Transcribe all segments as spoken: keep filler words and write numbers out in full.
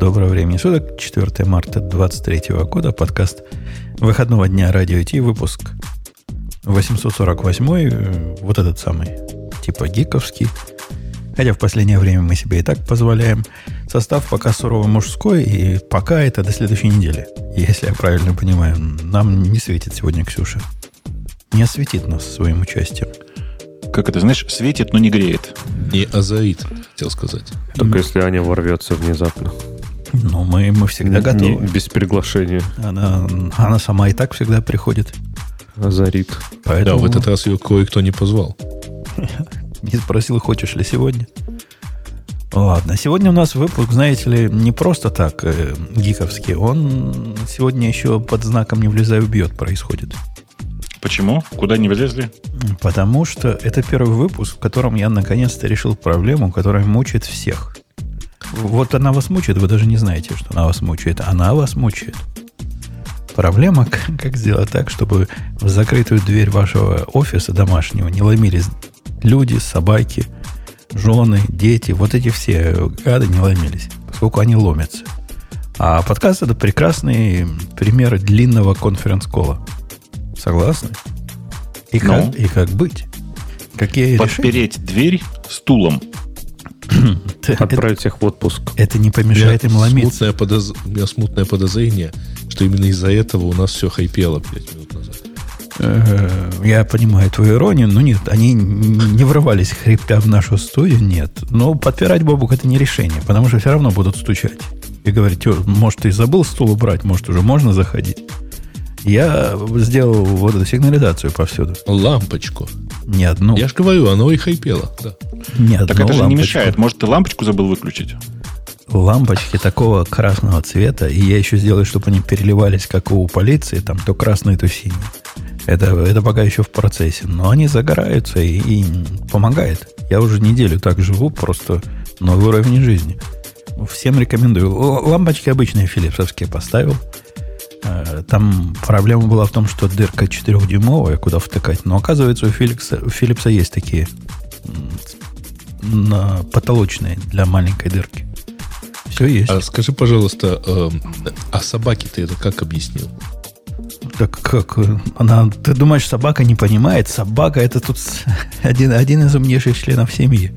Доброго времени суток. четвёртого марта двадцать третьего года. Подкаст выходного дня Радио ти, выпуск восемьсот сорок восемь. Вот этот самый, типа гиковский. Хотя в последнее время мы себе и так позволяем. Состав пока сурово мужской, и пока это до следующей недели. Если я правильно понимаю, нам не светит сегодня Ксюша. Не осветит нас своим участием. Как это, знаешь, светит, но не греет. Не озарит, хотел сказать. Только если Аня ворвется внезапно. Ну, мы, мы всегда не, готовы. Не, без приглашения. Она, она сама и так всегда приходит. Озарит. Поэтому... Да, в этот раз ее кое-кто не позвал. Не спросил, хочешь ли сегодня. Ладно, сегодня у нас выпуск, знаете ли, не просто так э, гиковский. Он сегодня еще под знаком «не влезай, убьет» происходит. Почему? Куда не влезли? Потому что это первый выпуск, в котором я наконец-то решил проблему, которая мучает всех. Вот она вас мучает, вы даже не знаете, что она вас мучает. Она вас мучает. Проблема, как сделать так, чтобы в закрытую дверь вашего офиса домашнего не ломились люди, собаки, жены, дети. Вот эти все гады не ломились, поскольку они ломятся. А подкаст — это прекрасный пример длинного конференц-кола. Согласны? И, ну, как, и как быть? Какие подпереть решения? Дверь стулом. Отправить их в отпуск. Это не помешает им ломиться. Смутное подоз... У меня смутное подозрение, что именно из-за этого у нас все хайпело пять минут назад. Я понимаю твою иронию, но нет, они не врывались хрипя в нашу студию, нет. Но подпирать Бобук — это не решение, потому что все равно будут стучать. И говорить, может, ты забыл стул убрать, может, уже можно заходить. Я сделал вот эту сигнализацию повсюду. Лампочку. Не одну. Я же говорю, оно и хайпело. Да. Не одну так это лампочку. же не мешает. Может, ты лампочку забыл выключить? Лампочки такого красного цвета, и я еще сделаю, чтобы они переливались, как у полиции, там то красный, то синий. Это, это пока еще в процессе. Но они загораются и, и помогает. Я уже неделю так живу, просто новый уровень жизни. Всем рекомендую. Лампочки обычные филипсовские поставил. Там проблема была в том, что дырка четырёхдюймовая, куда втыкать. Но оказывается, у Philips, у Philips есть такие на, потолочные для маленькой дырки. Все есть. А скажи, пожалуйста, э, а собаке ты это как объяснил? Так как? Она, ты думаешь, собака не понимает? Собака — это тут один, один из умнейших членов семьи.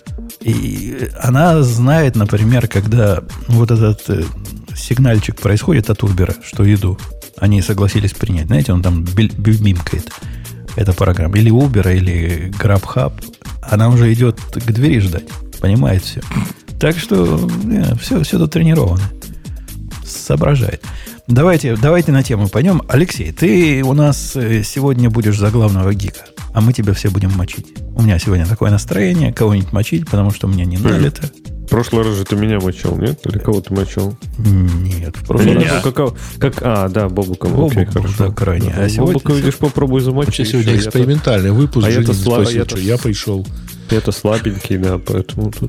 И она знает, например, когда вот этот сигнальчик происходит от Uber, что еду они согласились принять. Знаете, он там бимимкает. Эта программа. Или Uber, или GrabHub. Она уже идет к двери ждать. Понимает все. Так что не, все, все тут тренировано. Соображает. Давайте, давайте на тему пойдем. Алексей, ты у нас сегодня будешь за главного гика, а мы тебя все будем мочить. У меня сегодня такое настроение, кого-нибудь мочить, потому что мне не налито. В прошлый раз же ты меня мочил, нет? Или кого ты мочил? Нет, в прошлый раз. Как, как, а, да, Бобуком. Бобук был, да, крайне. Да, а сегодня... Бобука, видишь, попробуй замочить. Вообще сегодня экспериментальный я выпуск. А Женя я-то не слаб... спросил, я-то... что я пришел. Я-то слабенький, да, поэтому тут...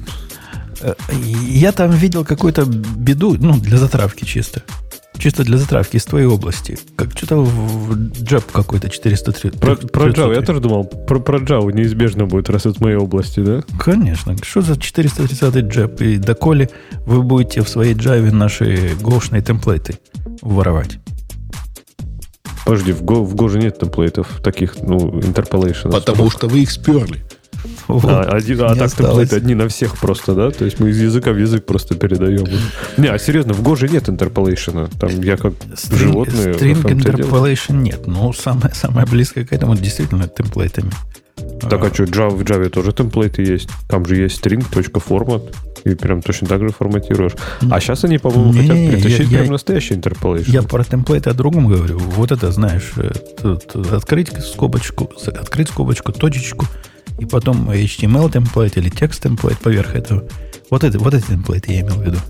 Я там видел какую-то беду, ну, для затравки чисто. Чисто для затравки из твоей области. Как что-то в джаб какой-то четыреста тридцать. Про, про Java, я тоже думал, про, про Java неизбежно будет, раз это в моей области, да? Конечно. Что за четыреста тридцатый джаб? И доколе вы будете в своей Java наши гошные темплейты воровать? Подожди, в Go, в Go же нет темплейтов таких, ну, interpolation. Потому что вы их сперли. Вот. А, один, а так темплейты одни на всех просто, да? То есть мы из языка в язык просто передаем. Не, а серьезно, в Go же нет интерполейшена. Там я как String, животное... String interpolation нет. Но самое, самое близкое к этому действительно темплейтами. Так, а, а что, Java, в Java тоже темплейты есть? Там же есть string.format. И прям точно так же форматируешь. А сейчас они, по-моему, не, хотят притащить я, прям настоящий интерполейшн. Я про темплейты о другом говорю. Вот это, знаешь, тут открыть скобочку, открыть скобочку, точечку, и потом эйч ти эм эл темплейт или текст темплейт поверх этого. Вот, это, вот эти темплейты я имел в виду.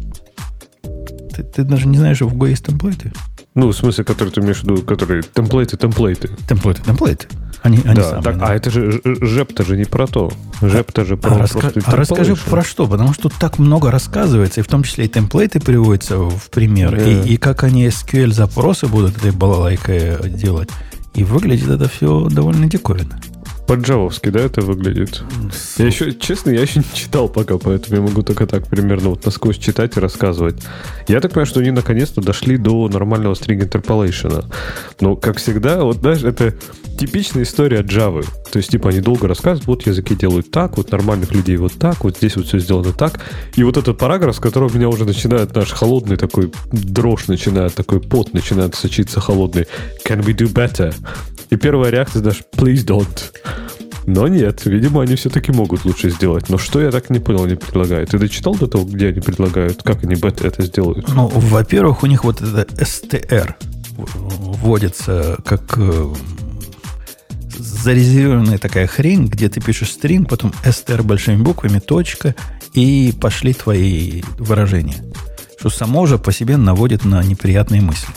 Ты, ты даже не знаешь, что в Go есть темплейты? Ну, в смысле, которые ты имеешь в виду, которые темплейты, темплейты. Темплейты, темплейты. Они, они да, самые, так, да. А это же жеп-то же не про то. Жеп-то же про а раска- А расскажи про что, потому что тут так много рассказывается, и в том числе и темплейты приводятся в пример, yeah. и, и как они эс кью эль-запросы будут этой балалайкой делать. И выглядит это все довольно диковинно. По-джавовски, да, это выглядит? Я еще, честно, я еще не читал пока, поэтому я могу только так примерно вот насквозь читать и рассказывать. Я так понимаю, что они наконец-то дошли до нормального string interpolation. Но, как всегда, вот, знаешь, это типичная история Java. То есть, типа, они долго рассказывают, вот языки делают так, вот нормальных людей вот так, вот здесь вот все сделано так. И вот этот параграф, с которого меня уже начинает наш холодный такой дрожь начинает, такой пот начинает сочиться холодный. Can we do better? И первая реакция даже please don't. Но нет, видимо, они все-таки могут лучше сделать. Но что я так не понял, они предлагают? Ты дочитал до того, где они предлагают, как они это сделают? Ну, во-первых, у них вот это эс ти эр вводится как э, зарезервированная такая хрень, где ты пишешь стринг, потом эс ти эр большими буквами, точка, и пошли твои выражения. Что само уже по себе наводит на неприятные мысли.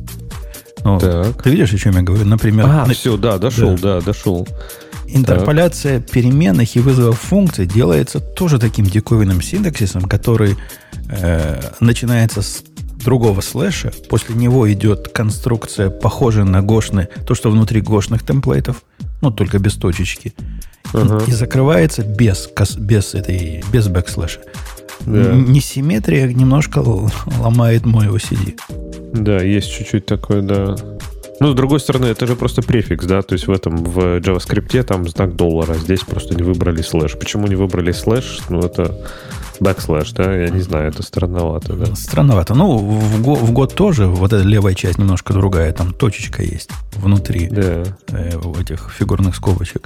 Ну, ты видишь, о чем я говорю? Например... А, на... все, да, дошел, да, да дошел. Интерполяция так. переменных и вызовов функций делается тоже таким диковинным синтаксисом, который э, начинается с другого слэша. После него идет конструкция, похожая на гошные, то, что внутри гошных темплейтов, ну, только без точечки. Uh-huh. И, и закрывается без, без, этой, без бэкслэша. Yeah. Несимметрия немножко ломает мой о си ди. Да, есть чуть-чуть такое, да. Ну, с другой стороны, это же просто префикс, да, то есть в этом, в JavaScript там знак доллара, здесь просто не выбрали слэш. Почему не выбрали слэш? Ну, это бэкслэш, да, я не знаю, это странновато, да. Странновато. Ну, в, го, в год тоже вот эта левая часть немножко другая, там точечка есть внутри да. э, этих фигурных скобочек.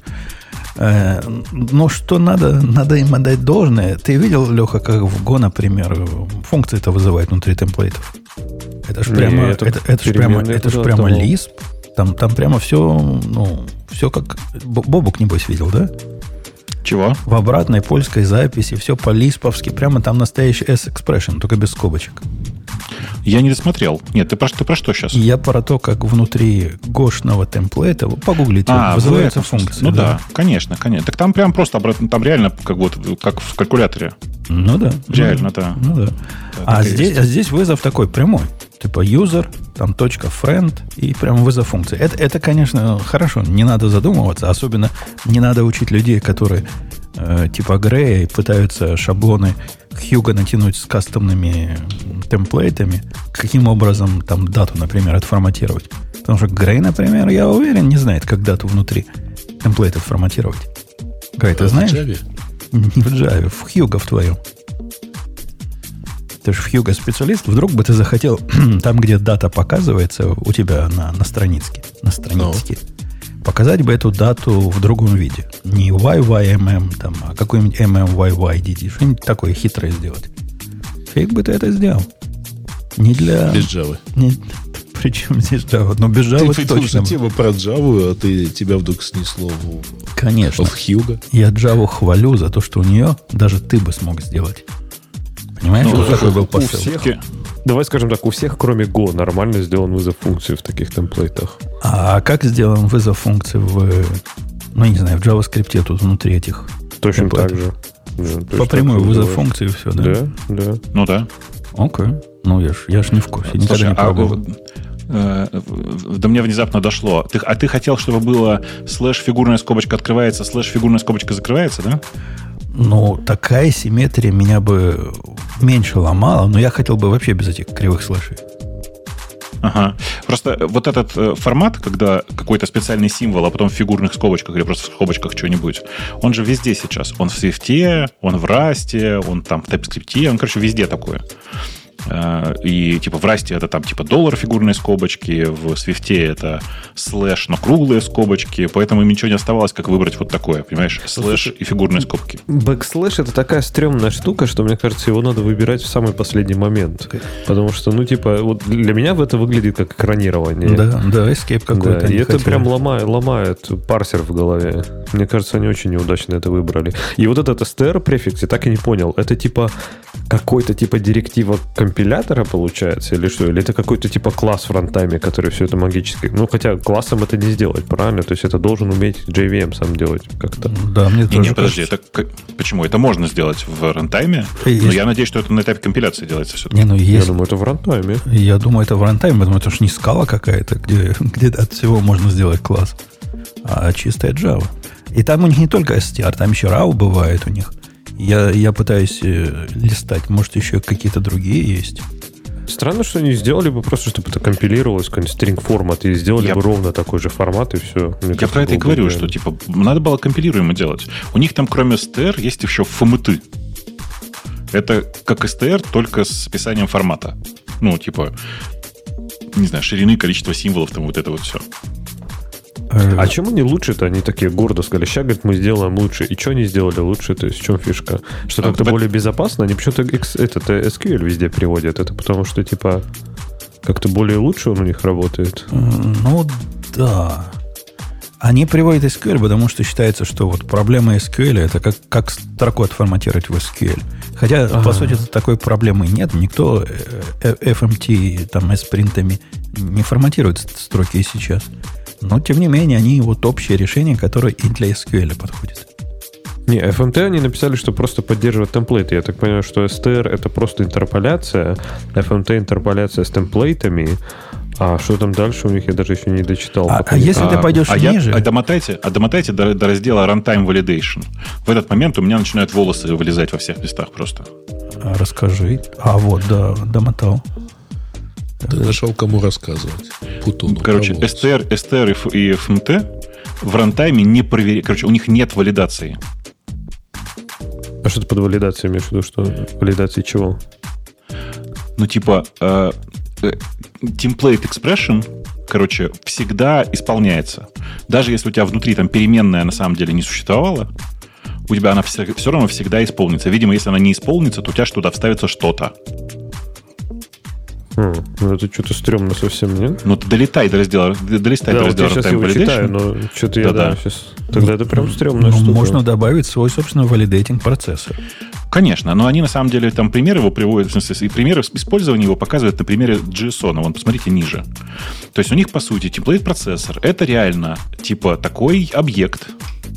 Э, но что надо, надо им отдать должное. Ты видел, Леха, как в Go, например, функции это вызывает внутри темплейтов? Это ж прямо, не, это, это, это ж прямо, это ж прямо Lisp. Там, там прямо все, ну, все как... Бобук, небось, видел, да? Чего? В обратной польской записи все по-лисповски. Прямо там настоящий S-expression, только без скобочек. Я не досмотрел. Нет, ты про, ты про что сейчас? Я про то, как внутри гошного темплейта, погуглите, а, вызываются функции. Ну да. да, конечно, конечно. Так там прям просто обратно, там реально как, вот, как в калькуляторе. Ну да. Реально, ну, да. Ну да. да а, здесь, а здесь вызов такой прямой. Типа user, там точка friend и прям вызов функции. Это, это, конечно, хорошо. Не надо задумываться. Особенно не надо учить людей, которые э, типа Грея пытаются шаблоны Хьюга натянуть с кастомными темплейтами. Каким образом там дату, например, отформатировать. Потому что Грей, например, я уверен, не знает, как дату внутри темплейтов форматировать. Грей, ты знаешь? В Java? Не в Java, в Хьюга в твоем. Ты же в Хьюго специалист, вдруг бы ты захотел там, где дата показывается у тебя на, на страницке, на страницке, no. показать бы эту дату в другом виде. Не уай уай эм эм, там, а какой-нибудь эм эм уай уай ди ди. Что-нибудь такое хитрое сделать. Фиг бы ты это сделал. Не для... Без Java. Не... Причем здесь Java? Но без Java ты точно. Ты тема про Java, а ты, тебя вдруг снесло в... Конечно. в Хьюго. Я Java хвалю за то, что у нее даже ты бы смог сделать. Понимаешь, ну, вот такой был посыл. Всех, давай скажем так, у всех, кроме Go, нормально сделан вызов функции в таких темплейтах. А как сделан вызов функции в, ну, не знаю, в JavaScript тут внутри этих Точно темплейтов? так же. Да, по прямой вызов функции и все, да? Да, да. Ну да. Окей. Ну, я ж, я ж не в курсе. Никогда Слушай, не пробовал. А, э, до меня внезапно дошло. Ты, а ты хотел, чтобы было слэш фигурная скобочка открывается, слэш фигурная скобочка закрывается, да? Ну, такая симметрия меня бы меньше ломала, но я хотел бы вообще без этих кривых слэшей. Ага. Просто вот этот э, формат, когда какой-то специальный символ, а потом в фигурных скобочках или просто в скобочках что-нибудь, он же везде сейчас. Он в Swift, он в Rust, он там в TypeScript, он, короче, везде такое. И типа в Rust это там типа доллар фигурные скобочки, в Swift это слэш, но круглые скобочки, поэтому им ничего не оставалось, как выбрать вот такое, понимаешь, слэш и фигурные скобки. Бэкслэш это такая стрёмная штука, что, мне кажется, его надо выбирать в самый последний момент. Потому что, ну, типа, вот для меня это выглядит как экранирование. Да, да, escape какой-то. Да, и это хотели. Прям ломает, ломает парсер в голове. Мне кажется, они очень неудачно это выбрали. И вот этот эс ти ар префикс, я так и не понял, это типа какой-то типа директива компилятора получается, или что? Или это какой-то типа класс в рантайме, который все это магически... Ну, хотя классом это не сделать, правильно? То есть это должен уметь джей ви эм сам делать как-то. Да, мне тоже не, подожди, это, почему? Это можно сделать в рантайме, но есть... я надеюсь, что это на этапе компиляции делается все-таки. Не, ну, есть... Я думаю, это в рантайме. Я думаю, это в рантайме, потому что это же не скала какая-то, где, где от всего можно сделать класс, а чистая Java. И там у них не только эс ти ар, там еще рау бывает у них. Я, я пытаюсь э, листать, может, еще какие-то другие есть. Странно, что они сделали бы просто, чтобы это компилировалось в какой-нибудь стринг-формат, и сделали я... бы ровно такой же формат, и все. Мне я про это и говорю, реально. Что типа надо было компилируемо делать. У них там, кроме эс ти ар, есть еще эф эм ти. Это как эс ти ар, только с описанием формата. Ну, типа, не знаю, ширины, количество символов, там вот это вот все. А чем они лучше-то? Они такие гордо сказали, сейчас, говорит, мы сделаем лучше. И что они сделали лучше? То есть в чем фишка? Что как-то а, более безопасно? Они почему-то этот эс кью эль везде приводят. Это потому что, типа, как-то более лучше он у них работает? Ну, да. Они приводят эс кью эль, потому что считается, что вот проблема эс кью эль это как, как строку отформатировать в эс кью эль. Хотя, ага. по сути, такой проблемы нет. Никто эф эм ти там, S-принтами не форматирует строки сейчас. Но, тем не менее, они вот общее решение, которое и для эс кью эль подходит. Не, эф эм ти они написали, что просто поддерживает темплейты. Я так понимаю, что эс ти ар это просто интерполяция, эф эм ти интерполяция с темплейтами. А что там дальше у них, я даже еще не дочитал. А, а если а, ты пойдешь а ниже... Я, а домотайте, а домотайте до, до раздела Runtime Validation. В этот момент у меня начинают волосы вылезать во всех местах просто. А, расскажи. А вот, да, домотал. Ты нашел, кому рассказывать. Путуну. Короче, эс ти ар, эс ти ар и эф эм ти в рантайме не проверяют. Короче, у них нет валидации. А что ты под валидацией имеешь в виду? Что валидации чего? Ну, типа, э, э, template expression, короче, всегда исполняется. Даже если у тебя внутри там переменная на самом деле не существовала, у тебя она все, все равно всегда исполнится. Видимо, если она не исполнится, то у тебя что-то вставится что-то. Хм, ну это что-то стрёмно совсем, нет? Ну ты долетай до раздела, долистай да, до раздела вот я сейчас его читаю, но что-то я, да, сейчас... Тогда это прям стрёмная ну, штука. Можно добавить свой, собственно, валидейтинг процессор. Конечно, но они на самом деле там примеры его приводят, в смысле, и примеры использования его показывают на примере джей эс он. Вон, посмотрите ниже. То есть у них, по сути, темплейт-процессор — это реально, типа, такой объект.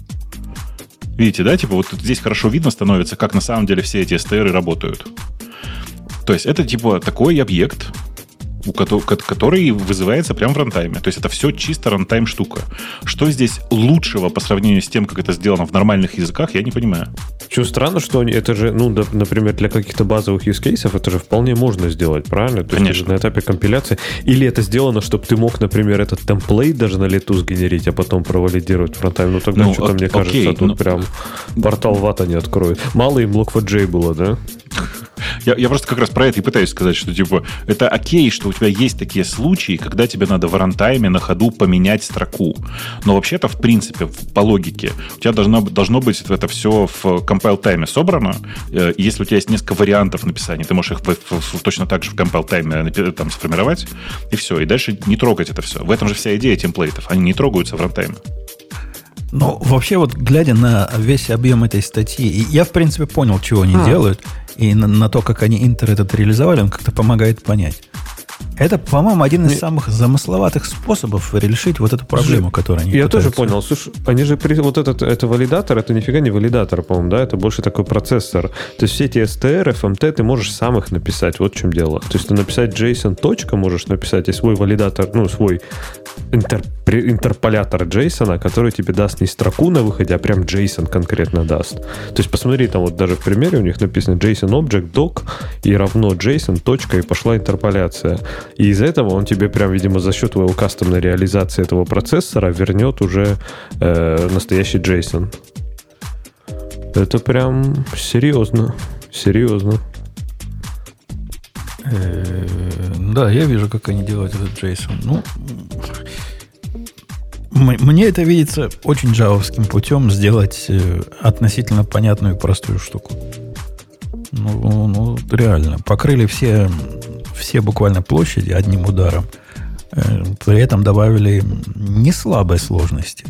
Видите, да? Типа вот здесь хорошо видно становится, как на самом деле все эти эс ти ар работают. То есть это типа такой объект, который вызывается прямо в рантайме. То есть это все чисто рантайм штука. Что здесь лучшего по сравнению с тем, как это сделано в нормальных языках, я не понимаю. Что странно, что они, это же, ну, да, например, для каких-то базовых use cases это же вполне можно сделать, правильно? То Конечно. есть на этапе компиляции. Или это сделано, чтобы ты мог, например, этот темплейт даже на лету сгенерить, а потом провалидировать в рантайме. Ну тогда ну, что-то, ок- мне кажется, окей, тут ну... прям портал в ад они откроют. Мало им блок фор джей было, да? Я, я просто как раз про это и пытаюсь сказать, что типа это окей, что у тебя есть такие случаи, когда тебе надо в рантайме на ходу поменять строку. Но вообще-то, в принципе, по логике, у тебя должно, должно быть это все в compile-тайме собрано. И если у тебя есть несколько вариантов написания, ты можешь их в, в, в, точно так же в compile-тайме там сформировать, и все. И дальше не трогать это все. В этом же вся идея темплейтов. Они не трогаются в рантайме. Ну, вообще, вот глядя на весь объем этой статьи, я, в принципе, понял, чего они а. делают, и на, на то, как они интер этот реализовали, он как-то помогает понять. Это, по-моему, один из самых замысловатых способов решить вот эту проблему, которую они Я пытаются. тоже понял. Слушай, они же... Вот этот это валидатор, это нифига не валидатор, по-моему, да? Это больше такой процессор. То есть все эти эс ти ар, эф эм ти, ты можешь сам их написать. Вот в чем дело. То есть ты написать JSON точка можешь написать, и свой валидатор, ну, свой интер, интерполятор JSON, который тебе даст не строку на выходе, а прям JSON конкретно даст. То есть посмотри, там вот даже в примере у них написано JSON object doc и равно JSON точка, и пошла интерполяция. И из этого он тебе прям, видимо, за счет твоего кастомной реализации этого процессора вернет уже э, настоящий JSON. Это прям серьезно. Серьезно. Да, я вижу, как они делают этот JSON. Ну, мне это видится очень джавовским путем сделать относительно понятную и простую штуку. Ну, ну реально. Покрыли все... все буквально площади одним ударом, при этом добавили не слабой сложности.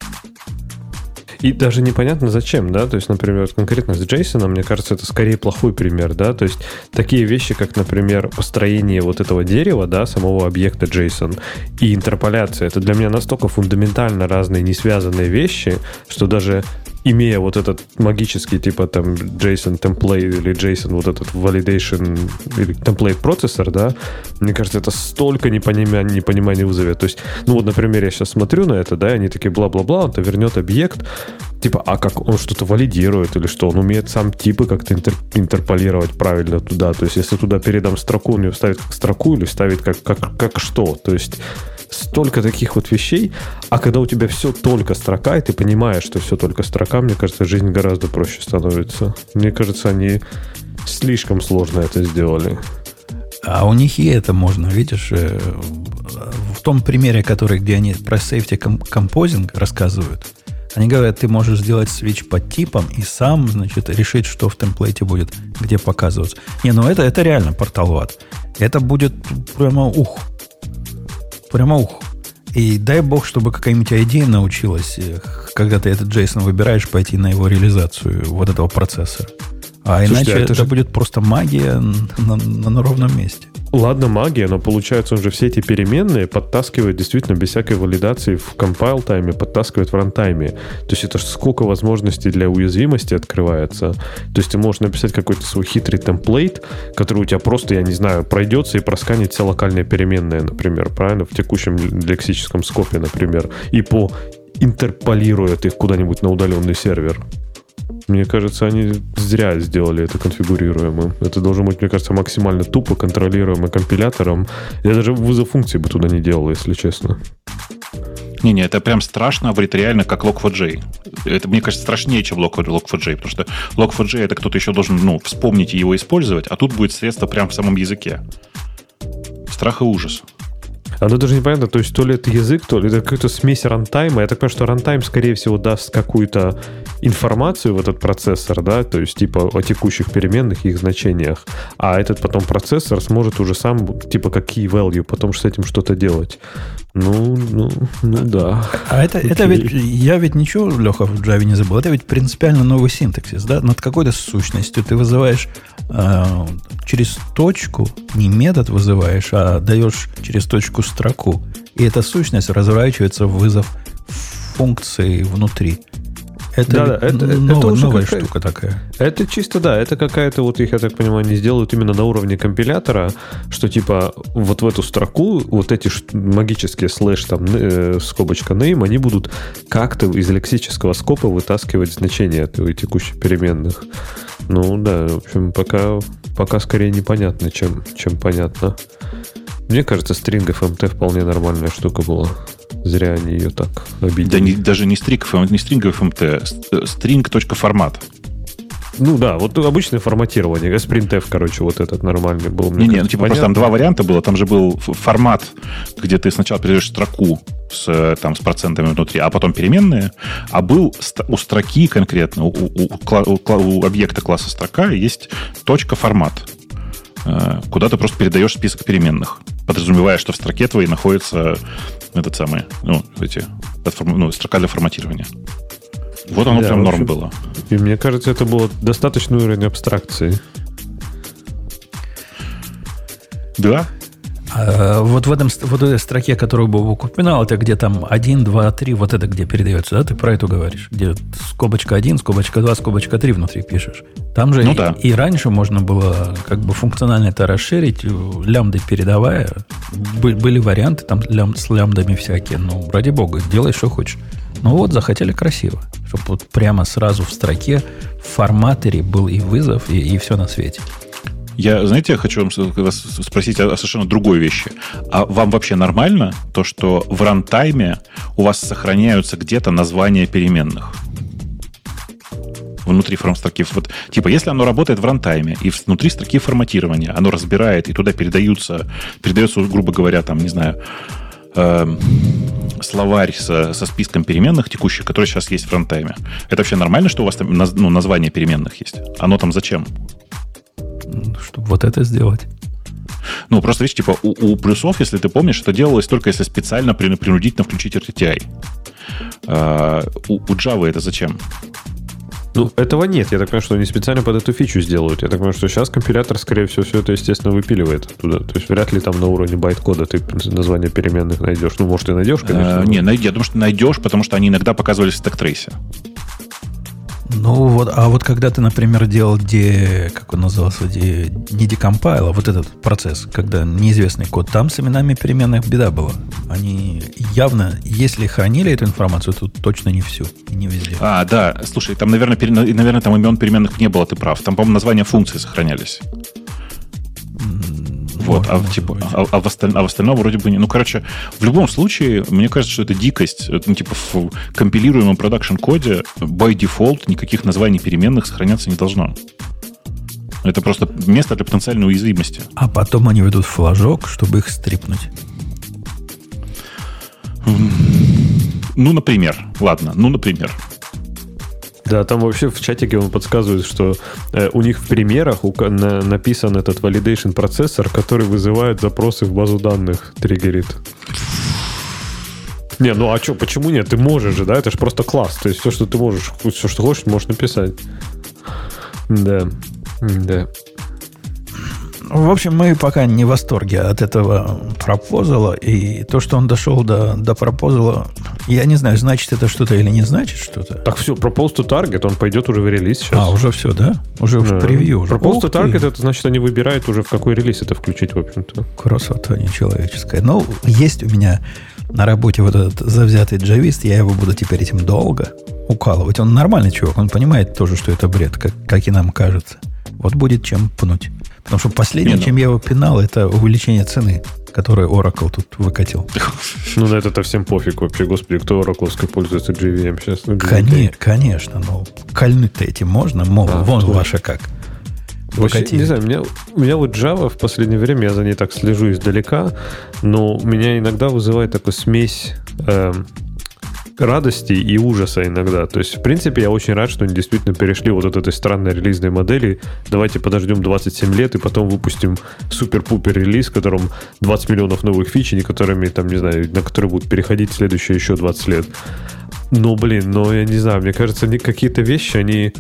И даже непонятно зачем, да, то есть, например, конкретно с JSON, мне кажется, это скорее плохой пример, да, то есть такие вещи, как, например, построение вот этого дерева, да, самого объекта JSON и интерполяция, это для меня настолько фундаментально разные, не связанные вещи, что даже имея вот этот магический типа там JSON template или JSON вот этот validation или template процессор, да, мне кажется, это столько непонимания, непонимания вызовет. То есть, ну вот, например, я сейчас смотрю на это, да, и они такие бла-бла-бла, он-то вернет объект, типа, а как он что-то валидирует или что? Он умеет сам типы как-то интер- интерполировать правильно туда. То есть, если туда передам строку, он ее ставит как строку или ставит как, как, как что? То есть, столько таких вот вещей. А когда у тебя все только строка, и ты понимаешь, что все только строка, мне кажется, жизнь гораздо проще становится. Мне кажется, они слишком сложно это сделали. А у них и это можно, видишь, в том примере, который, где они про safety composing рассказывают, они говорят, ты можешь сделать свитч по типам и сам, значит, решить, что в темплейте будет, где показываться. Не, ну это, это реально порталват. Это будет прямо ух. Прямо ух. И дай бог, чтобы какая-нибудь идея научилась, когда ты этот JSON выбираешь, пойти на его реализацию вот этого процессора. А Слушайте, иначе а это, это же... будет просто магия на, на, на ровном месте. Ладно, магия, но получается, он же все эти переменные подтаскивает действительно без всякой валидации в компайл-тайме, подтаскивает в рантайме. То есть это сколько возможностей для уязвимости открывается. То есть ты можешь написать какой-то свой хитрый темплейт, который у тебя просто, я не знаю, пройдется и просканит все локальные переменные, например, правильно, в текущем лексическом скопе, например, и по интерполирует их куда-нибудь на удаленный сервер. Мне кажется, они зря сделали это конфигурируемым. Это должно быть, мне кажется, максимально тупо контролируемым компилятором. Я даже вызов функции бы туда не делал, если честно. Не-не, это прям страшно, говорит, реально как лог фор джей. Это, мне кажется, страшнее, чем лог фор джей, потому что лог фор джей это кто-то еще должен, ну, вспомнить и его использовать, а тут будет средство прямо в самом языке. Страх и ужас. Оно даже непонятно, то есть то ли это язык, то ли это какая-то смесь рантайма. Я так понимаю, что рантайм, скорее всего, даст какую-то информацию в этот процессор, да, то есть типа о текущих переменных и их значениях. А этот потом процессор сможет уже сам, типа как key value, потом с этим что-то делать. Ну, ну, ну да. А это, это ведь, я ведь ничего, Леха, в Java не забыл, это ведь принципиально новый синтаксис, да? Над какой-то сущностью ты вызываешь э, через точку, не метод вызываешь, а даешь через точку строку. И эта сущность разворачивается в вызов функции внутри. Это, да, да, это, новая, это уже новая какая, штука такая. Это чисто, да, это какая-то, вот их, я так понимаю, они сделают именно на уровне компилятора, что типа вот в эту строку вот эти магические слэш, там, э, скобочка name, они будут как-то из лексического скопа вытаскивать значения этой текущих переменных. Ну да, в общем, пока, пока скорее непонятно, чем, чем понятно. Мне кажется, string эф эм ти вполне нормальная штука была. Зря они ее так обидели. Да не, даже не string, не string эф эм ти, string.формат. Ну да, вот обычное форматирование. sprintf, короче, вот этот нормальный был. Не, не, ну типа просто там два варианта было. Там же был формат, где ты сначала передаешь строку с, там, с процентами внутри, а потом переменные. А был у строки конкретно, у, у, у, у объекта класса строка есть точка формат, куда ты просто передаешь список переменных, подразумевая, что в строке твоей находится этот самый, ну, эти, ну, строка для форматирования. Вот оно да, прям норм было. И мне кажется, это был достаточный уровень абстракции. Да. А, вот в этом вот в этой строке, которую Бобок упоминал, это где там один, два, три, вот это где передается, да? Ты про это говоришь? Где скобочка один, скобочка два, скобочка три внутри пишешь. Там же ну, и, да. и раньше можно было как бы функционально это расширить, лямбдой передавая. Были варианты там лям, с лямбдами всякие. Ну, ради бога, делай, что хочешь. Ну вот, захотели красиво. Чтобы вот прямо сразу в строке в форматоре был и вызов, и, и все на свете. Я, знаете, я хочу вас спросить о совершенно другой вещи. А вам вообще нормально то, что в рантайме у вас сохраняются где-то названия переменных? Внутри форм-строки. Вот, типа, если оно работает в рантайме, и внутри строки форматирования, оно разбирает, и туда передаются, передается, грубо говоря, там, не знаю, э, словарь со, со списком переменных текущих, которые сейчас есть в рантайме. Это вообще нормально, что у вас там ну, название переменных есть? Оно там зачем? Чтобы вот это сделать. Ну, просто, видишь, типа, у, у плюсов, если ты помнишь, это делалось только если специально принудительно включить эр ти ай. А, у, у Java это зачем? Ну, этого нет. Я так понимаю, что они специально под эту фичу сделают. Я так понимаю, что сейчас компилятор, скорее всего, все это, естественно, выпиливает оттуда. То есть вряд ли там на уровне байт-кода ты название переменных найдешь. Ну, может, и найдешь, конечно. А, не, я думаю, что найдешь, потому что они иногда показывались в стэк-трейсе. Ну вот, а вот когда ты, например, делал де, как он назывался, де, не декомпайл, а вот этот процесс, когда неизвестный код, там с именами переменных беда была. Они явно, если хранили эту информацию, то точно не всю и не везде. А, да, слушай, там, наверное, пере, наверное, там имен переменных не было, ты прав. Там, по-моему, названия функций сохранялись. Вот, а, типа, а, а, в осталь, а в остальном вроде бы не. Ну, короче, в любом случае, мне кажется, что это дикость. Ну, типа, в компилируемом продакшн-коде by default никаких названий переменных сохраняться не должно. Это просто место для потенциальной уязвимости. А потом они ведут флажок, чтобы их стрипнуть. Ну, например. Ладно, ну, например. Да, там вообще в чатике он подсказывает, что э, у них в примерах у, на, написан этот validation процессор, который вызывает запросы в базу данных, триггерит. Не, ну а что, почему нет? Ты можешь же, да? Это же просто класс. То есть все, что ты можешь, все, что хочешь, можешь написать. Да, да. В общем, мы пока не в восторге от этого пропозала. И то, что он дошел до, до пропозала, я не знаю, значит это что-то или не значит что-то. Так все, propose to target, он пойдет уже в релиз сейчас. А, уже все, да? Уже да. В превью. Уже. Propose to target, это значит, они выбирают уже, в какой релиз это включить, в общем-то. Красота нечеловеческая. Ну, есть у меня на работе вот этот завзятый джавист, я его буду теперь этим долго укалывать. Он нормальный чувак, он понимает тоже, что это бред, как, как и нам кажется. Вот будет чем пнуть. Потому что последнее, Не, ну... чем я его пинал, это увеличение цены, которое Oracle тут выкатил. Ну, на это-то всем пофиг вообще. Господи, кто Oracle'ской пользуется джи ви эм сейчас? Ну, Конечно, конечно. Ну, кольнуть-то этим можно. Мол, а, вон точно. Ваша как. Вообще, не знаю, у меня, у меня вот Java в последнее время, я за ней так слежу издалека, но меня иногда вызывает такую смесь... Э, радости и ужаса иногда. То есть, в принципе, я очень рад, что они действительно перешли вот от этой странной релизной модели. Давайте подождем двадцать семь лет и потом выпустим супер-пупер релиз, в котором двадцать миллионов новых фичей, которыми, там, не знаю, на которые будут переходить следующие еще двадцать лет. Но, блин, но я не знаю, мне кажется, какие-то вещи, они...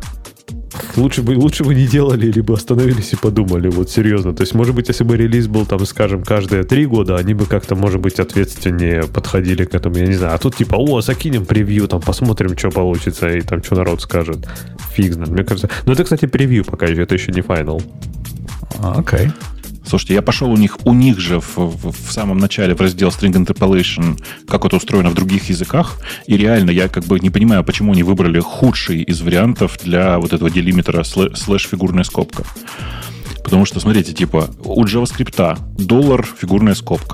Лучше бы, лучше бы не делали, либо остановились и подумали, вот серьезно. То есть, может быть, если бы релиз был, там, скажем, каждые три года, они бы как-то, может быть, ответственнее подходили к этому, я не знаю. А тут типа, о, закинем превью, там, посмотрим, что получится, и там, что народ скажет. Фиг знает, мне кажется. Но это, кстати, превью пока еще, это еще не финал. Окей. Okay. Слушайте, я пошел у них, у них же в, в, в самом начале в раздел String Interpolation, как это устроено в других языках, и реально я как бы не понимаю, почему они выбрали худший из вариантов для вот этого делимитера слэш-фигурная скобка. Потому что, смотрите, типа, у JavaScript доллар фигурная скобка.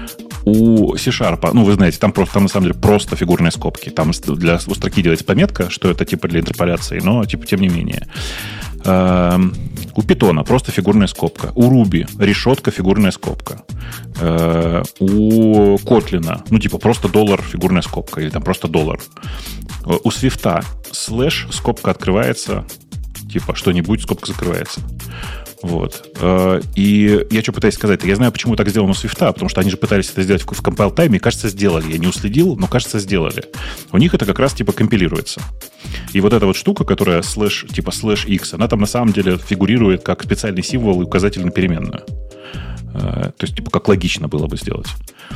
У C-Sharp, ну, вы знаете, там, просто, там на самом деле просто фигурные скобки. Там для у строки делается пометка, что это типа для интерполяции, но типа тем не менее. У Python просто фигурная скобка. У Ruby решетка, фигурная скобка. У Kotlin, ну, типа просто доллар, фигурная скобка. Или там просто доллар. У Swift слэш, скобка открывается. Типа что-нибудь, скобка закрывается. Вот. И я что пытаюсь сказать? Я знаю, почему так сделано у Swift, потому что они же пытались это сделать в компайл-тайме, и, кажется, сделали. Я не уследил, но, кажется, сделали. У них это как раз типа компилируется. И вот эта вот штука, которая слэш, типа слэш x, она там на самом деле фигурирует как специальный символ и указатель на переменную. То есть, типа, как логично было бы сделать.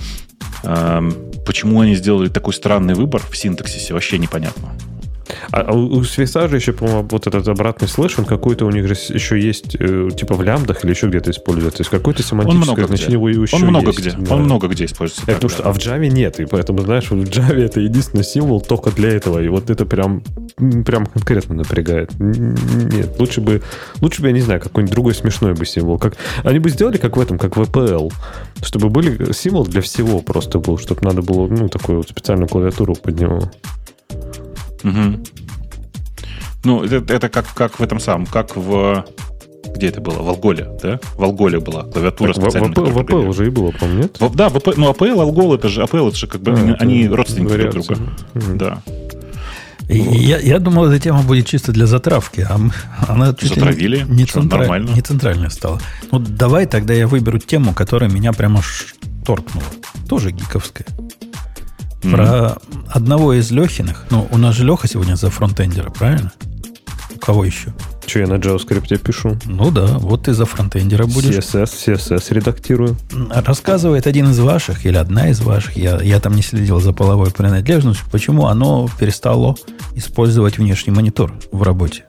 Почему они сделали такой странный выбор в синтаксисе, вообще непонятно. А у Свиса же еще, по-моему, вот этот обратный слэш, он какой-то у них же еще есть, э, типа в лямбдах или еще где-то используется. То есть какое-то семантическое значение его еще он много есть. Где. Да. Он много где используется. Так, потому да. что, а в Java нет, и поэтому, знаешь, в Java это единственный символ только для этого. И вот это прям, прям конкретно напрягает. Нет, лучше бы, лучше бы, я не знаю, какой-нибудь другой смешной бы символ. Как, они бы сделали как в этом, как в ви пи эл, чтобы были символ для всего просто был, чтобы надо было, ну, такую вот специальную клавиатуру под него. Угу. Ну, это, это как, как в этом самом, как в... Где это было? В Алголе, да? В Алголе была клавиатура так, специальная. В эй пи эл уже и было, по-моему, нет? В, да, в, ну, эй пи эл, Алгол, это же эй пи эл, это же как бы а, они родственники вариация. Друг друга. Mm-hmm. Да. И вот. я, я думал, эта тема будет чисто для затравки, а она чуть Затравили, не, не, центра... нормально. не центральная стала. Ну, давай тогда я выберу тему, которая меня прямо торкнула. Тоже гиковская. Mm-hmm. Про одного из Лехиных. Ну, у нас же Леха сегодня за фронтендера, правильно? У кого еще? Что я на JavaScript пишу? Ну да, вот ты за фронтендера будешь. си эс эс, си эс эс редактирую. Рассказывает один из ваших, или одна из ваших, я, я там не следил за половой принадлежностью, почему оно перестало использовать внешний монитор в работе.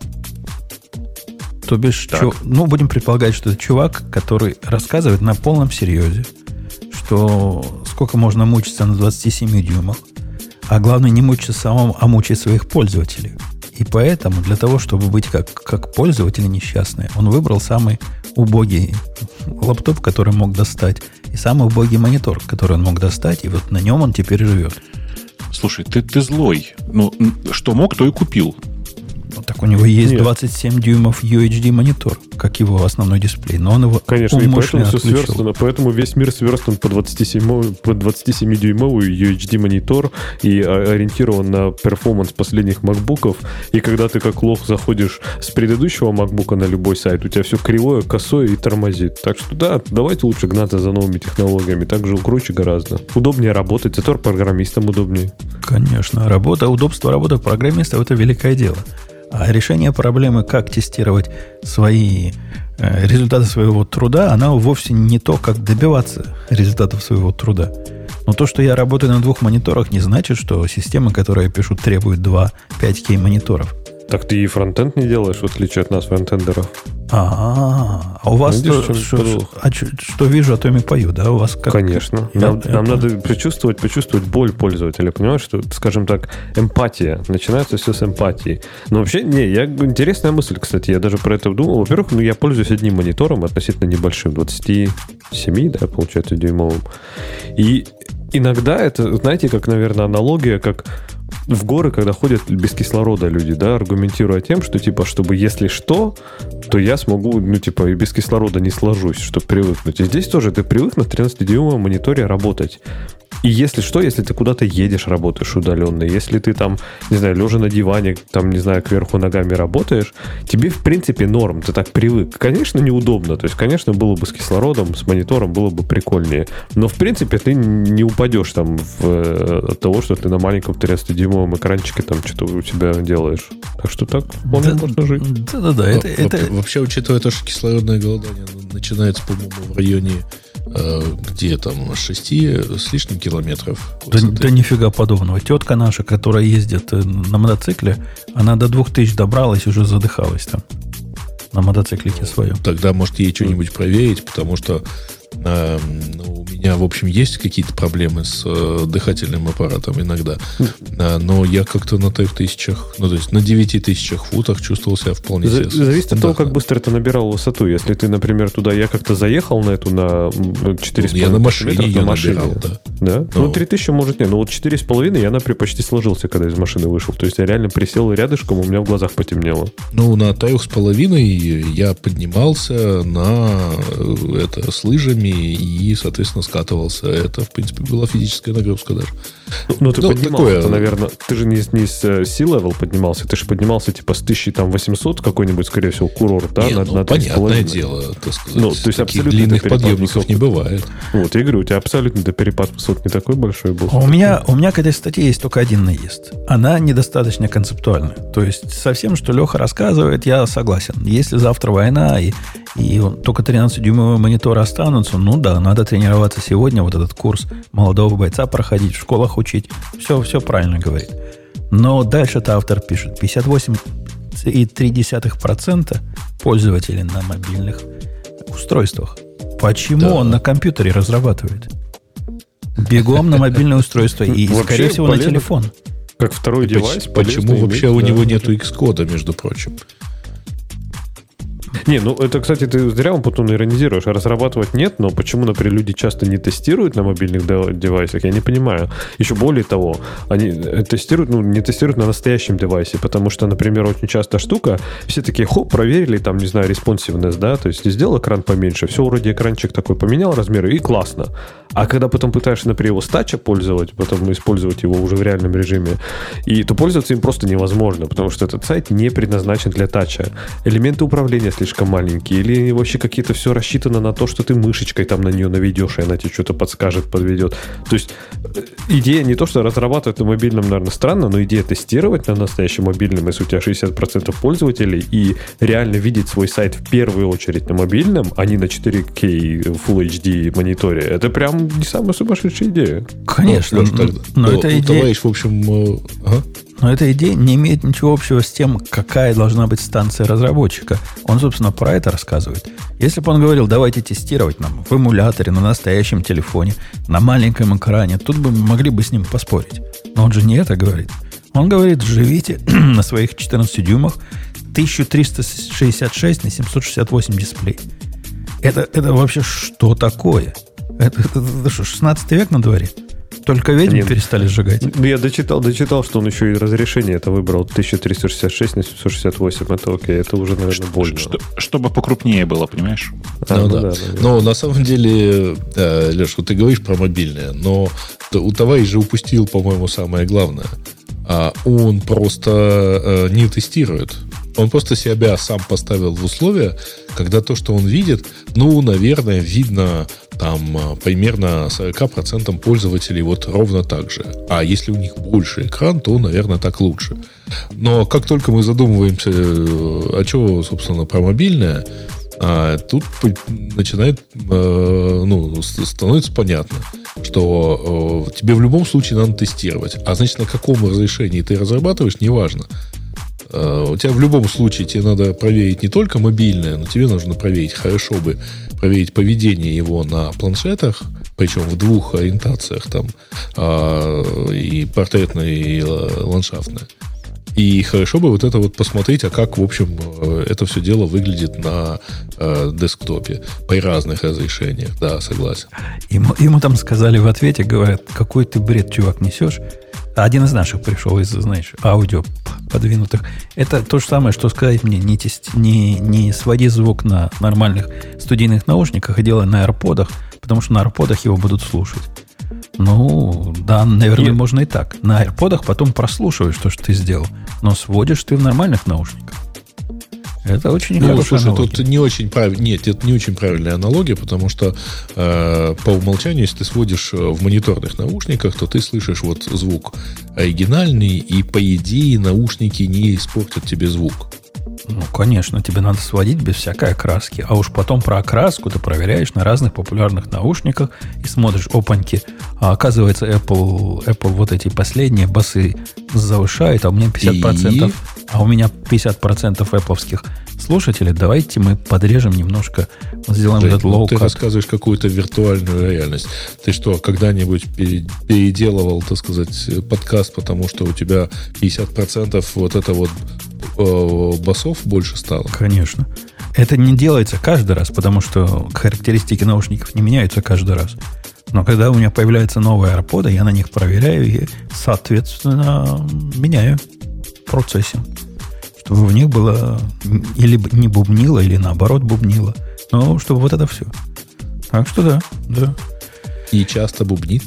То бишь, чу, ну, будем предполагать, что это чувак, который рассказывает на полном серьезе, что сколько можно мучиться на двадцати семи дюймах, а главное не мучиться самому, а мучить своих пользователей. И поэтому для того, чтобы быть как, как пользователи несчастные, он выбрал самый убогий лаптоп, который мог достать, и самый убогий монитор, который он мог достать, и вот на нем он теперь живет. Слушай, ты, ты злой. Ну, что мог, то и купил. Так у него есть Нет. двадцать семь дюймов ю эйч ди монитор, как его основной дисплей, но он его Конечно, и умышленно поэтому все отключил. сверстано. Поэтому весь мир сверстан по двадцатисемидюймовый ю эйч ди монитор и ориентирован на перформанс последних макбуков. И когда ты как лох заходишь с предыдущего макбука на любой сайт, у тебя все кривое, косое и тормозит. Так что да, давайте лучше гнаться за новыми технологиями. Так же круче гораздо. Удобнее работать, зато программистам удобнее. Конечно, работа, удобство работы программистов – это великое дело. А решение проблемы, как тестировать свои э, результаты своего труда, она вовсе не то, как добиваться результатов своего труда. Но то, что я работаю на двух мониторах, не значит, что системы, которые я пишу, требуют два пять кей мониторов. Так ты и фронтенд не делаешь, в отличие от нас, фронтендеров. А, а у вас Видишь, то, чем что, подвох? а что, что вижу, о том и пою, да? У вас как? Конечно. Я- Нам, я нам понял. надо почувствовать, почувствовать боль пользователя. Понимаешь, что, скажем так, эмпатия. Начинается все с эмпатии. Но вообще, не, я, интересная мысль, кстати. Я даже про это думал. Во-первых, ну, я пользуюсь одним монитором, относительно небольшим, двадцати семи, да, получается, дюймовым. И иногда это, знаете, как, наверное, аналогия, как в горы, когда ходят без кислорода люди, да, аргументируя тем, что, типа, чтобы, если что, то я смогу, ну, типа, и без кислорода не сложусь, чтобы привыкнуть. И здесь тоже ты привык на тринадцатидюймовом мониторе работать. И если что, если ты куда-то едешь, работаешь удаленно, если ты там, не знаю, лежа на диване, там, не знаю, кверху ногами работаешь, тебе, в принципе, норм, ты так привык. Конечно, неудобно, то есть, конечно, было бы с кислородом, с монитором было бы прикольнее, но, в принципе, ты не упадешь там в, от того, что ты на маленьком тринадцатидюймовом экранчике там что-то у тебя делаешь. Так что так вполне можно жить. Да-да-да, это, Во- это, во- Вообще, учитывая то, что кислородное голодание начинается, по-моему, в районе э, где там шести с лишним километров. Да, высоты. да нифига подобного. Тетка наша, которая ездит э, на мотоцикле, она до двух тысяч добралась и уже задыхалась там. На мотоциклике своем. Тогда, может, ей что-нибудь проверить, потому что э, ну, у меня, в общем, есть какие-то проблемы с э, дыхательным аппаратом иногда. Э, но я как-то на трех тысячах, ну, то есть на девяти тысячах футах чувствовал себя вполне За- себе Зависит от того, как стандартно. быстро ты набирал высоту. Если ты, например, туда, я как-то заехал на эту, на четыре с Ну, я на машине метров ее на машине. набирал, да. Да? Ну. Ну, три тысячи может нет. Но вот четыре с половиной я на при почти сложился, когда из машины вышел. То есть я реально присел рядышком, у меня в глазах потемнело. Ну, на трех с половиной я поднимался на э, это с лыжами и, соответственно, скатывался. Это, в принципе, была физическая нагрузка даже. Ну, ты Ну, поднимался, такое- наверное, ты же не, с- не с э, C-level поднимался, ты же поднимался типа с тысяча восемьсот какой-нибудь, скорее всего, курорт, да? Не, на, ну, на три с понятное половиной. дело, так сказать. Ну, то есть таких абсолютно длинных это перепад подъемников высот. не бывает. Вот, я говорю, у тебя абсолютно перепад высот не такой большой был. А у меня, у меня к этой статье есть только один наезд. Она недостаточно концептуальна. То есть со всем, что Леха рассказывает, я согласен. Если завтра война и, и он- только тринадцатидюймовые мониторы останутся, ну да, надо тренироваться сегодня, вот этот курс молодого бойца проходить, в школах учить. Все, все правильно говорит. Но дальше-то автор пишет, пятьдесят восемь целых три десятых процента пользователей на мобильных устройствах. Почему Да. он на компьютере разрабатывает? Бегом на мобильное устройство и, Вообще скорее всего, на полезно. телефон. Как второй Поч- девайс. Почему полезно вообще иметь, у да. него нету Xcode, между прочим? Не, ну это, кстати, ты зря он потом иронизируешь. Разрабатывать нет, но почему, например, люди часто не тестируют на мобильных де- девайсах, я не понимаю. Еще более того, они э, тестируют, ну, не тестируют на настоящем девайсе, потому что, например, очень часто штука, все такие, хоп, проверили, там, не знаю, responsiveness, да, то есть сделал экран поменьше, все, вроде экранчик такой поменял размеры, и классно. А когда потом пытаешься, например, его с тача пользовать, потом использовать его уже в реальном режиме, и, то пользоваться им просто невозможно, потому что этот сайт не предназначен для тача. Элементы управления слишком маленькие, или вообще какие-то все рассчитано на то, что ты мышечкой там на нее наведешь, и она тебе что-то подскажет, подведет. То есть идея не то, что разрабатывать на мобильном, наверное, странно, но идея тестировать на настоящем мобильном, если у тебя шестьдесят процентов пользователей, и реально видеть свой сайт в первую очередь на мобильном, а не на четыре кей Full эйч ди мониторе, это прям не самая сумасшедшая идея. Конечно. Ну, Леш, но но, эта ну, идея, товарищ, в общем... Ага. Но эта идея не имеет ничего общего с тем, какая должна быть станция разработчика. Он, собственно, про это рассказывает. Если бы он говорил, давайте тестировать нам в эмуляторе, на настоящем телефоне, на маленьком экране, тут бы мы могли бы с ним поспорить. Но он же не это говорит. Он говорит, живите на своих четырнадцати дюймах тысяча триста шестьдесят шесть на семьсот шестьдесят восемь дисплей. Это, это вообще что такое? Это, это, это что, шестнадцатый век на дворе? Только ведьм Нет. перестали сжигать. Ну, я дочитал, дочитал, что он еще и разрешение это выбрал тысяча триста шестьдесят шесть на семьсот шестьдесят восемь. Это окей, это уже, наверное, больно. Что, чтобы покрупнее было, понимаешь? А, ну, да. Да, да, да. Но на самом деле, да, Леш, вот ты говоришь про мобильное, но у товарища же упустил, по-моему, самое главное. А он просто э, не тестирует. Он просто себя сам поставил в условия, когда то, что он видит, ну, наверное, видно там примерно сорок процентов пользователей вот ровно так же. А если у них больше экран, то, наверное, так лучше. Но как только мы задумываемся, а что, собственно, про мобильное, а тут начинает, ну, становится понятно, что тебе в любом случае надо тестировать. А значит, на каком разрешении ты разрабатываешь, неважно. У тебя в любом случае тебе надо проверить не только мобильное, но тебе нужно проверить, хорошо бы проверить поведение его на планшетах, причем в двух ориентациях, там, и портретное, и ландшафтное. И хорошо бы вот это вот посмотреть, а как, в общем, это все дело выглядит на э, десктопе при разных разрешениях. Да, согласен. Ему, ему там сказали в ответе, говорят, какой ты бред, чувак, несешь. Один из наших пришел из, знаешь, аудио подвинутых. Это то же самое, что сказать мне, не, тест, не, не своди звук на нормальных студийных наушниках, а делай на AirPod'ах, потому что на AirPod'ах его будут слушать. Ну, да, наверное, Нет. можно и так. На AirPod'ах потом прослушиваешь то, что ты сделал, но сводишь ты в нормальных наушниках. Это очень ну, хорошая слушай, аналогия. Тут не очень прав... Нет, это не очень правильная аналогия, потому что э, по умолчанию, если ты сводишь в мониторных наушниках, то ты слышишь вот звук оригинальный, и по идее наушники не испортят тебе звук. Ну, конечно, тебе надо сводить без всякой окраски. А уж потом про окраску ты проверяешь на разных популярных наушниках и смотришь, опаньки, а оказывается, Apple, Apple вот эти последние басы завышает, а у меня пятьдесят процентов, и... а у меня пятьдесят процентов Apple'овских слушателей. Давайте мы подрежем немножко, сделаем да, этот low-cut. Ты рассказываешь какую-то виртуальную реальность. Ты что, когда-нибудь переделывал, так сказать, подкаст, потому что у тебя пятьдесят процентов вот это вот басов больше стало? Конечно. Это не делается каждый раз, потому что характеристики наушников не меняются каждый раз. Но когда у меня появляются новые AirPods, я на них проверяю и, соответственно, меняю в процессе. Чтобы в них было или не бубнило, или наоборот бубнило. Но чтобы вот это все. Так что да, да. И часто бубнит?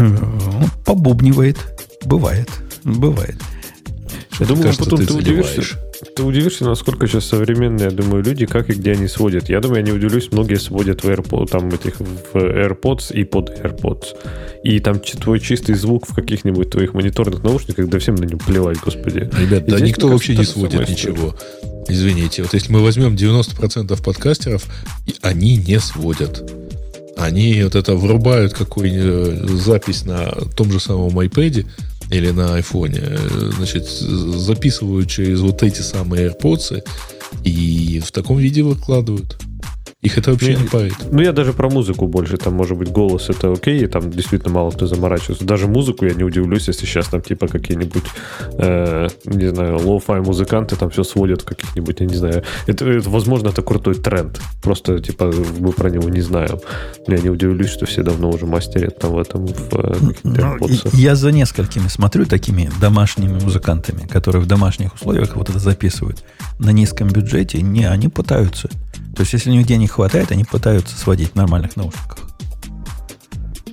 Побубнивает. Бывает. Бывает. Я думаю, кажется, потом ты, ты удивишься, ты удивишься, насколько сейчас современные, я думаю, люди, как и где они сводят. Я думаю, я не удивлюсь, многие сводят в AirPods, там этих в AirPods и под AirPods. И там твой чистый звук в каких-нибудь твоих мониторных наушниках, да всем на него плевать, господи. Ребят, да никто вообще не сводит ничего. Извините, вот если мы возьмем девяносто процентов подкастеров, они не сводят. Они вот это врубают какую-нибудь запись на том же самом iPad или на айфоне, значит, записывают через вот эти самые AirPods и в таком виде выкладывают. Их это вообще ну, не парит. Ну, я даже про музыку больше. Там, может быть, голос это окей, и там действительно мало кто заморачивается. Даже музыку я не удивлюсь, если сейчас там типа какие-нибудь, э, не знаю, лоу-фай музыканты там все сводят в каких-нибудь, я не знаю. Это, это, возможно, это крутой тренд. Просто, типа, мы про него не знаем. Но я не удивлюсь, что все давно уже мастерят там в этом, в ну, я за несколькими смотрю такими домашними музыкантами, которые в домашних условиях вот это записывают на низком бюджете. Не, они пытаются. То есть, если нигде не хватает, они пытаются сводить в нормальных наушниках.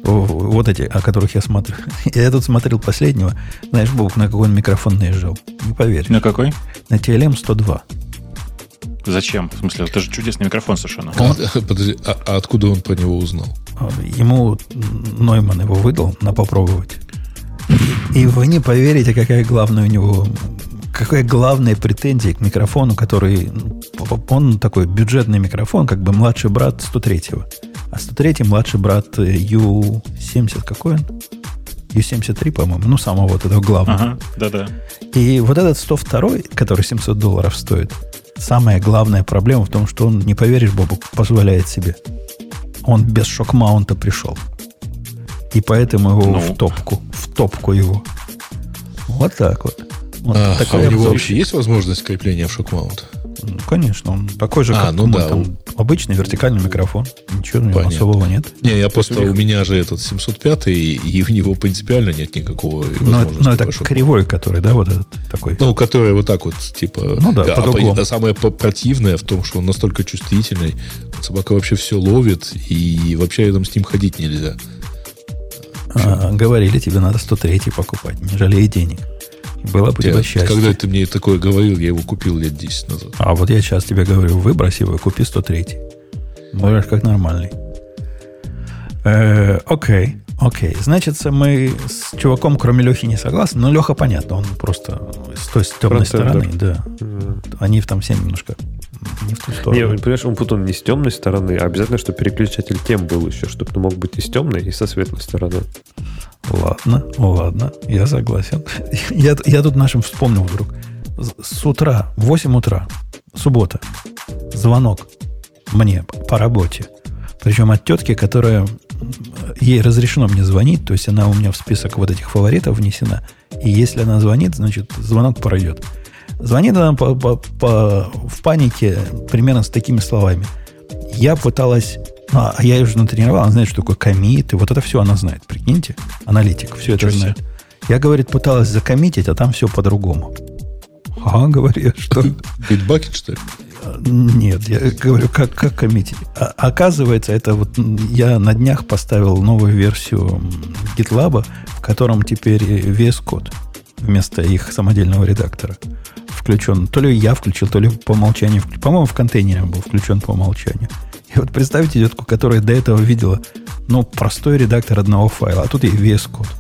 Вот эти, о которых я смотрю. Я тут смотрел последнего. Знаешь, Бог, на какой он микрофон наезжал? Не поверишь. На какой? На ти эл эм сто два. Зачем? В смысле, это же чудесный микрофон совершенно. Он, подожди, а, а откуда он про него узнал? Ему Нойман его выдал на попробовать. И вы не поверите, какая главная у него... Какая главная претензия к микрофону, который... Он такой бюджетный микрофон, как бы младший брат сто третьего. А сто третий младший брат ю семьдесят, какой он? ю семьдесят три, по-моему. Ну, самого вот этого главного. Ага, да-да. И вот этот сто два, который семьсот долларов стоит, самая главная проблема в том, что он, не поверишь, Бобу, позволяет себе. Он без шок-маунта пришел. И поэтому его ну. в топку. В топку его. Вот так вот. Вот а, а у него обзор. вообще есть возможность крепления в шок-маунт? Ну, конечно, он такой же, а, как ну мой, да, там, он... обычный вертикальный микрофон. Ничего у него Понятно. особого нет. Не, я просто, у меня же этот семьсот пять, и у него принципиально нет никакого возможности. Но это кривой, который, да, вот этот такой. Ну, который вот так вот, типа... Ну да, а, под углом. А самое противное в том, что он настолько чувствительный, собака вообще все ловит, и вообще рядом с ним ходить нельзя. А, говорили, тебе надо сто три покупать, не жалей денег. Было бы у тебя счастье. Когда ты мне такое говорил, я его купил лет десять назад. А вот я сейчас тебе говорю, выбрось его и купи сто три. Можешь как нормальный. Э, окей, окей. Значит, мы с чуваком, кроме Лехи, не согласны. Но Леха, понятно, он просто с той с темной стороны. Да. Mm. Они там все немножко не в ту сторону. Не, понимаешь, он путан не с темной стороны, а обязательно, чтобы переключатель тем был еще, чтобы он мог быть и с темной, и со светлой стороны. Ладно, ладно, я согласен. Я, я тут нашим вспомнил вдруг. С утра, в восемь утра, суббота, звонок мне по работе. Причем от тетки, которая... Ей разрешено мне звонить, то есть она у меня в список вот этих фаворитов внесена. И если она звонит, значит, звонок пройдет. Звонит она по, по, по, в панике примерно с такими словами. Я пыталась... А я ее уже натренировал, она знает, что такое коммит, и вот это все она знает, прикиньте. Аналитик, все это знает. Я, говорит, пыталась закоммитить, а там все по-другому. А, говорю, что... Bitbucket, что ли? Нет, я говорю, как, как коммитить. А, оказывается, это вот я на днях поставил новую версию GitLab, в котором теперь ви эс Code вместо их самодельного редактора включен. То ли я включил, то ли по умолчанию. По-моему, в контейнере был включен по умолчанию. И вот представьте детку, которая до этого видела, ну, простой редактор одного файла, а тут ей ви эс Code.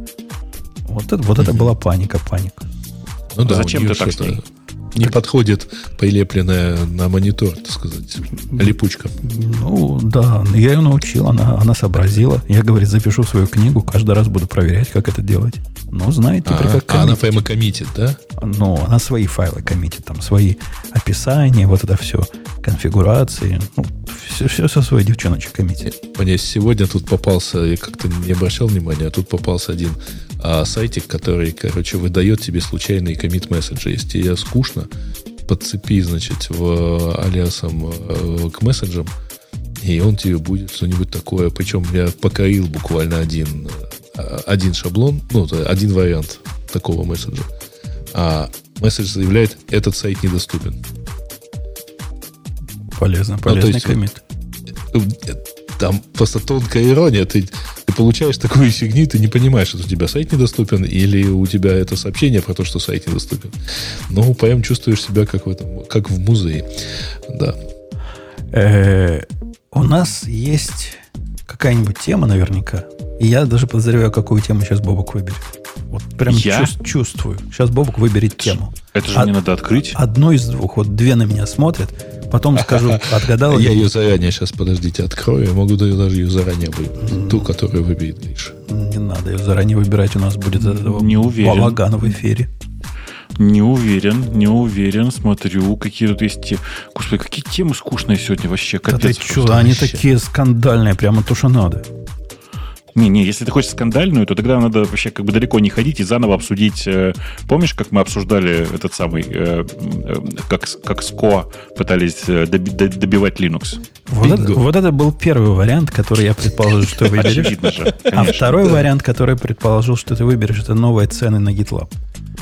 Вот это, вот это была паника, паника. Ну да, зачем ты так с ней? Не подходит прилепленная на монитор, так сказать, липучка. Ну, да, я ее научил, она, она сообразила. Я, говорит, запишу свою книгу, каждый раз буду проверять, как это делать. Ну, знаете, а, как а она прямо коммитит, да? Ну, она свои файлы коммитит, там, свои описания, вот это все, конфигурации. Ну, все, все со своей девчоночек коммитит. Мне сегодня тут попался, я как-то не обращал внимания, а тут попался один а, сайтик, который, короче, выдает тебе случайные коммит-месседжи. Если тебе скучно, подцепи, значит, в алиасом э, к месседжам, и он тебе будет что-нибудь такое. Причем я покорил буквально один, один шаблон, ну, один вариант такого месседжа. А месседж заявляет, этот сайт недоступен. Полезно, полезный ну, коммит. Там просто тонкая ирония. Ты, ты получаешь такую фигню, ты не понимаешь, что у тебя сайт недоступен, или у тебя это сообщение про то, что сайт недоступен. Ну, прям чувствуешь себя как в этом, как в музее. Да. Э-э- у нас есть какая-нибудь тема наверняка. И я даже подозреваю, какую тему сейчас Бобок выберет. Вот прям я? чувств, чувствую. Сейчас Бобок выберет тему. Это же Од- мне надо открыть. Одну из двух. Вот две на меня смотрят. Потом скажу, отгадал. Я ее заранее сейчас, подождите, открою. Я могу даже ее заранее выбрать. Ту, которую выберет Гриша. Не надо ее заранее выбирать. У нас будет не уверен. балаган в эфире. Не уверен, не уверен. Смотрю, какие тут есть темы. Господи, какие темы скучные сегодня вообще. Капец. Да ты что, они такие скандальные, прямо то, что надо. Не-не, если ты хочешь скандальную, то тогда надо вообще как бы далеко не ходить и заново обсудить. Э, помнишь, как мы обсуждали этот самый, э, э, как, как СКО пытались доби, добивать Linux? Вот это, вот это был первый вариант, который я предположил, что ты выберешь. Очевидно же. А второй вариант, который предположил, что ты выберешь, это новые цены на GitLab.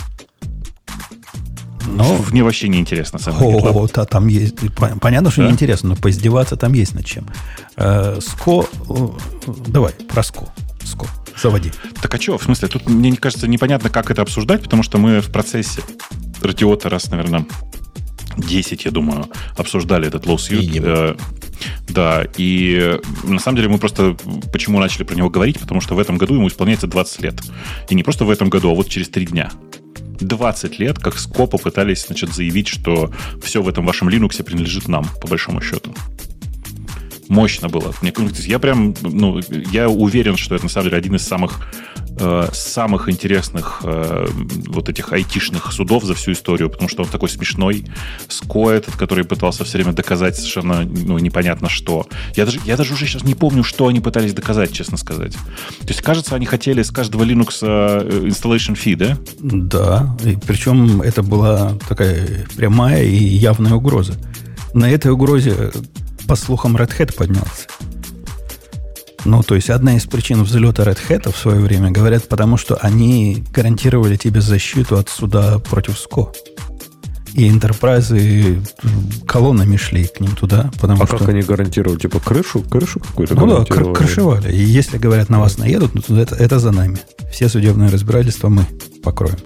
Но... Мне вообще не интересно. О, да, там есть. Понятно, что да? неинтересно, но поиздеваться там есть над чем. Ско давай, про СКО. СКО. Заводи. Так а что, в смысле, тут, мне кажется, непонятно, как это обсуждать, потому что мы в процессе Радиота раз, наверное, десять, я думаю, обсуждали этот low suite. Э, да, и на самом деле мы просто почему начали про него говорить, потому что в этом году ему исполняется двадцать лет. И не просто в этом году, а вот через три дня. двадцать лет, как СКО попытались, значит, заявить, что все в этом вашем Linux принадлежит нам, по большому счету. Мощно было. Я прям, ну, я уверен, что это на самом деле один из самых, э, самых интересных э, вот этих айтишных судов за всю историю, потому что он такой смешной. СКО этот, который пытался все время доказать совершенно, ну, непонятно что. Я даже, я даже уже сейчас не помню, что они пытались доказать, честно сказать. То есть, кажется, они хотели с каждого Linux installation fee, да? Да, и причем это была такая прямая и явная угроза. На этой угрозе, по слухам, Red Hat поднялся. Ну, то есть, одна из причин взлета Red Hat в свое время, говорят, потому что они гарантировали тебе защиту от суда против СКО. И энтерпрайзы колоннами шли к ним туда, потому а что... А как они гарантировали? Типа крышу? Крышу какую-то Ну да, кр- крышевали. И если, говорят, на вас наедут, ну, это, это за нами. Все судебные разбирательства мы покроем.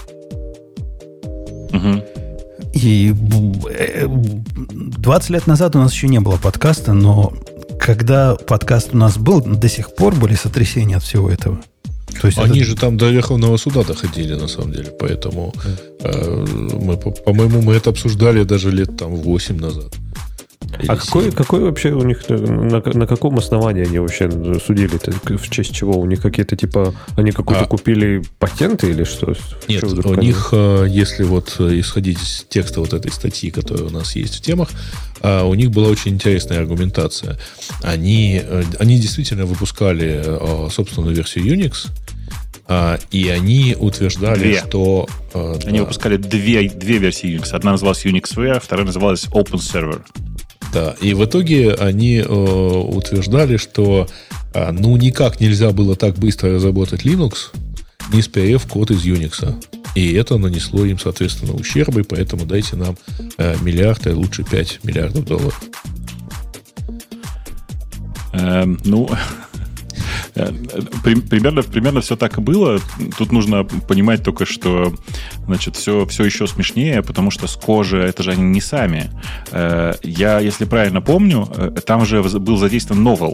Угу. И двадцать лет назад у нас еще не было подкаста, но когда подкаст у нас был, до сих пор были сотрясения от всего этого. То есть Они это... же там до Верховного суда доходили, на самом деле. Поэтому, э, мы, по-моему, мы это обсуждали даже лет там восемь назад. А какой, какой вообще у них, на, на каком основании они вообще судили-то? В честь чего? У них какие-то типа, они какую-то а... купили патенты или что? Нет, у них, если вот исходить из текста вот этой статьи, которая у нас есть в темах, у них была очень интересная аргументация. Они, они действительно выпускали собственную версию Unix, и они утверждали, две. что... Они да. выпускали две, две версии Unix. Одна называлась UnixWare, вторая называлась OpenServer. Да, и в итоге они э, утверждали, что э, ну никак нельзя было так быстро разработать Linux, не сперев код из Unix. И это нанесло им, соответственно, ущербы, поэтому дайте нам э, миллиард, а лучше пять миллиардов долларов. Эм, ну... Примерно, примерно все так и было. Тут нужно понимать только, что, значит, все, все еще смешнее, потому что СКО же, это же они не сами. Я, если правильно помню, там же был задействован Novell.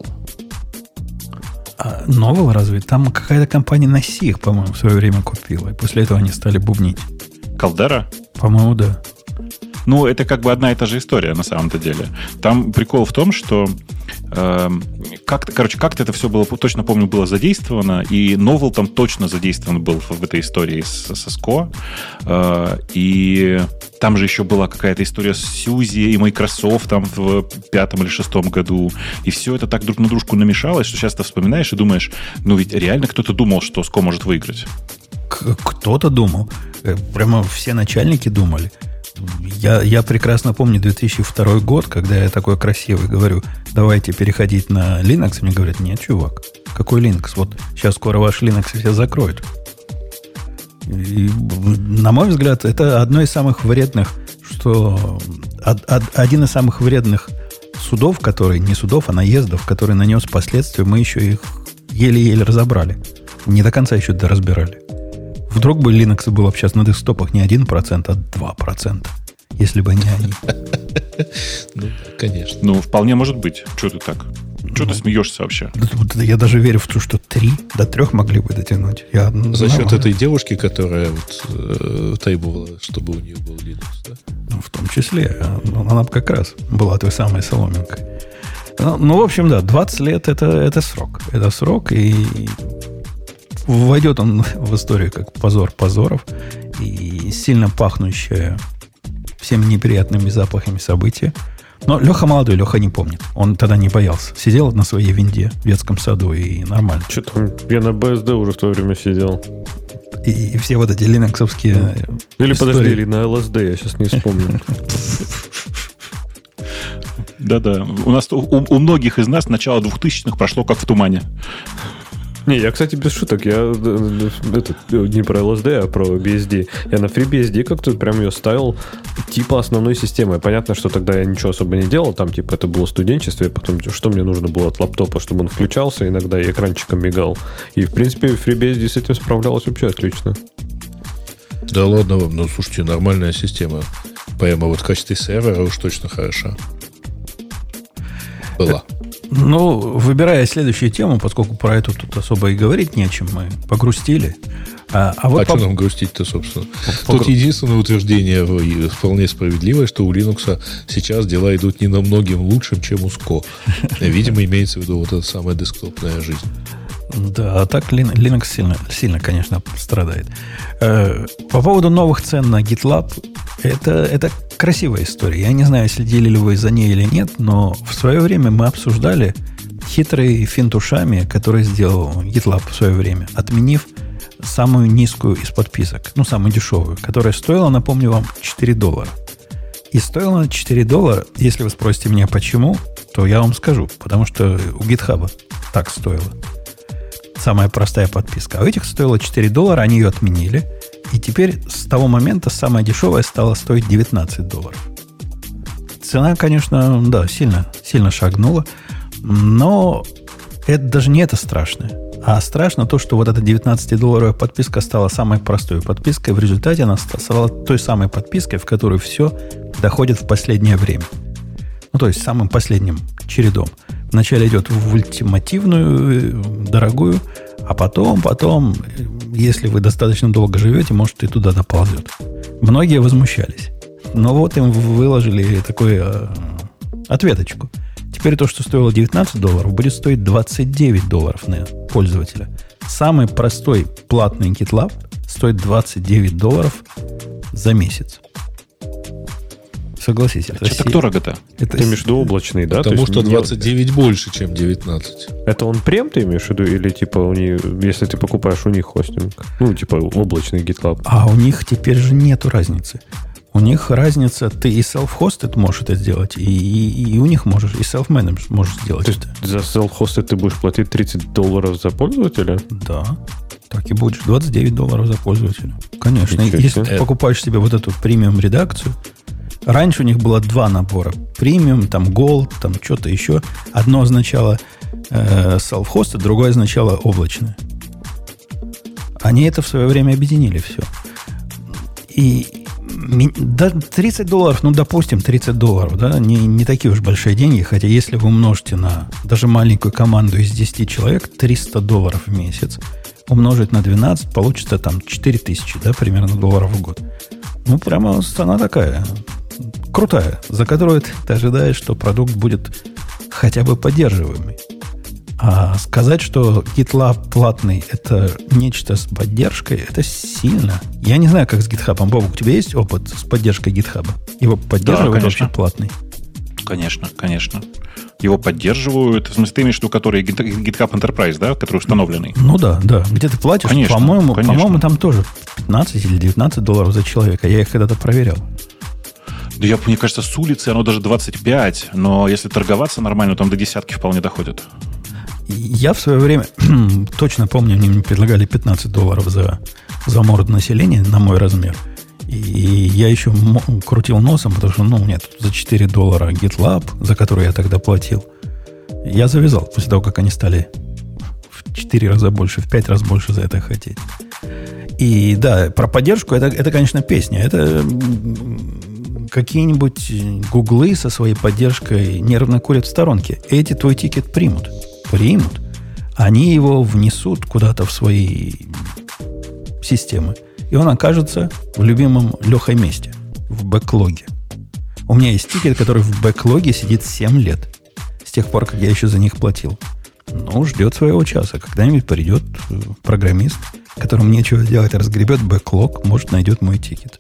А Novell разве? Там какая-то компания Насих, по-моему, в свое время купила. И после этого они стали бубнить. Калдера? По-моему, да. Ну, это как бы одна и та же история на самом-то деле. Там прикол в том, что э, как-то, короче, как-то это все было, точно помню, было задействовано, и Novell там точно задействован был в, в этой истории с, со СКО. Э, и там же еще была какая-то история с Сьюзи и Microsoft там в пятом или шестом году. И все это так друг на дружку намешалось, что сейчас ты вспоминаешь и думаешь, ну ведь реально кто-то думал, что СКО может выиграть. Кто-то думал. Прямо все начальники думали. Я, я прекрасно помню две тысячи второй год, когда я такой красивый говорю, давайте переходить на Linux. И мне говорят, нет, чувак, какой Linux? Вот сейчас скоро ваш Linux все закроют. И, на мой взгляд, это одно из самых вредных, что од, од, один из самых вредных судов, который, не судов, а наездов, который нанес последствия, мы еще их еле-еле разобрали. Не до конца еще доразбирали. Вдруг бы Linux был сейчас на десктопах не один процент, а два процента. Если бы не они. Ну, конечно. Ну, вполне может быть. Что ты так? Что ты смеешься вообще? Я даже верю в то, что три до трех могли бы дотянуть. Я, За счет этой девушки, которая вот, э, требовала, чтобы у нее был Linux, да? Ну, в том числе. Она как раз была той самой соломинкой. Ну, ну в общем, да, двадцать лет это, это срок. Это срок, и войдет он в историю как позор позоров и сильно пахнущее всеми неприятными запахами события. Но Леха молодой, Леха не помнит. Он тогда не боялся. Сидел на своей винде в детском саду и нормально. Что-то я на би эс ди уже в то время сидел. И, и все вот эти линоксовские Или истории. Подожди, или на эл эс ди, я сейчас не вспомню. Да-да. У нас у, у многих из нас начало двухтысячных прошло как в тумане. Не, я, кстати, без шуток. Я это, не про эл эс ди, а про би эс ди. Я на FreeBSD как-то прям ее ставил типа основной системой. Понятно, что тогда я ничего особо не делал. Там типа это было студенчество, и потом что мне нужно было от лаптопа, чтобы он включался, иногда и экранчиком мигал. И, в принципе, FreeBSD с этим справлялась вообще отлично. Да ладно вам, ну, слушайте, нормальная система. Прямо вот в качестве сервера уж точно хороша. Была. Ну, выбирая следующую тему, поскольку про эту тут особо и говорить не о чем, мы погрустили. А, а, вот а по... что нам грустить-то, собственно? Погру... Тут единственное утверждение вполне справедливое, что у Linux сейчас дела идут не намногим лучше, чем у эс си о. Видимо, имеется в виду вот эта самая десктопная жизнь. Да, а так Linux сильно, сильно, конечно, страдает. По поводу новых цен на GitLab, это, это красивая история. Я не знаю, следили ли вы за ней или нет, но в свое время мы обсуждали хитрый финт ушами, который сделал GitLab в свое время, отменив самую низкую из подписок, ну, самую дешевую, которая стоила, напомню вам, четыре доллара. И стоила она четыре доллара, если вы спросите меня почему, то я вам скажу, потому что у GitHub так стоило. Самая простая подписка. А у этих стоило четыре доллара, они ее отменили. И теперь с того момента самая дешевая стала стоить девятнадцать долларов. Цена, конечно, да, сильно, сильно шагнула. Но это даже не это страшное. А страшно то, что вот эта девятнадцатидолларовая подписка стала самой простой подпиской. В результате она стала той самой подпиской, в которую все доходит в последнее время. Ну, то есть самым последним чередом. Вначале идет в ультимативную, дорогую, а потом, потом, если вы достаточно долго живете, может, и туда доползет. Многие возмущались. Но вот им выложили такую э, ответочку. Теперь то, что стоило девятнадцать долларов, будет стоить двадцать девять долларов на пользователя. Самый простой платный GitLab стоит двадцать девять долларов за месяц. Согласись. Это что так дорого-то? Это ты имеешь в виду облачный, да? Потому что двадцать девять больше, чем девятнадцать. Это он прем ты имеешь в виду? Или типа у них, если ты покупаешь у них хостинг? Ну, типа облачный GitLab. А у них теперь же нету разницы. У них разница, ты и self-hosted можешь это сделать, и, и, и у них можешь, и self-managed можешь сделать. То есть за self-hosted ты будешь платить тридцать долларов за пользователя? Да. Так и будешь. двадцать девять долларов за пользователя. Конечно. Если ты покупаешь себе вот эту премиум-редакцию, раньше у них было два набора. Премиум, там Gold, там что-то еще. Одно означало э, self-hosted, другое означало облачное. Они это в свое время объединили все. И да, тридцать долларов, ну, допустим, тридцать долларов, да, не, не такие уж большие деньги, хотя если вы умножите на даже маленькую команду из десяти человек, триста долларов в месяц, умножить на двенадцать, получится там четыре тысячи, да, примерно долларов в год. Ну, прямо цена такая, крутая, за которую ты ожидаешь, что продукт будет хотя бы поддерживаемый. А сказать, что GitLab платный – это нечто с поддержкой, это сильно. Я не знаю, как с GitHub. Бобук, у тебя есть опыт с поддержкой GitHub? Его поддерживают да, вообще платный? Конечно, конечно. Его поддерживают. В смысле, ты имеешь в виду, который GitHub Enterprise, да, который установленный? Ну да, да. Где ты платишь? Конечно, по-моему, конечно. по-моему, там тоже пятнадцать или девятнадцать долларов за человека. Я их когда-то проверял. Да я, мне кажется, с улицы оно даже двадцать пять, но если торговаться нормально, там до десятки вполне доходит. Я в свое время, точно помню, они мне предлагали пятнадцать долларов за, за морду населения на мой размер. И я еще м- крутил носом, потому что, ну, нет, за четыре доллара GitLab, за который я тогда платил, я завязал после того, как они стали в четыре раза больше, в пять раз больше за это хотеть. И да, про поддержку это, это, конечно, песня. Это какие-нибудь гуглы со своей поддержкой нервно курят в сторонке. Эти твой тикет примут. Примут. Они его внесут куда-то в свои системы. И он окажется в любимом Лехой месте. В бэклоге. У меня есть тикет, который в бэклоге сидит семь лет. С тех пор, как я еще за них платил. Ну, ждет своего часа. Когда-нибудь придет программист, которому нечего делать, разгребет бэклог, может, найдет мой тикет.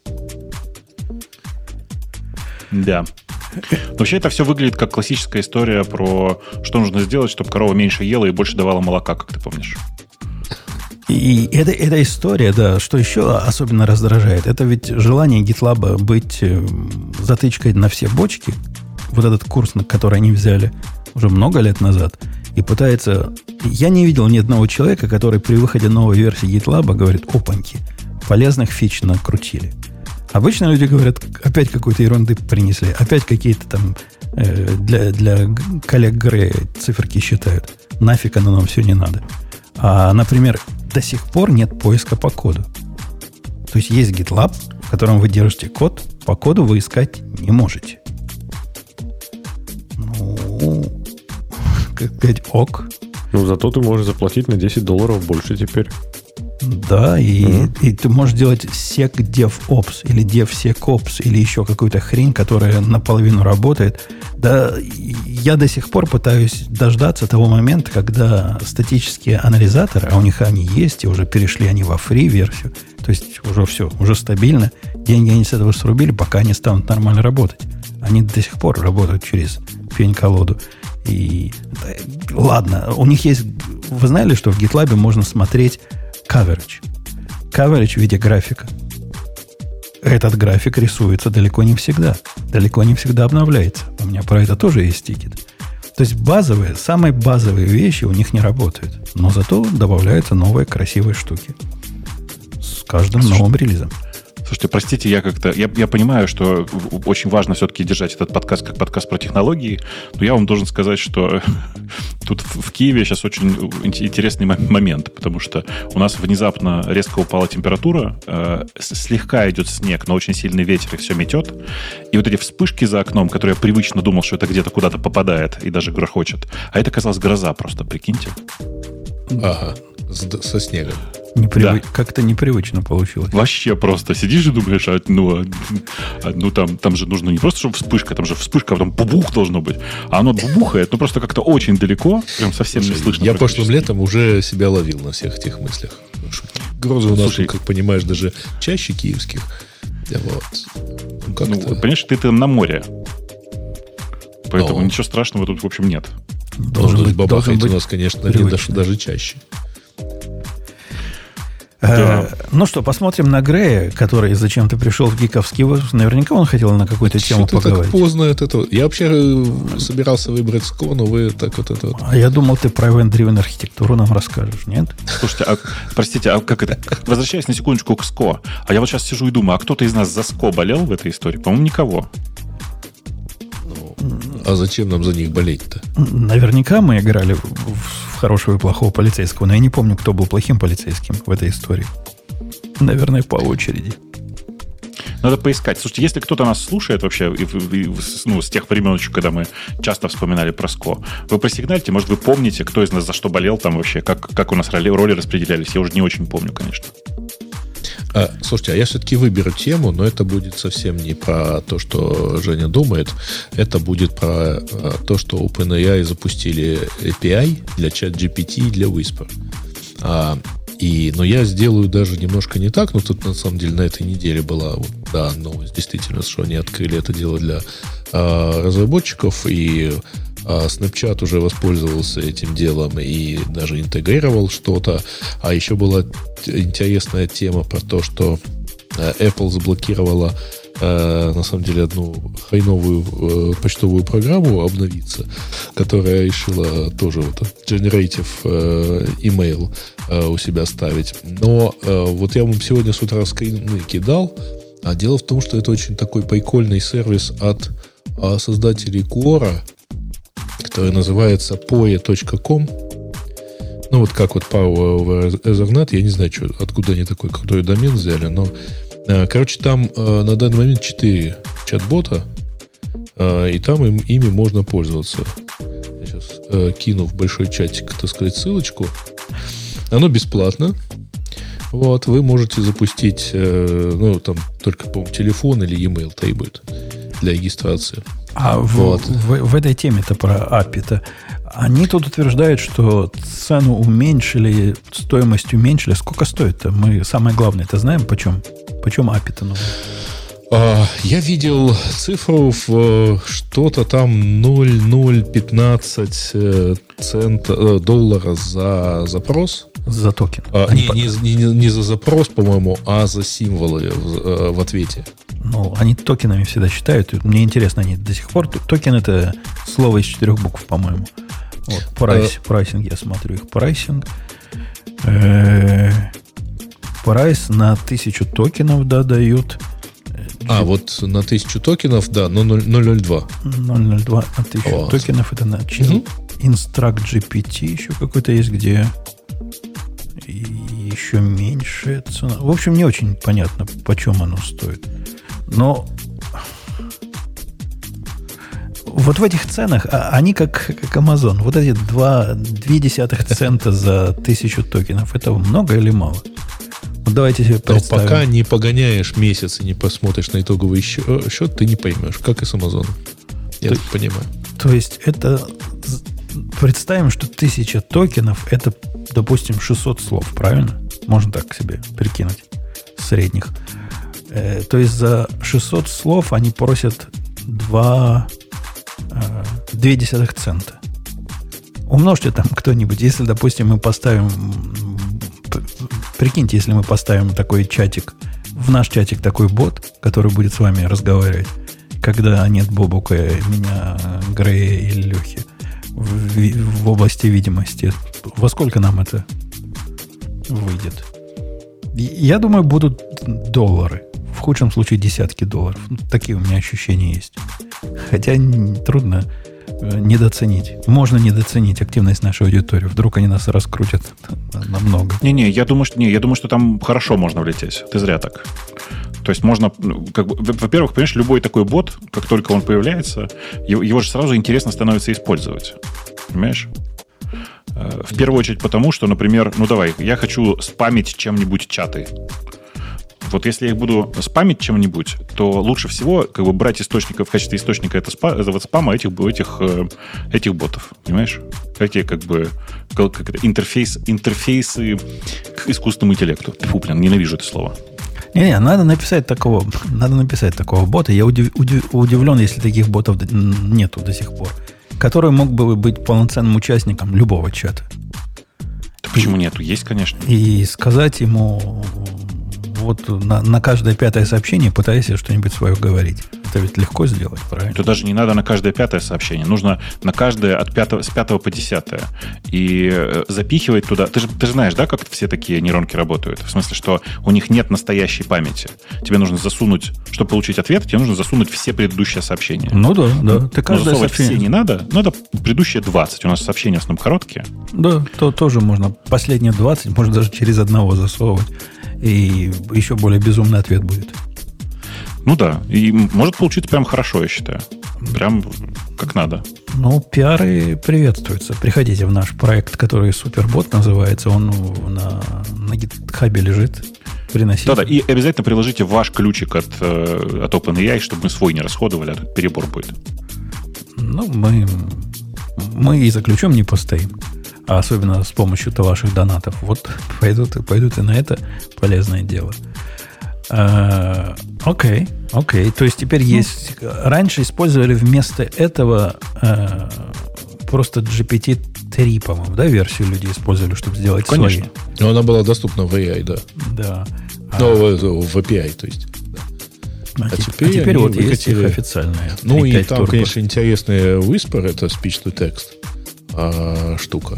Да. Но вообще это все выглядит как классическая история про что нужно сделать, чтобы корова меньше ела и больше давала молока, как ты помнишь. И это, эта история, да, что еще особенно раздражает, это ведь желание GitLab быть затычкой на все бочки. Вот этот курс, на который они взяли уже много лет назад, и пытается... Я не видел ни одного человека, который при выходе новой версии GitLab говорит: опаньки, полезных фич накрутили. Обычно люди говорят: опять какой-то ерунды принесли, опять какие-то там э, для, для коллег Грея циферки считают. Нафиг оно нам все не надо. А, например, до сих пор нет поиска по коду. То есть есть GitLab, в котором вы держите код, по коду вы искать не можете. Ну, как сказать, ок. Ну, зато ты можешь заплатить на десять долларов больше теперь. Да, и, mm-hmm. и ты можешь делать SecDevOps или DevSecOps или еще какую-то хрень, которая наполовину работает. Да, я до сих пор пытаюсь дождаться того момента, когда статические анализаторы, а у них они есть, и уже перешли они во фри-версию, то есть уже все, уже стабильно, деньги они с этого срубили, пока они станут нормально работать. Они до сих пор работают через пень-колоду. И ладно, у них есть... Вы знали, что в GitLab можно смотреть coverage? Coverage в виде графика. Этот график рисуется далеко не всегда. Далеко не всегда обновляется. У меня про это тоже есть тикет. То есть базовые, самые базовые вещи у них не работают. Но зато добавляются новые красивые штуки. С каждым Слушай, новым релизом. Слушайте, простите, я как-то... Я, я понимаю, что очень важно все-таки держать этот подкаст как подкаст про технологии, но я вам должен сказать, что тут в Киеве сейчас очень интересный момент, потому что у нас внезапно резко упала температура, э, слегка идет снег, но очень сильный ветер, и все метет. И вот эти вспышки за окном, которые я привычно думал, что это где-то куда-то попадает и даже грохочет, а это оказалась гроза просто, прикиньте. Ага, со снегом. Непривы... Да. Как-то непривычно получилось. Вообще просто сидишь и думаешь, а, ну, а, ну там, там же нужно не просто, чтобы вспышка, там же вспышка, а потом бубух должно быть. А оно бубухает, ну просто как-то очень далеко, прям совсем Слушай, не слышно. Я прошлым летом уже себя ловил на всех этих мыслях. Грозы у нас, Слушай, как понимаешь, даже чаще киевских. Вот. Ну, ну, понимаешь, ты там на море. Поэтому Но. ничего страшного тут, в общем, нет. Должен быть, бабахать у нас, конечно, даже, даже чаще. Да. Ну что, посмотрим на Грея, который зачем-то пришел в гиковский выпуск. Наверняка он хотел на какую-то тему Что-то поговорить. Так поздно от этого. Я вообще собирался выбрать СКО, но вы так вот это вот. А я думал, ты про event-driven архитектуру нам расскажешь, нет? Слушайте, а, простите, а как это? Возвращаясь на секундочку к СКО. А я вот сейчас сижу и думаю, а кто-то из нас за СКО болел в этой истории? По-моему, никого. А зачем нам за них болеть-то? Наверняка мы играли в, в хорошего и плохого полицейского, но я не помню, кто был плохим полицейским в этой истории. Наверное, по очереди. Надо поискать. Слушайте, если кто-то нас слушает вообще, и, и, ну, с тех времен, когда мы часто вспоминали про СКО, вы просигнальте, может, вы помните, кто из нас за что болел там вообще, как, как у нас роли, роли распределялись. Я уже не очень помню, конечно. А, слушайте, а я все-таки выберу тему, но это будет совсем не про то, что Женя думает. Это будет про а, то, что OpenAI запустили эй пи ай для ChatGPT и для Whisper. А, и, но я сделаю даже немножко не так, но тут на самом деле на этой неделе была вот, да, новость, действительно, что они открыли это дело для а, разработчиков, и а, Snapchat уже воспользовался этим делом и даже интегрировал что-то. А еще была интересная тема про то, что Apple заблокировала э, на самом деле одну хреновую э, почтовую программу обновиться, которая решила тоже вот generative э, email э, у себя ставить. Но э, вот я вам сегодня с утра скрины кидал, а дело в том, что это очень такой прикольный сервис от э, создателей Quora, который называется poe точка ком. Ну, вот как вот Power over Ethernet, я не знаю, что, откуда они такой крутой домен взяли, но, э, короче, там э, на данный момент четыре чат-бота, э, и там им, ими можно пользоваться. Я сейчас э, кину в большой чатик, так сказать, ссылочку. Оно бесплатно. Вот, вы можете запустить, э, ну, там, только, по-моему, телефон или e-mail-то и будет для регистрации. А вот. в, в, в этой теме-то про эй пи ай-то они тут утверждают, что цену уменьшили, стоимость уменьшили. Сколько стоит-то? Мы самое главное это знаем, почем? Почем эй пи ай-то новый? А, я видел цифру в что-то там ноль целых ноль пятнадцать цента, доллара за запрос. За токен. А, не, не, не, не за запрос, по-моему, а за символы в, в ответе. Ну, они токенами всегда считают. Мне интересно, они до сих пор... Токен — это слово из четырех букв, по-моему. Вот, прайс, а... прайсинг, я смотрю их прайсинг. Э-э- прайс на тысячу токенов, да, дают. А, G... вот на тысячу токенов, да, но ноль ноль два. ноль ноль два на тысячу вот. Токенов, это на угу. Instruct джи пи ти еще какой-то есть, где и еще меньше цена. В общем, не очень понятно, почем оно стоит. Но вот в этих ценах, они как, как Amazon. Вот эти два, две десятых цента за тысячу токенов. Это много или мало? Вот давайте себе представим. Но пока не погоняешь месяц и не посмотришь на итоговый счет, ты не поймешь, как и с Amazon. Я то, так понимаю. То есть это... Представим, что тысяча токенов это, допустим, шестьсот слов, правильно? Можно так себе прикинуть. Средних. Э, то есть за шестьсот слов они просят два, э, две десятых цента. Умножьте там кто-нибудь. Если, допустим, мы поставим... Прикиньте, если мы поставим такой чатик, в наш чатик такой бот, который будет с вами разговаривать, когда нет Бобука, меня, Грея или Лехи в, в области видимости. Во сколько нам это выйдет? Я думаю, будут доллары. В худшем случае десятки долларов. Такие у меня ощущения есть. Хотя трудно недооценить. Можно недооценить активность нашей аудитории. Вдруг они нас раскрутят намного. Не-не, я думаю, что, не, я думаю, что там хорошо можно влететь. Ты зря так. То есть можно, как бы, во-первых, понимаешь, любой такой бот, как только он появляется, его, его же сразу интересно становится использовать. Понимаешь? В первую очередь потому, что, например, ну давай, я хочу спамить чем-нибудь чаты. Вот если я их буду спамить чем-нибудь, то лучше всего как бы брать источника в качестве источника это спа, этого спама этих, этих, этих ботов. Понимаешь? Эти как бы как это, интерфейс, интерфейсы к искусственному интеллекту. Фу, блин, ненавижу это слово. Не-не, надо написать такого, надо написать такого бота. Я удив, удив, удивлен, если таких ботов нету до сих пор, который мог бы быть полноценным участником любого чата. Да почему и, нету? Есть, конечно. И сказать ему вот на, на каждое пятое сообщение пытайся что-нибудь свое говорить. Это ведь легко сделать, правильно? Это даже не надо на каждое пятое сообщение. Нужно на каждое от пятого, с пятого по десятое. И запихивать туда... Ты же, ты же знаешь, да, как все такие нейронки работают? В смысле, что у них нет настоящей памяти. Тебе нужно засунуть... Чтобы получить ответ, тебе нужно засунуть все предыдущие сообщения. Ну да, да. Ты Но засовывать сообщение... все не надо. Надо предыдущие двадцать. У нас сообщения в основном короткие. Да, то тоже можно. Последние двадцать можно даже через одного засовывать. И еще более безумный ответ будет. Ну да, и может получиться прям хорошо, я считаю. Прям как надо. Ну, пиары приветствуются. Приходите в наш проект, который Супербот называется. Он на, на GitHub лежит. Приносите. Да-да, и обязательно приложите ваш ключик от, от OpenAI, чтобы мы свой не расходовали, а тут перебор будет. Ну, мы, мы и за ключом не постоим. А особенно с помощью-то ваших донатов. Вот пойдут, пойдут и на это полезное дело. А, окей, окей. То есть теперь ну, есть... Раньше использовали вместо этого а, просто джи пи ти три, по-моему, да, версию люди использовали, чтобы сделать Конечно. свои. Но она была доступна в эй ай, да. Да. Но а, в, в эй пи ай, то есть. Да. А, а теперь, а теперь вот выкатили... есть их официальная. Ну и там, турбо. Конечно, интересный Whisper, это speech-to-text а, штука.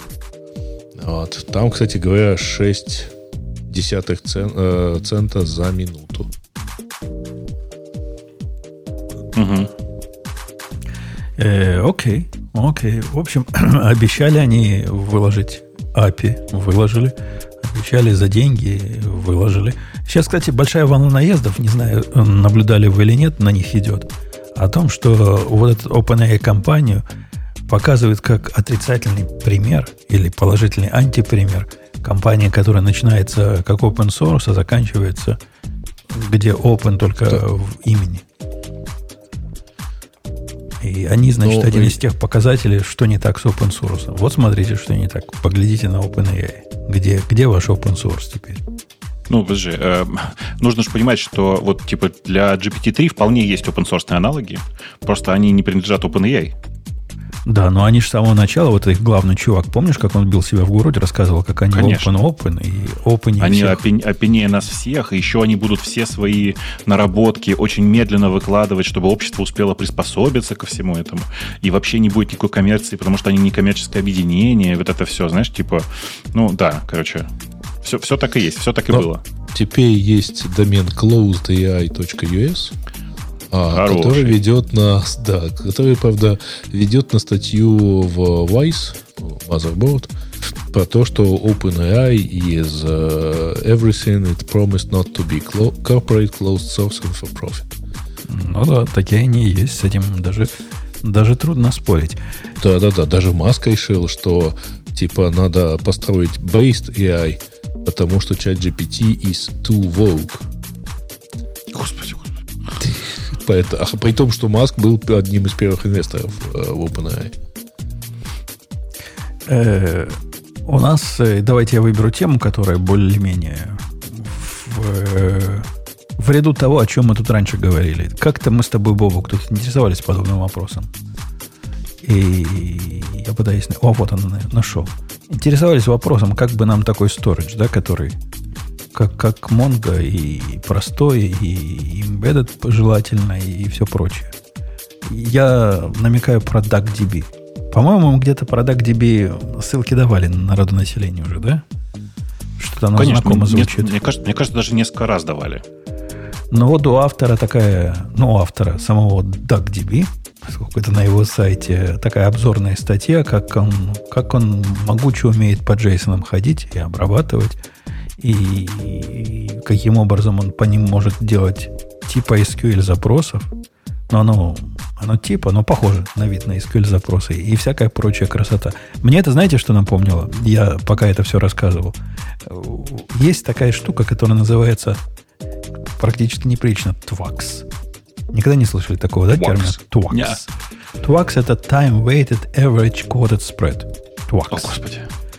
Вот. Там, кстати говоря, шесть десятых цен, э, цента за минуту. Угу. Э, окей, окей. В общем, обещали они выложить эй пи ай, выложили. Обещали за деньги, выложили. Сейчас, кстати, большая волна наездов, не знаю, наблюдали вы или нет, на них идет. О том, что вот эту OpenAI компанию показывает как отрицательный пример или положительный антипример. Компания, которая начинается как open source, а заканчивается где open только да. в имени. И они, значит, Но один вы... из тех показателей, что не так с open source. Вот смотрите, что не так. Поглядите на OpenAI. Где, где ваш open source теперь? Ну, подожди, э, нужно же понимать, что вот типа для джи пи ти три вполне есть open source аналоги, просто они не принадлежат OpenAI. Да, но они же с самого начала, вот их главный чувак, помнишь, как он бил себя в грудь, рассказывал, как они open-open и open Они всех. опенее нас всех, и еще они будут все свои наработки очень медленно выкладывать, чтобы общество успело приспособиться ко всему этому. И вообще не будет никакой коммерции, потому что они не коммерческое объединение. Вот это все, знаешь, типа... Ну, да, короче, все, все так и есть, все так и но было. Теперь есть домен closed a i точка ю эс, А, который ведет на, да, который, правда, ведет на статью в Vice, Motherboard, про то, что OpenAI is uh, everything it promised not to be clo- corporate closed source and for profit. Ну да, такие они и есть, с этим даже, даже трудно спорить. Да-да-да, даже Маск решил, что типа надо построить based эй ай, потому что ChatGPT is too vogue. Господи, Поэтому, а при том, что Маск был одним из первых инвесторов э, в OpenAI. Э, у нас, э, давайте я выберу тему, которая более-менее в, э, в ряду того, о чем мы тут раньше говорили. Как-то мы с тобой, Бобок, тут интересовались подобным вопросом. И я пытаюсь... О, вот он нашел. Интересовались вопросом, как бы нам такой storage, да, который... Как, как Mongo и простой, и embedded желательно, и все прочее. Я намекаю про DuckDB. По-моему, мы где-то про DuckDB ссылки давали на народонаселение уже, да? Что-то оно конечно, знакомо мне, звучит. Мне кажется, мне кажется, даже несколько раз давали. Но вот у автора такая, ну, у автора самого DuckDB, поскольку это на его сайте, такая обзорная статья, как он, как он могуче умеет по JSON ходить и обрабатывать, и, и каким образом он по ним может делать типа эс кью эль запросов. Но оно, оно типа, оно похоже на вид на эс кью эль запросы и всякая прочая красота. Мне это, знаете, что напомнило? Я пока это все рассказывал. Есть такая штука, которая называется практически неприлично твакс. Никогда не слышали такого, да, термина? Твакс. Yeah. Твакс это Time-Weighted Average Quoted Spread. Твакс. О, Господи.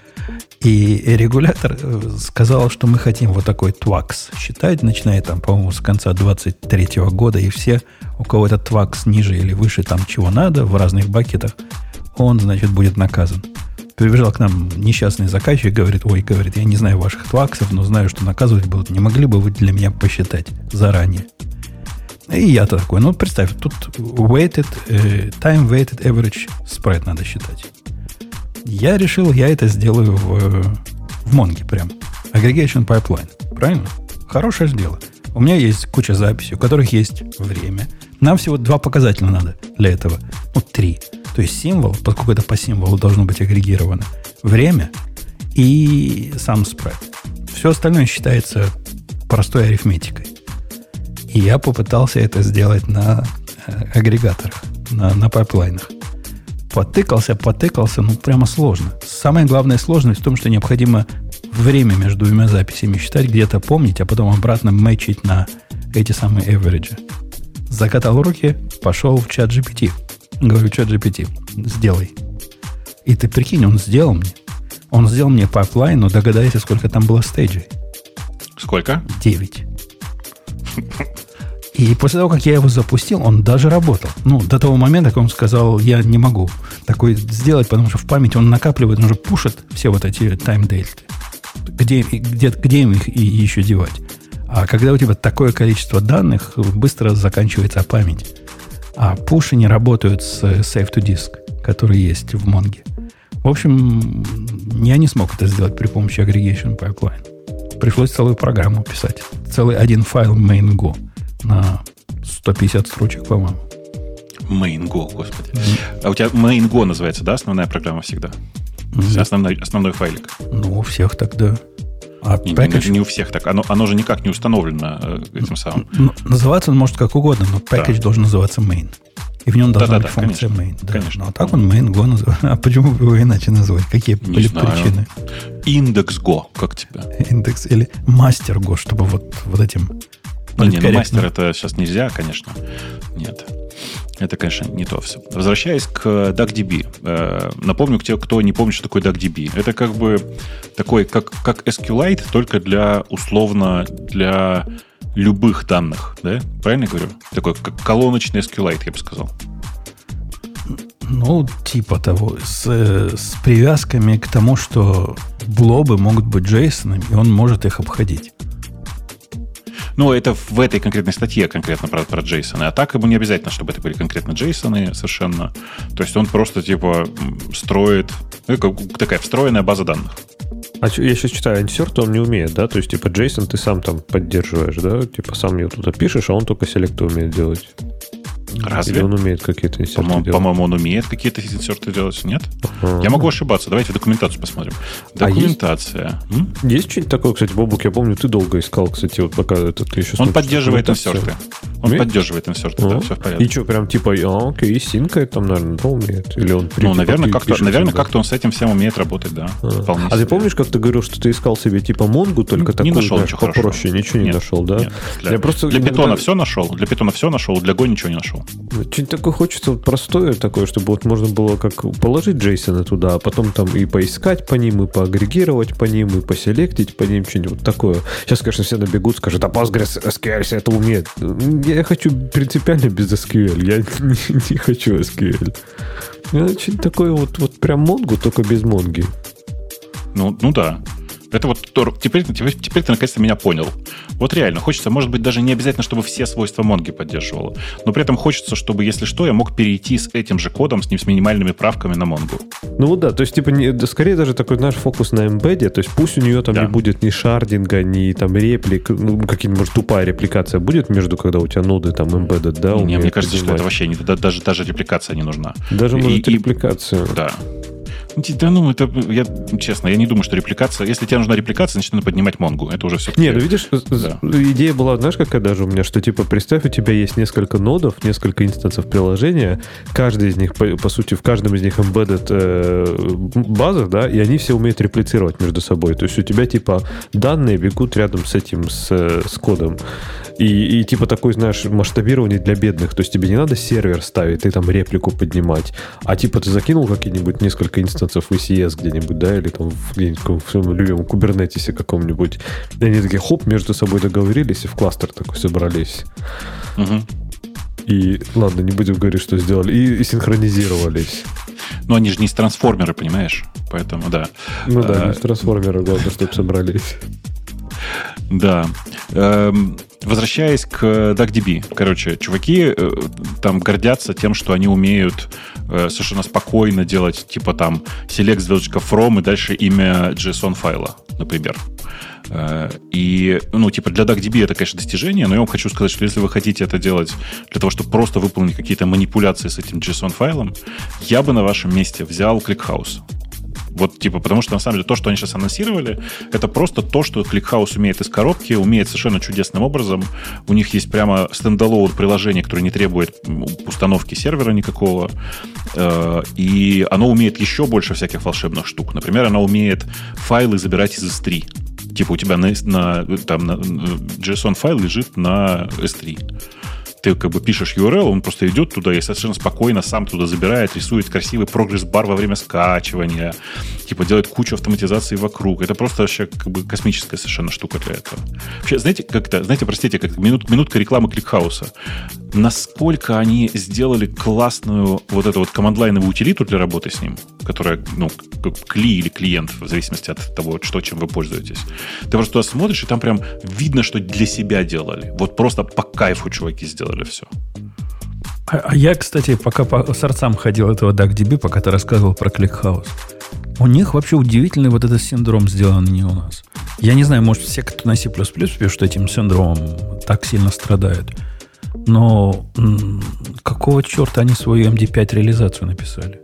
И регулятор сказал, что мы хотим вот такой твакс считать, начиная там, по-моему, с конца двадцать третьего года, и все, у кого этот твакс ниже или выше там чего надо, в разных бакетах, он, значит, будет наказан. Прибежал к нам несчастный заказчик, говорит, ой, говорит, я не знаю ваших тваксов, но знаю, что наказывать будут. Не могли бы вы для меня посчитать заранее? И я такой, ну, представь, тут weighted, э, time-weighted average spread надо считать. Я решил, я это сделаю в, в Монге прям. Aggregation pipeline. Правильно? Хорошее дело. У меня есть куча записей, у которых есть время. Нам всего два показателя надо для этого. Ну, три. То есть символ, поскольку это по символу должно быть агрегировано. Время и сам спред. Все остальное считается простой арифметикой. И я попытался это сделать на агрегаторах, на, на пайплайнах. Потыкался, потыкался, ну, прямо сложно. Самая главная сложность в том, что необходимо время между двумя записями считать, где-то помнить, а потом обратно мэчить на эти самые averages. Закатал руки, пошел в чат джи пи ти. Говорю, чат джи пи ти, сделай. И ты прикинь, он сделал мне. Он сделал мне пайплайн, но догадайся, сколько там было стейджей. Сколько? Девять. И после того, как я его запустил, он даже работал. Ну, до того момента, как он сказал, я не могу такой сделать, потому что в память он накапливает, он уже пушит все вот эти тайм-дельты. Где, где, где им их и еще девать? А когда у тебя такое количество данных, быстро заканчивается память. А пуши не работают с Save to Disk, который есть в Монге. В общем, я не смог это сделать при помощи Aggregation Pipeline. Пришлось целую программу писать. Целый один файл main.go на сто пятьдесят строчек, по-моему. Main.go, господи. Mm. А у тебя main.go называется, да, основная программа всегда? Mm. Основной, основной файлик. Ну, у всех так, да. А не, package... не, не у всех так. Оно, оно же никак не установлено э, этим самым. Ну, называться он может как угодно, но package да. должен называться main. И в нем должна да, быть да, функция конечно, main. Да. Конечно. Ну, а так он main.go называется. А почему бы его иначе назвать? Какие не были знаю. причины? Index.go, как тебя? Индекс или master.go, чтобы вот, вот этим... Не, не, ну мастер это сейчас нельзя, конечно. Нет. Это, конечно, не то все. Возвращаясь к DuckDB. Э, напомню, те, кто не помнит, что такое DuckDB. Это как бы такой, как, как SQLite, только для, условно, для любых данных. Да? Правильно я говорю? Такой, как колоночный SQLite, я бы сказал. Ну, типа того, с, с привязками к тому, что блобы могут быть джейсонами, и он может их обходить. Ну, это в этой конкретной статье конкретно про, про JSON. А так ему не обязательно, чтобы это были конкретно JSON совершенно. То есть он просто типа строит... Ну, такая встроенная база данных. А я сейчас читаю, insert он не умеет, да? То есть, типа, JSON ты сам там поддерживаешь, да? Типа, сам ее туда пишешь, а он только селекты умеет делать. Разве? Или он умеет какие-то инсерты По-моему, делать? по-моему, он умеет какие-то инсерты делать, нет? А-а-а. Я могу ошибаться. Давайте документацию посмотрим. Документация. А есть, есть что-нибудь такое, кстати, Бобук, я помню, ты долго искал, кстати, вот пока это ты еще Он поддерживает инсерты. Он умеет? поддерживает инсерты, да, все в порядке. И что, прям типа, а, окей, синкает там, наверное, да, умеет? Или он... Ну, наверное, как-то, наверное, туда? как-то он с этим всем умеет работать, да. А, Вполне а ты себе. помнишь, как ты говорил, что ты искал себе типа Монгу, только Не такую, нашел знаешь, ничего попроще, хорошего. ничего не Нет, нашел, да? Нет. Для, Я просто для иногда- питона все нашел, для питона все нашел, для Go ничего не нашел. Что-нибудь такое хочется вот простое такое, чтобы вот можно было как положить JSON туда, а потом там и поискать по ним, и поагрегировать по ним, и поселектить по ним, что-нибудь вот такое. Сейчас, конечно, все набегут, скажут, а PostgreSQL все это умеет. Я хочу принципиально без эс кью эль. Я не, не хочу эс кью эль. Я что-нибудь такое вот, вот прям Монгу, только без Монги. Ну, ну да. Это вот теперь, теперь, теперь ты наконец-то меня понял. Вот реально, хочется, может быть, даже не обязательно, чтобы все свойства Монги поддерживало, но при этом хочется, чтобы, если что, я мог перейти с этим же кодом, с ним с минимальными правками на Монгу. Ну вот да, то есть, типа, не, да, скорее даже такой наш фокус на эмбедде, то есть пусть у нее там Да. не будет ни шардинга, ни там реплик, ну, какие-нибудь, может, тупая репликация будет между, когда у тебя ноды там embedded, да? Не, умеют мне кажется, что поднимать. это вообще не, да, даже, даже репликация не нужна. Даже, И- может, и- репликация. Да. Да, ну, это, я, честно, я не думаю, что репликация... Если тебе нужна репликация, значит, надо поднимать Монгу. Это уже все-таки... Не, ну видишь, Да. идея была, знаешь, какая даже у меня, что типа представь, у тебя есть несколько нодов, несколько инстансов приложения, каждый из них, по, по сути, в каждом из них embedded э, базах, да, и они все умеют реплицировать между собой. То есть у тебя типа данные бегут рядом с этим, с, с кодом. И, и типа такой, знаешь, масштабирование для бедных. То есть тебе не надо сервер ставить, ты там реплику поднимать. А типа ты закинул какие-нибудь несколько инстансов в и си эс где-нибудь, да, или там в, где-нибудь в своем любимом кубернетисе каком-нибудь. И они такие, хоп, между собой договорились и в кластер такой собрались. Угу. И, ладно, не будем говорить, что сделали. И, и синхронизировались. Но они же не из трансформеры, понимаешь? Поэтому, да. Ну да, А, не с трансформера, главное, чтобы собрались. Да. Эм, возвращаясь к DuckDB. Короче, чуваки э, там гордятся тем, что они умеют э, совершенно спокойно делать типа там select звездочка from и дальше имя JSON файла, например. Э, и, ну, типа для DuckDB это, конечно, достижение, но я вам хочу сказать, что если вы хотите это делать для того, чтобы просто выполнить какие-то манипуляции с этим JSON файлом, я бы на вашем месте взял ClickHouse. Вот, типа, потому что, на самом деле, то, что они сейчас анонсировали, это просто то, что ClickHouse умеет из коробки, умеет совершенно чудесным образом. У них есть прямо стендалон приложение, которое не требует установки сервера никакого. И оно умеет еще больше всяких волшебных штук. Например, оно умеет файлы забирать из эс три. Типа, у тебя на, на, там, на JSON-файл лежит на эс три. Ты как бы пишешь ю ар эл, он просто идет туда и совершенно спокойно сам туда забирает, рисует красивый прогресс-бар во время скачивания, типа делает кучу автоматизации вокруг. Это просто вообще как бы космическая совершенно штука для этого. Вообще, знаете, как это, знаете, простите, как минут, минутка рекламы ClickHouse. Насколько они сделали классную вот эту вот команд-лайновую утилиту для работы с ним, которая, ну, кли или клиент, в зависимости от того, что, чем вы пользуетесь. Ты просто туда смотришь, и там прям видно, что для себя делали. Вот просто по кайфу чуваки сделали все. А, а я, кстати, пока по сорцам ходил этого DuckDB, пока ты рассказывал про ClickHouse, у них вообще удивительный вот этот синдром сделан не у нас. Я не знаю, может, все, кто на C++ пишут, этим синдромом так сильно страдают. Но м- какого черта они свою эм ди пять реализацию написали?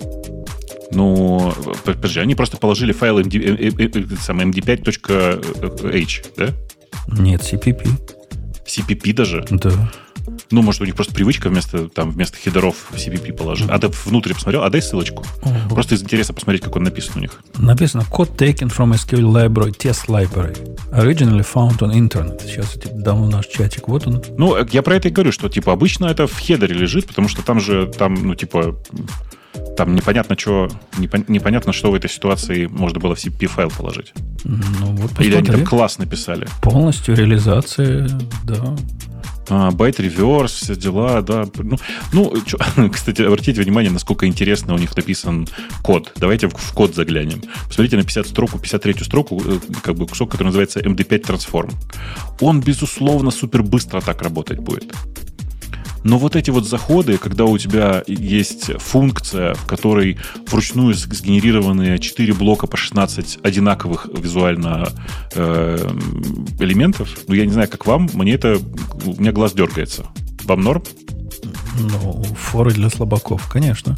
Ну, подожди, они просто положили файл эм ди, эм ди пять точка эйч, да? Нет, си пи пи. си пи пи даже? Да. Ну, может, у них просто привычка вместо, там, вместо хедеров си пи пи положить. А ты внутрь посмотрел? А дай ссылочку. О, Просто из интереса посмотреть, как он написан у них. Написано code taken from эс кью эль library, test library. Originally found on internet. Сейчас я тебе дам в наш чатик. Вот он. Ну, я про это и говорю, что, типа, обычно это в хедере лежит, потому что там же, там, ну, типа, там непонятно, что, непонятно, что в этой ситуации можно было в си пи пи-файл положить. Ну, вот Или они там посмотри. класс написали. Полностью реализация, да. А, байт реверс, все дела, да. Ну, ну чё, кстати, обратите внимание, насколько интересно у них написан код. Давайте в, в код заглянем. Посмотрите на пятидесятую строку, пятьдесят третью строку, как бы кусок, который называется эм ди пять Transform. Он, безусловно, супер быстро так работать будет. Но вот эти вот заходы, когда у тебя есть функция, в которой вручную сгенерированы четыре блока по шестнадцать одинаковых визуально э, элементов, ну, я не знаю, как вам, мне это... У меня глаз дергается. Вам норм? Ну, форы для слабаков, конечно.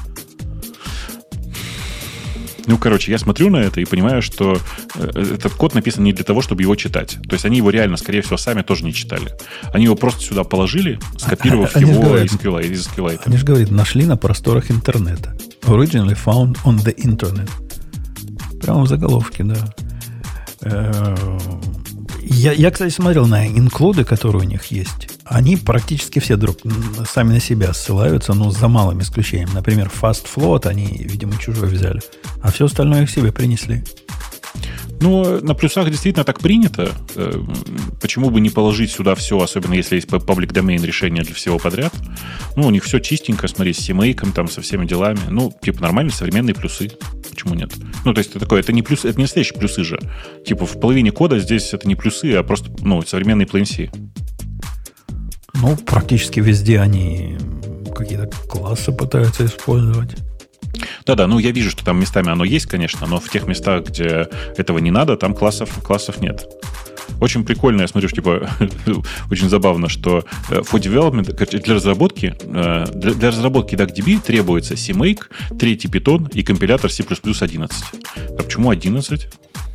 Ну, короче, я смотрю на это и понимаю, что этот код написан не для того, чтобы его читать. То есть они его реально, скорее всего, сами тоже не читали. Они его просто сюда положили, скопировав они его говорят, из SQLite. Они же говорят, нашли на просторах интернета. Originally found on the internet. Прямо в заголовке, да. Я, я, кстати, смотрел на инклюды, которые у них есть. Они практически все друг сами на себя ссылаются, но за малым исключением. Например, Fast Float они, видимо, чужой взяли. А все остальное их себе принесли. Ну, на плюсах действительно так принято. Почему бы не положить сюда все, особенно если есть public domain решение для всего подряд? Ну, у них все чистенько, смотри, с симейком, там, со всеми делами. Ну, типа нормальные современные плюсы. Почему нет? Ну, то есть это такое, это не плюсы, это не настоящие плюсы же. Типа в половине кода здесь это не плюсы, а просто, ну, современные плейн-си. Ну, практически везде они какие-то классы пытаются использовать. Да-да, ну я вижу, что там местами оно есть, конечно, но в тех местах, где этого не надо, там классов, классов нет. Очень прикольно, я смотрю, что, типа, очень забавно, что for development, для разработки, для, для разработки DuckDB требуется CMake, третий Python и компилятор C++ одиннадцать. А почему одиннадцать?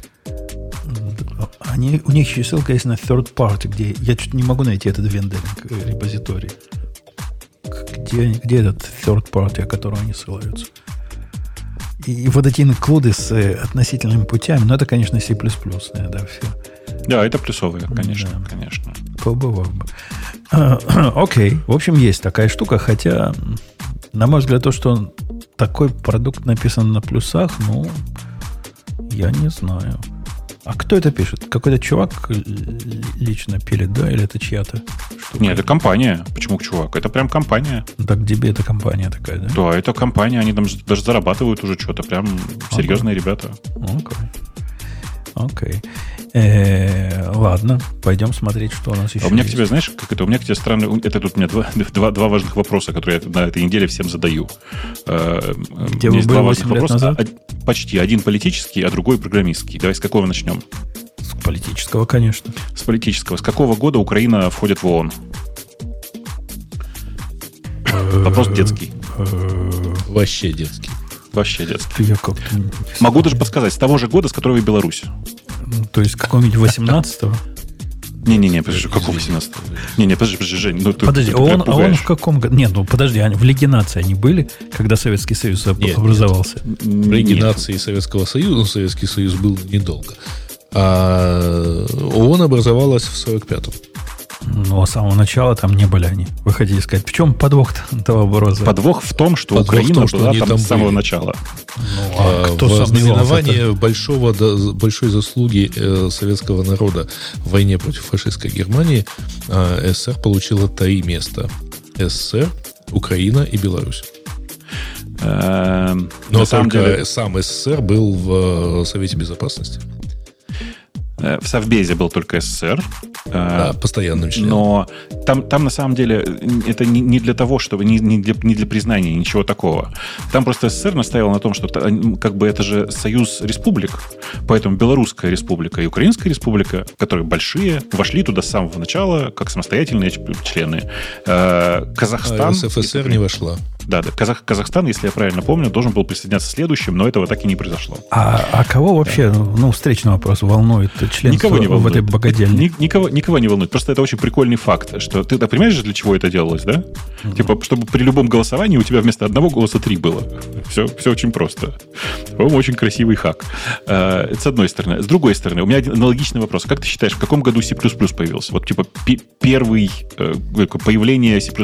Они, у них еще ссылка есть на third party, где я чуть не могу найти этот вендоринг репозиторий. Где, где этот third party, о котором они ссылаются? И, и вот эти инклюды с относительными путями, ну, это, конечно, C++, да, все. Да, это плюсовые, конечно, да. конечно. Побывал бы. Окей, в общем, есть такая штука, хотя, на мой взгляд, то, что такой продукт написан на плюсах, ну, я не знаю. А кто это пишет? Какой-то чувак лично пилит, да? Или это чья-то штука? Нет, это компания. Почему чувак? Это прям компания. Так тебе это компания такая, да? Да, это компания. Они там даже зарабатывают уже что-то. Прям серьезные okay. ребята. Окей. Окей. Э, ладно, пойдем смотреть, что у нас еще а у меня есть. к тебе, знаешь, как это? У меня к тебе странно... Это тут у меня два, два, два важных вопроса, которые я на этой неделе всем задаю. Где вы были восемь лет назад? Почти. Один политический, а другой программистский. Давай с какого начнем? С политического, конечно. С политического. С какого года Украина входит в ООН? Вопрос детский. Вообще детский. Вообще детский. Я как-то могу даже подсказать. С того же года, с которого и Беларусь. То есть какого-нибудь восемнадцатого? Не-не-не, подожди, какого восемнадцатого? Не-не, подожди, подожди, Жень. Ну, подожди, ты, он, а он в каком году? Нет, ну подожди, в Лиге наций они были, когда Советский Союз нет, образовался? Нет. В Лиге наций Советского Союза, ну, Советский Союз был недолго. А ООН образовалась в сорок пятом. Ну, а с самого начала там не были они. Вы хотите сказать, в чем подвох того образа? Подвох в том, что подвох Украина том, была что там, там с самого были. начала. Ну, а а, кто в знаменование большого, большой заслуги э, советского народа в войне против фашистской Германии э, СССР получила три места. СССР, Украина и Беларусь. Но только самом деле... сам СССР был в Совете Безопасности. В Совбезе был только СССР. Да, постоянным членом. Но там, там на самом деле это не, не для того, чтобы не, не, для, не для признания, ничего такого. Там просто СССР настаивал на том, что как бы это же союз республик, поэтому Белорусская республика и Украинская республика, которые большие, вошли туда с самого начала как самостоятельные члены. Казахстан... А СССР не вошла. Да, да. Казах, Казахстан, если я правильно помню, должен был присоединяться следующим, но этого так и не произошло. А, а кого вообще, да. ну, встречный вопрос, волнует членство никого не волнует. в этой богадельне? Никого, никого не волнует. Просто это очень прикольный факт, что ты, ты понимаешь же, для чего это делалось, да? Mm-hmm. Типа, чтобы при любом голосовании у тебя вместо одного голоса три было. Все, все очень просто. По-моему, очень красивый хак. Это с одной стороны. С другой стороны, у меня один аналогичный вопрос. Как ты считаешь, в каком году C++ появился? Вот, типа, п- первый появление C++.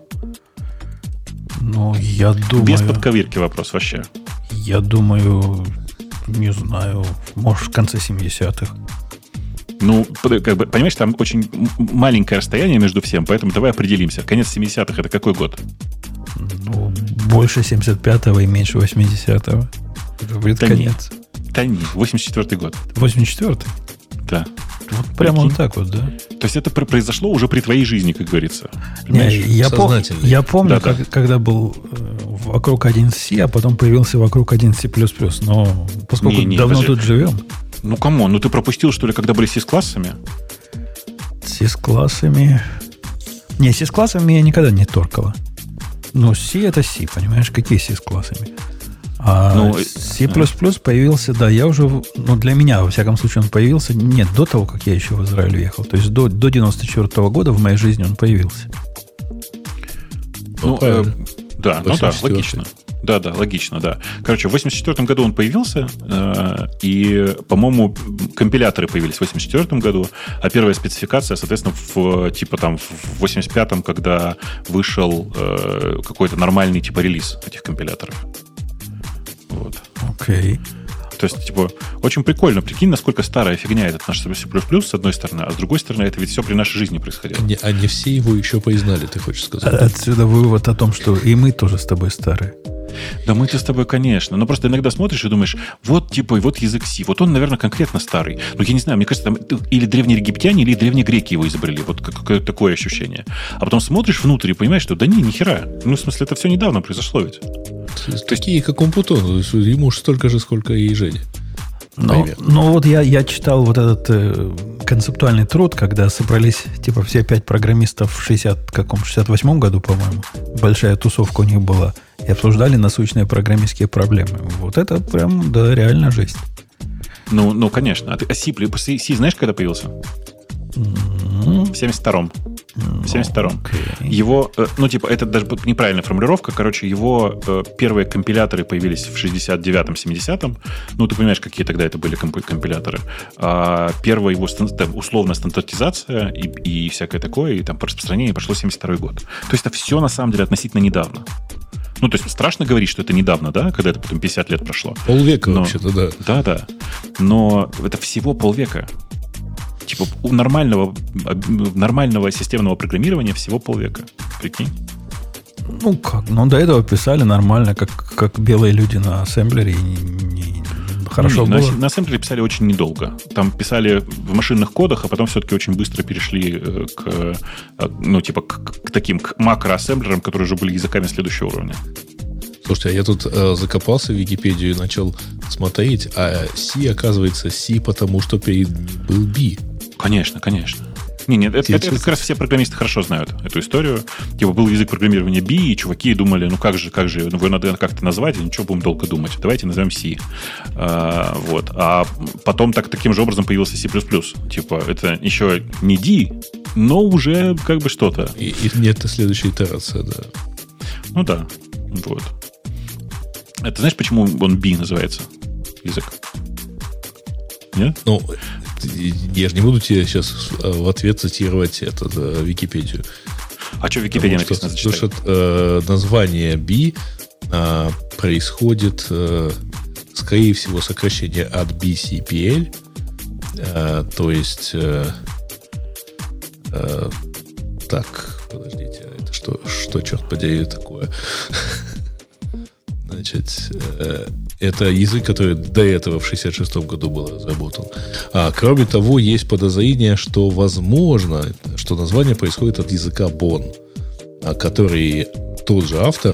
Ну, я думаю... Без подковырки вопрос вообще. Я думаю, не знаю, может, в конце семидесятых. Ну, как бы, понимаешь, там очень маленькое расстояние между всем, поэтому давай определимся. Конец семидесятых это какой год? Ну, больше семьдесят пятого и меньше восьмидесятого. Это будет да конец. Нет. Да нет, восемьдесят четвёртый год. восемьдесят четвёртый? Да. Вот прямо вот так вот, да? То есть это произошло уже при твоей жизни, как говорится. Не, я, пом- я помню, да, как, да. когда был э, вокруг одиннадцать си, а потом появился вокруг одиннадцать плюс плюс. Но поскольку не, не, давно подожди. тут живем... Ну, камон, ну ты пропустил, что ли, когда были сис-классами? Сис-классами... Не, сис-классами я никогда не торкала. Ну, C это C, понимаешь, какие сис-классами? А ну, C++ появился, да, я уже, ну, для меня, во всяком случае, он появился, нет, до того, как я еще в Израиль уехал. То есть до, до девяносто четвёртого года в моей жизни он появился. Ну, э, да, ну да, логично. Да, да, логично, да. Короче, в восемьдесят четвёртом году он появился, э, и, по-моему, компиляторы появились в восемьдесят четвёртом году, а первая спецификация, соответственно, в, типа там в восемьдесят пятом, когда вышел э, какой-то нормальный типа релиз этих компиляторов. Вот. Окей. Okay. То есть, типа, очень прикольно. Прикинь, насколько старая фигня этот наш C++, с одной стороны, а с другой стороны, это ведь все при нашей жизни происходило. Не, а не все его еще признали, ты хочешь сказать? Отсюда вывод о том, что и мы тоже с тобой старые. Да мы-то с тобой, конечно. Но просто иногда смотришь и думаешь, вот, типа, вот язык C. Вот он, наверное, конкретно старый. Ну, я не знаю, мне кажется, там или древние египтяне, или древние греки его изобрели. Вот какое-то такое ощущение. А потом смотришь внутрь и понимаешь, что да не, нихера. Ну, в смысле, это все недавно произошло ведь. Такие, как Умпутон. Ему уж столько же, сколько и Жене. Ну, ну вот я, я читал вот этот э, концептуальный труд, когда собрались типа все пять программистов в шестьдесят, каком, шестьдесят восьмом году, по-моему. Большая тусовка у них была. И обсуждали насущные программистские проблемы. Вот это прям, да, реально жесть. Ну, ну конечно. А, ты, а C, C знаешь, когда появился? В семьдесят втором. В семьдесят втором. Okay. Его, ну, типа, это даже неправильная формулировка. Короче, его э, первые компиляторы появились в шестьдесят девятом семидесятом. Ну, ты понимаешь, какие тогда это были комп- компиляторы. А первая его стан- там, условная стандартизация и, и всякое такое, и там по распространению прошло семьдесят второй год. То есть это все, на самом деле, относительно недавно. Ну, то есть страшно говорить, что это недавно, да, когда это потом пятьдесят лет прошло. Полвека Но, вообще-то, да. Да, да. Но это всего полвека. Типа у нормального, нормального системного программирования всего полвека. Прикинь? Ну как? Ну, до этого писали нормально, как, как белые люди на ассемблере. И не, не, хорошо не, было. На, на ассемблере писали очень недолго. Там писали в машинных кодах, а потом все-таки очень быстро перешли к, ну, типа, к, к таким к макроассемблерам, которые уже были языками следующего уровня. Слушайте, а я тут э, закопался в Википедию и начал смотреть, а C, оказывается, C, потому что перед ним был B. Конечно, конечно. Не, нет, это, это, это как раз все программисты хорошо знают эту историю. Типа был язык программирования B, и чуваки думали, ну как же, как же, ну его надо как-то назвать, и ничего будем долго думать. Давайте назовем C. А, вот. А потом так, таким же образом появился C++. Типа это еще не D, но уже как бы что-то. И, и нет, это следующая итерация, да. Ну да, вот. Это знаешь, почему он B называется? Язык? Нет? Ну, я же не буду тебе сейчас в ответ цитировать этот, Википедию. А что в Википедии написано? Потому что, потому что э, название B э, происходит, э, скорее всего, сокращение от би си пи эл. Э, то есть... Э, э, так, подождите, это что, что черт подери, такое? Значит, э, это язык, который до этого в шестьдесят шестом году был разработан. А кроме того, есть подозрение, что возможно, что название происходит от языка Бон, который тот же автор,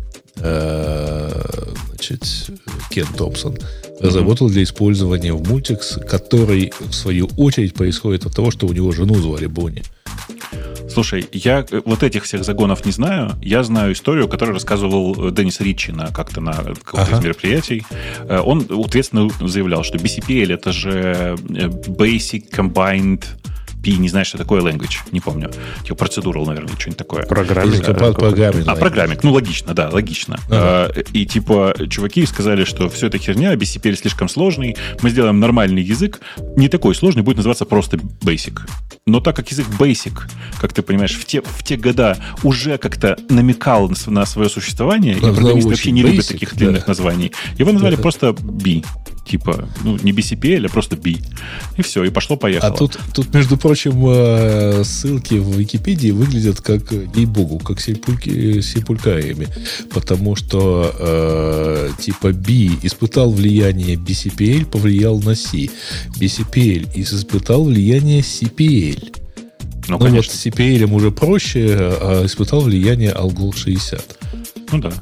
э, значит, Кен Томпсон, разработал для использования в Multics, который, в свою очередь, происходит от того, что у него жену звали Бонни. Слушай, я вот этих всех загонов не знаю. Я знаю историю, которую рассказывал Деннис Ритчи на, как-то на каком-то ага. из мероприятий. Он ответственно заявлял, что би си пи эл это же Basic Combined P, не знаю, что такое language, не помню. Типа процедурал, наверное, что-нибудь такое. Программинг. Программинг. А, программинг. Ну, логично, да, логично. Ага. И типа чуваки сказали, что все это херня, би си пи эл слишком сложный, мы сделаем нормальный язык, не такой сложный, будет называться просто Basic. Но так как язык Basic, как ты понимаешь, в те, в те года уже как-то намекал на, на свое существование, да, и программисты вообще не basic, любят таких длинных да. названий, его назвали да. просто B. типа, ну, не би си пи эл, а просто B. И все, и пошло-поехало. А тут, тут, между прочим, ссылки в Википедии выглядят как, ей-богу, как сепульки, сепулькариями. Потому что э, типа B испытал влияние би си пи эл, повлиял на C. би си пи эл испытал влияние си пи эл. Ну, ну конечно. Вот с си пи эл уже проще, а испытал влияние Algol шестьдесят. Ну да.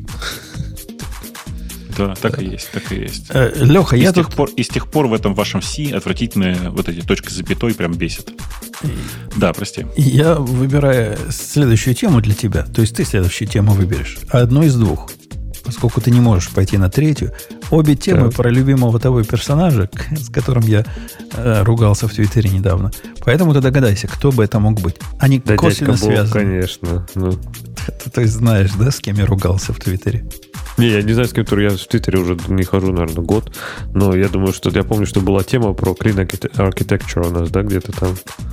Да, так и есть, так и есть. Э, Леха, и я с тех тут... пор, и с тех пор в этом вашем C отвратительные вот эти точки с запятой прям бесит. Да, прости. Я выбираю следующую тему для тебя. То есть ты следующую тему выберешь. Одну из двух. Поскольку ты не можешь пойти на третью. Обе темы Так. про любимого того персонажа, с которым я э, ругался в Твиттере недавно. Поэтому ты догадайся, кто бы это мог быть. Они Да, косвенно дядька Боб, связаны. конечно. Ну. Ты, то есть знаешь, да, с кем я ругался в Твиттере? Не, я не знаю, с кем я в Твиттере уже не хожу, наверное, год. Но я думаю, что я помню, что была тема про Clean Architecture у нас, да, где-то там.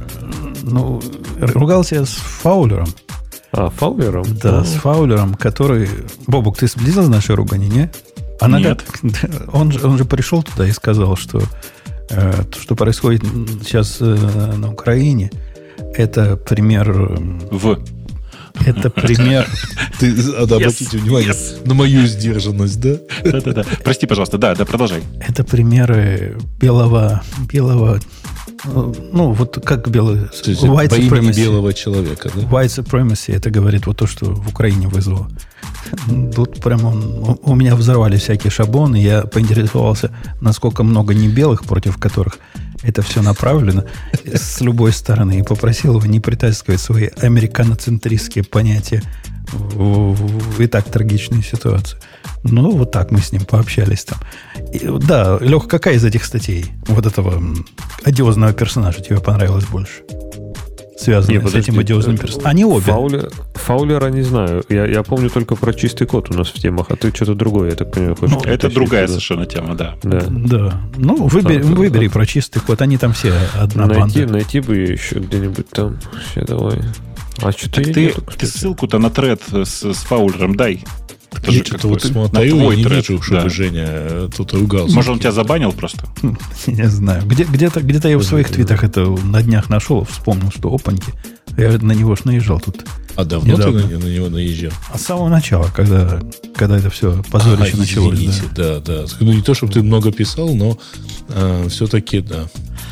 Ну, ругался я с Фаулером. А, Фаулером? Да, Ну, с Фаулером, который... Бобук, ты следил за нашей ругани, не? Она Нет. Как... Он, же, он же пришел туда и сказал, что э, то, что происходит сейчас э, на Украине, это пример... э, В. Это пример... Ты обратите внимание yes. на мою сдержанность, да? Да-да-да. Прости, пожалуйста. Да, да, продолжай. Это примеры белого... белого ну, вот как белый... То есть White по имени supremacy. белого человека, да? White supremacy, это говорит вот то, что в Украине вызвало. Тут прямо он, у меня взорвали всякие шаблоны, я поинтересовался, насколько много не белых, против которых это все направлено с любой стороны, и попросил его не притаскивать свои американоцентристские понятия в, в, в и так трагичную ситуацию. Ну, вот так мы с ним пообщались там. И, да, Лех, какая из этих статей вот этого одиозного персонажа тебе понравилась больше? Связанные Не, с этим одиозным персонажем. Они обе. Фаулер, Фаулера не знаю. Я, я помню только про чистый код у нас в темах, а ты что-то другое, я так понимаю, хочешь. Ну, Это уточнить, другая да? совершенно тема, да. Да. Да. Ну, выбери, Так, выбери так. про чистый код. Они там все одна Найти, банда. найти бы еще где-нибудь там. Сейчас давай. А что-то Так ты, ты ссылку-то на тред с, с Фаулером дай. Это Я же что-то как вот бы смотрю на твой и не тред, вижу, чтобы да. Женя э, тут ругался. Может, он тебя забанил просто? Не знаю. Где, где-то, где-то я в своих твитах это на днях нашел, вспомнил, что опаньки. Я на него ж наезжал тут. А давно недавно. ты на, на него наезжал? А с самого начала, когда, когда это все позорище А, началось. извините, Да. да, да. Ну, не то, чтобы ты много писал, но э, все-таки, да.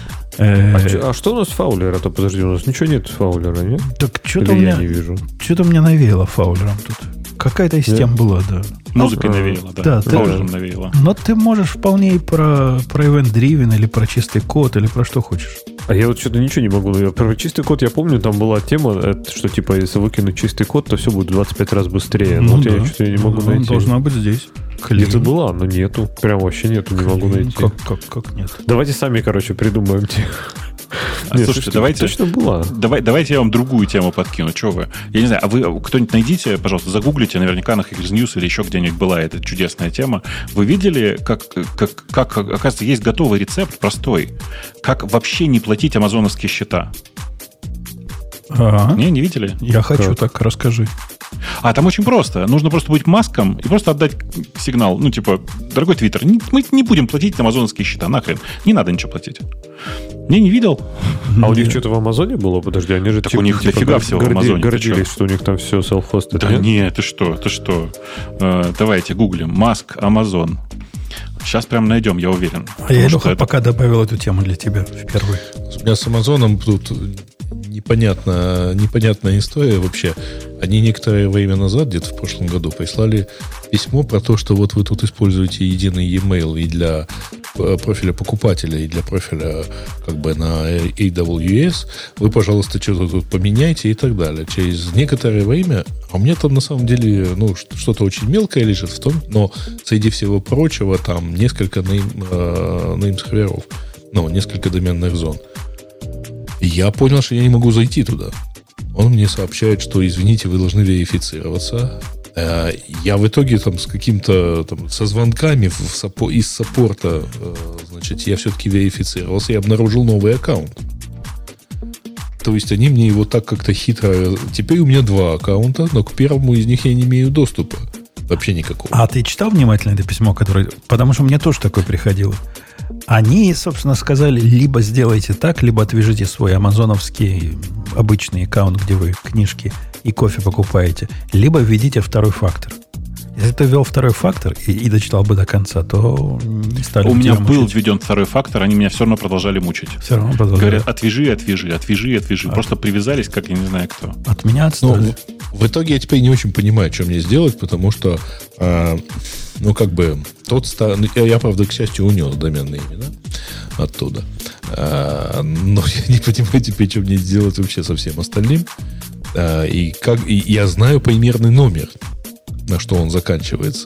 Э, А, чё- а что у нас Фаулера-то? Подожди, у нас ничего нет Фаулера, нет? так что-то Или у я меня, не вижу? что-то у меня навеяло Фаулером тут. Какая-то из Да? тем была, да. Музыкой А, навеяло, да. да, ты- Фаулером навеяло. Но ты можешь вполне и про, про Event Driven или про чистый код, или про что хочешь. А я вот что-то ничего не могу. Я про чистый код я помню, там была тема, это, что типа если выкинуть чистый код, то все будет в двадцать пять раз быстрее. Но вот да. я что-то не могу Ну, найти. Должна быть здесь. Где-то была, но нету. Прям вообще нету, не могу найти. Как, как, как нет? Давайте сами, короче, придумаем те. А, Нет, слушайте, слушайте, давайте, точно была. давай, давайте я вам другую тему подкину. Что вы? Я не знаю, а вы кто-нибудь найдите, пожалуйста, загуглите, наверняка на Hackers News или еще где-нибудь была эта чудесная тема. Вы видели, как, как, как оказывается, есть готовый рецепт простой, как вообще не платить амазоновские счета? Ага. Не, не видели? Я хочу, Как? так расскажи. А там очень просто. Нужно просто быть маском и просто отдать сигнал. Ну, типа, дорогой Твиттер, не- мы не будем платить на амазоновские счета. Нахрен. Не надо ничего платить. Не, не видел? А у них Нет. что-то в Амазоне было? Подожди, они же Так типа, у них типа дофига гор- всего в горди- Амазоне, ты гордились, чё? что у них там все self-hosted. Да нет? нет, ты что, ты что? Э, давайте гуглим. Маск, Амазон. Сейчас прям найдем, я уверен. А я, Потому что Леха, это- пока добавил эту тему для тебя впервые. У меня с Амазоном тут непонятно, непонятная история вообще. Они некоторое время назад, где-то в прошлом году, прислали письмо про то, что вот вы тут используете единый e-mail и для э, профиля покупателя, и для профиля как бы на эй дабл ю эс. Вы, пожалуйста, что-то тут поменяйте и так далее. Через некоторое время, а у меня там на самом деле ну, ш- что-то очень мелкое лежит в том, но среди всего прочего там несколько нейм, э, нейм-серверов, ну, несколько доменных зон. И я понял, что я не могу зайти туда. Он мне сообщает, что, извините, вы должны верифицироваться. Э, Я в итоге там с каким-то там, со звонками в саппо- из саппорта, э, значит, я все-таки верифицировался и обнаружил новый аккаунт. То есть они мне его так как-то хитро... Теперь у меня два аккаунта, но к первому из них я не имею доступа. Вообще никакого. А ты читал внимательно это письмо, которое... Потому что мне тоже такое приходило. Они, собственно, сказали, либо сделайте так, либо отвяжите свой амазоновский обычный аккаунт, где вы книжки и кофе покупаете, либо введите второй фактор. Если ты ввел второй фактор и, и дочитал бы до конца, то не стали У бы меня тебя был мучить. введен второй фактор, они меня все равно продолжали мучить. Все равно продолжали. Говорят, отвяжи, отвяжи, отвяжи, отвяжи. А. Просто привязались, как я не знаю кто. От меня Ну, отстали. в итоге я теперь не очень понимаю, что мне сделать, потому что, а, ну, как бы, тот ста... ну, я, я, правда, к счастью, унес доменные имена оттуда. А, но я не понимаю теперь, что мне сделать вообще со всем остальным. А, и, как... и я знаю примерный номер, на что он заканчивается.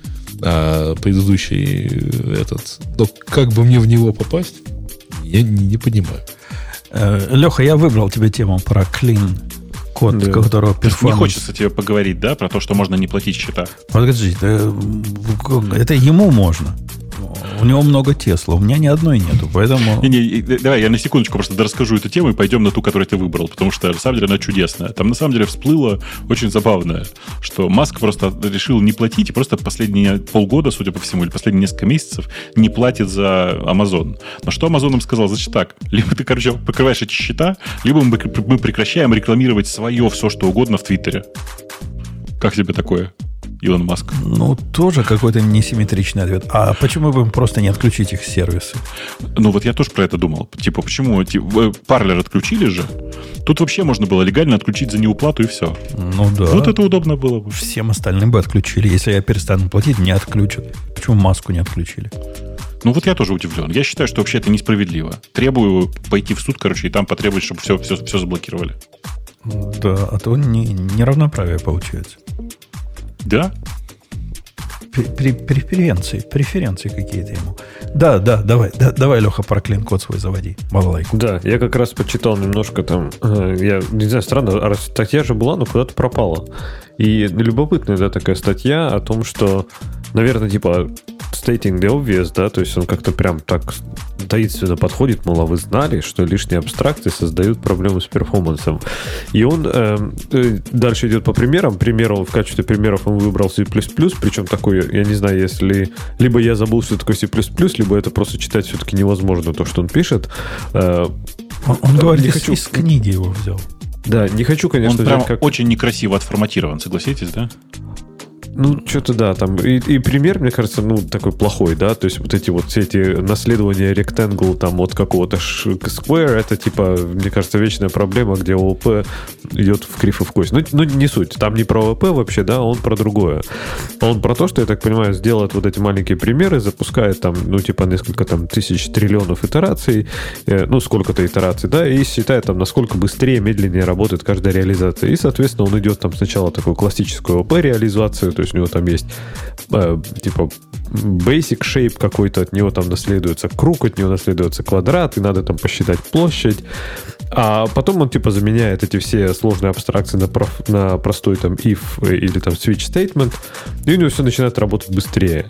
А предыдущий этот... Но как бы мне в него попасть, я не, не понимаю. Э, Леха, я выбрал тебе тему про clean код, Да. которого Не перформанс... хочется тебе поговорить, да, про то, что можно не платить счета. Подожди, это, это ему можно. У него много Тесла, у меня ни одной нету, поэтому... Не-не, давай я на секундочку просто расскажу эту тему и пойдем на ту, которую ты выбрал, потому что, на самом деле, она чудесная. Там, на самом деле, всплыло очень забавное, что Маск просто решил не платить и просто последние полгода, судя по всему, или последние несколько месяцев не платит за Amazon. Но что Amazon им сказал? Значит так, либо ты, короче, покрываешь эти счета, либо мы мы прекращаем рекламировать свое все, что угодно в Твиттере. Как тебе такое, Илон Маск? Ну, тоже какой-то несимметричный ответ. А почему бы им просто не отключить их сервисы? Ну, вот я тоже про это думал. Типа, почему? Типа, Parler отключили же. Тут вообще можно было легально отключить за неуплату и все. Ну да. Вот это удобно было бы. Всем остальным бы отключили. Если я перестану платить, меня отключат. Почему Маску не отключили? Ну, вот я тоже удивлен. Я считаю, что вообще это несправедливо. Требую пойти в суд, короче, и там потребовать, чтобы все, все, все заблокировали. Да, а то не, неравноправие получается. Да? При- Преференции, преференции какие-то ему. Да, да, давай, да, давай, Леха, про клин-код свой заводи. Балалайку. Да, я как раз почитал немножко там, э, я не знаю, странно, а статья же была, но куда-то пропала. И любопытная, да, такая статья о том, что, наверное, типа stating the obvious, да, то есть он как-то прям так таинственно подходит, мол, а вы знали, что лишние абстракции создают проблемы с перформансом. И он э, э, дальше идет по примерам. Примеру, в качестве примеров он выбрал C++, причем такой, я не знаю, если либо я забыл, что такое C++, либо это просто читать все-таки невозможно, то, что он пишет. Э, Он, он говорит, не из, хочу- из книги его взял. да, не хочу, конечно, Он прям взять как... очень некрасиво отформатирован, согласитесь, да? Ну, что-то да, там. И, и пример, мне кажется, ну, такой плохой, да. То есть вот эти вот все эти наследования rectangle там от какого-то ш- square, это типа, мне кажется, вечная проблема, где ООП идет в крив и в кость. Ну, ну, не суть. Там не про ООП вообще, да, он про другое. Он про то, что, я так понимаю, сделает вот эти маленькие примеры, запускает там, ну, типа, несколько там тысяч триллионов итераций, э, ну, сколько-то итераций, да, и считает там, насколько быстрее, медленнее работает каждая реализация. И, соответственно, он идет там сначала такую классическую ООП-реализацию, то есть у него там есть э, типа basic shape какой-то, от него там наследуется круг, от него наследуется квадрат, и надо там посчитать площадь. А потом он типа заменяет эти все сложные абстракции на, проф, на простой там if или там switch statement, и у него все начинает работать быстрее.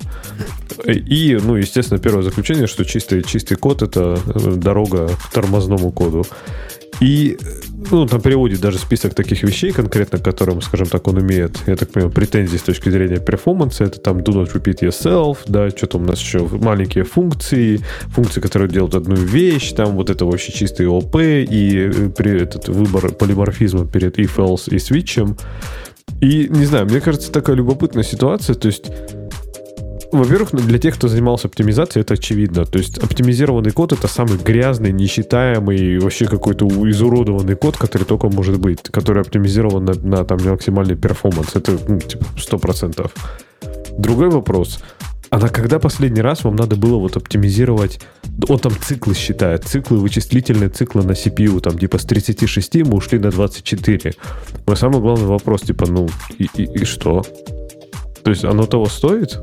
И, ну, естественно, первое заключение, что чистый, чистый код — это дорога к тормозному коду. И, ну, там переводит даже список таких вещей конкретно, к которым, скажем так, он имеет, я так понимаю, претензии с точки зрения перформанса. Это там do not repeat yourself, да, что-то у нас еще маленькие функции, функции, которые делают одну вещь, там вот это вообще чистый ООП и при, этот выбор полиморфизма перед if, else и switch'ем. И, не знаю, мне кажется, такая любопытная ситуация, то есть во-первых, для тех, кто занимался оптимизацией, это очевидно. То есть оптимизированный код — это самый грязный, несчитаемый, вообще какой-то изуродованный код, который только может быть, который оптимизирован на, на там, максимальный перформанс. Это, ну, типа, сто процентов. Другой вопрос. А на когда последний раз вам надо было вот оптимизировать... Он там циклы считает. Циклы, вычислительные циклы на си пи ю. Там типа с тридцати шести мы ушли на двадцать четыре. Но самый главный вопрос, типа, ну, и, и, и что? То есть оно того стоит?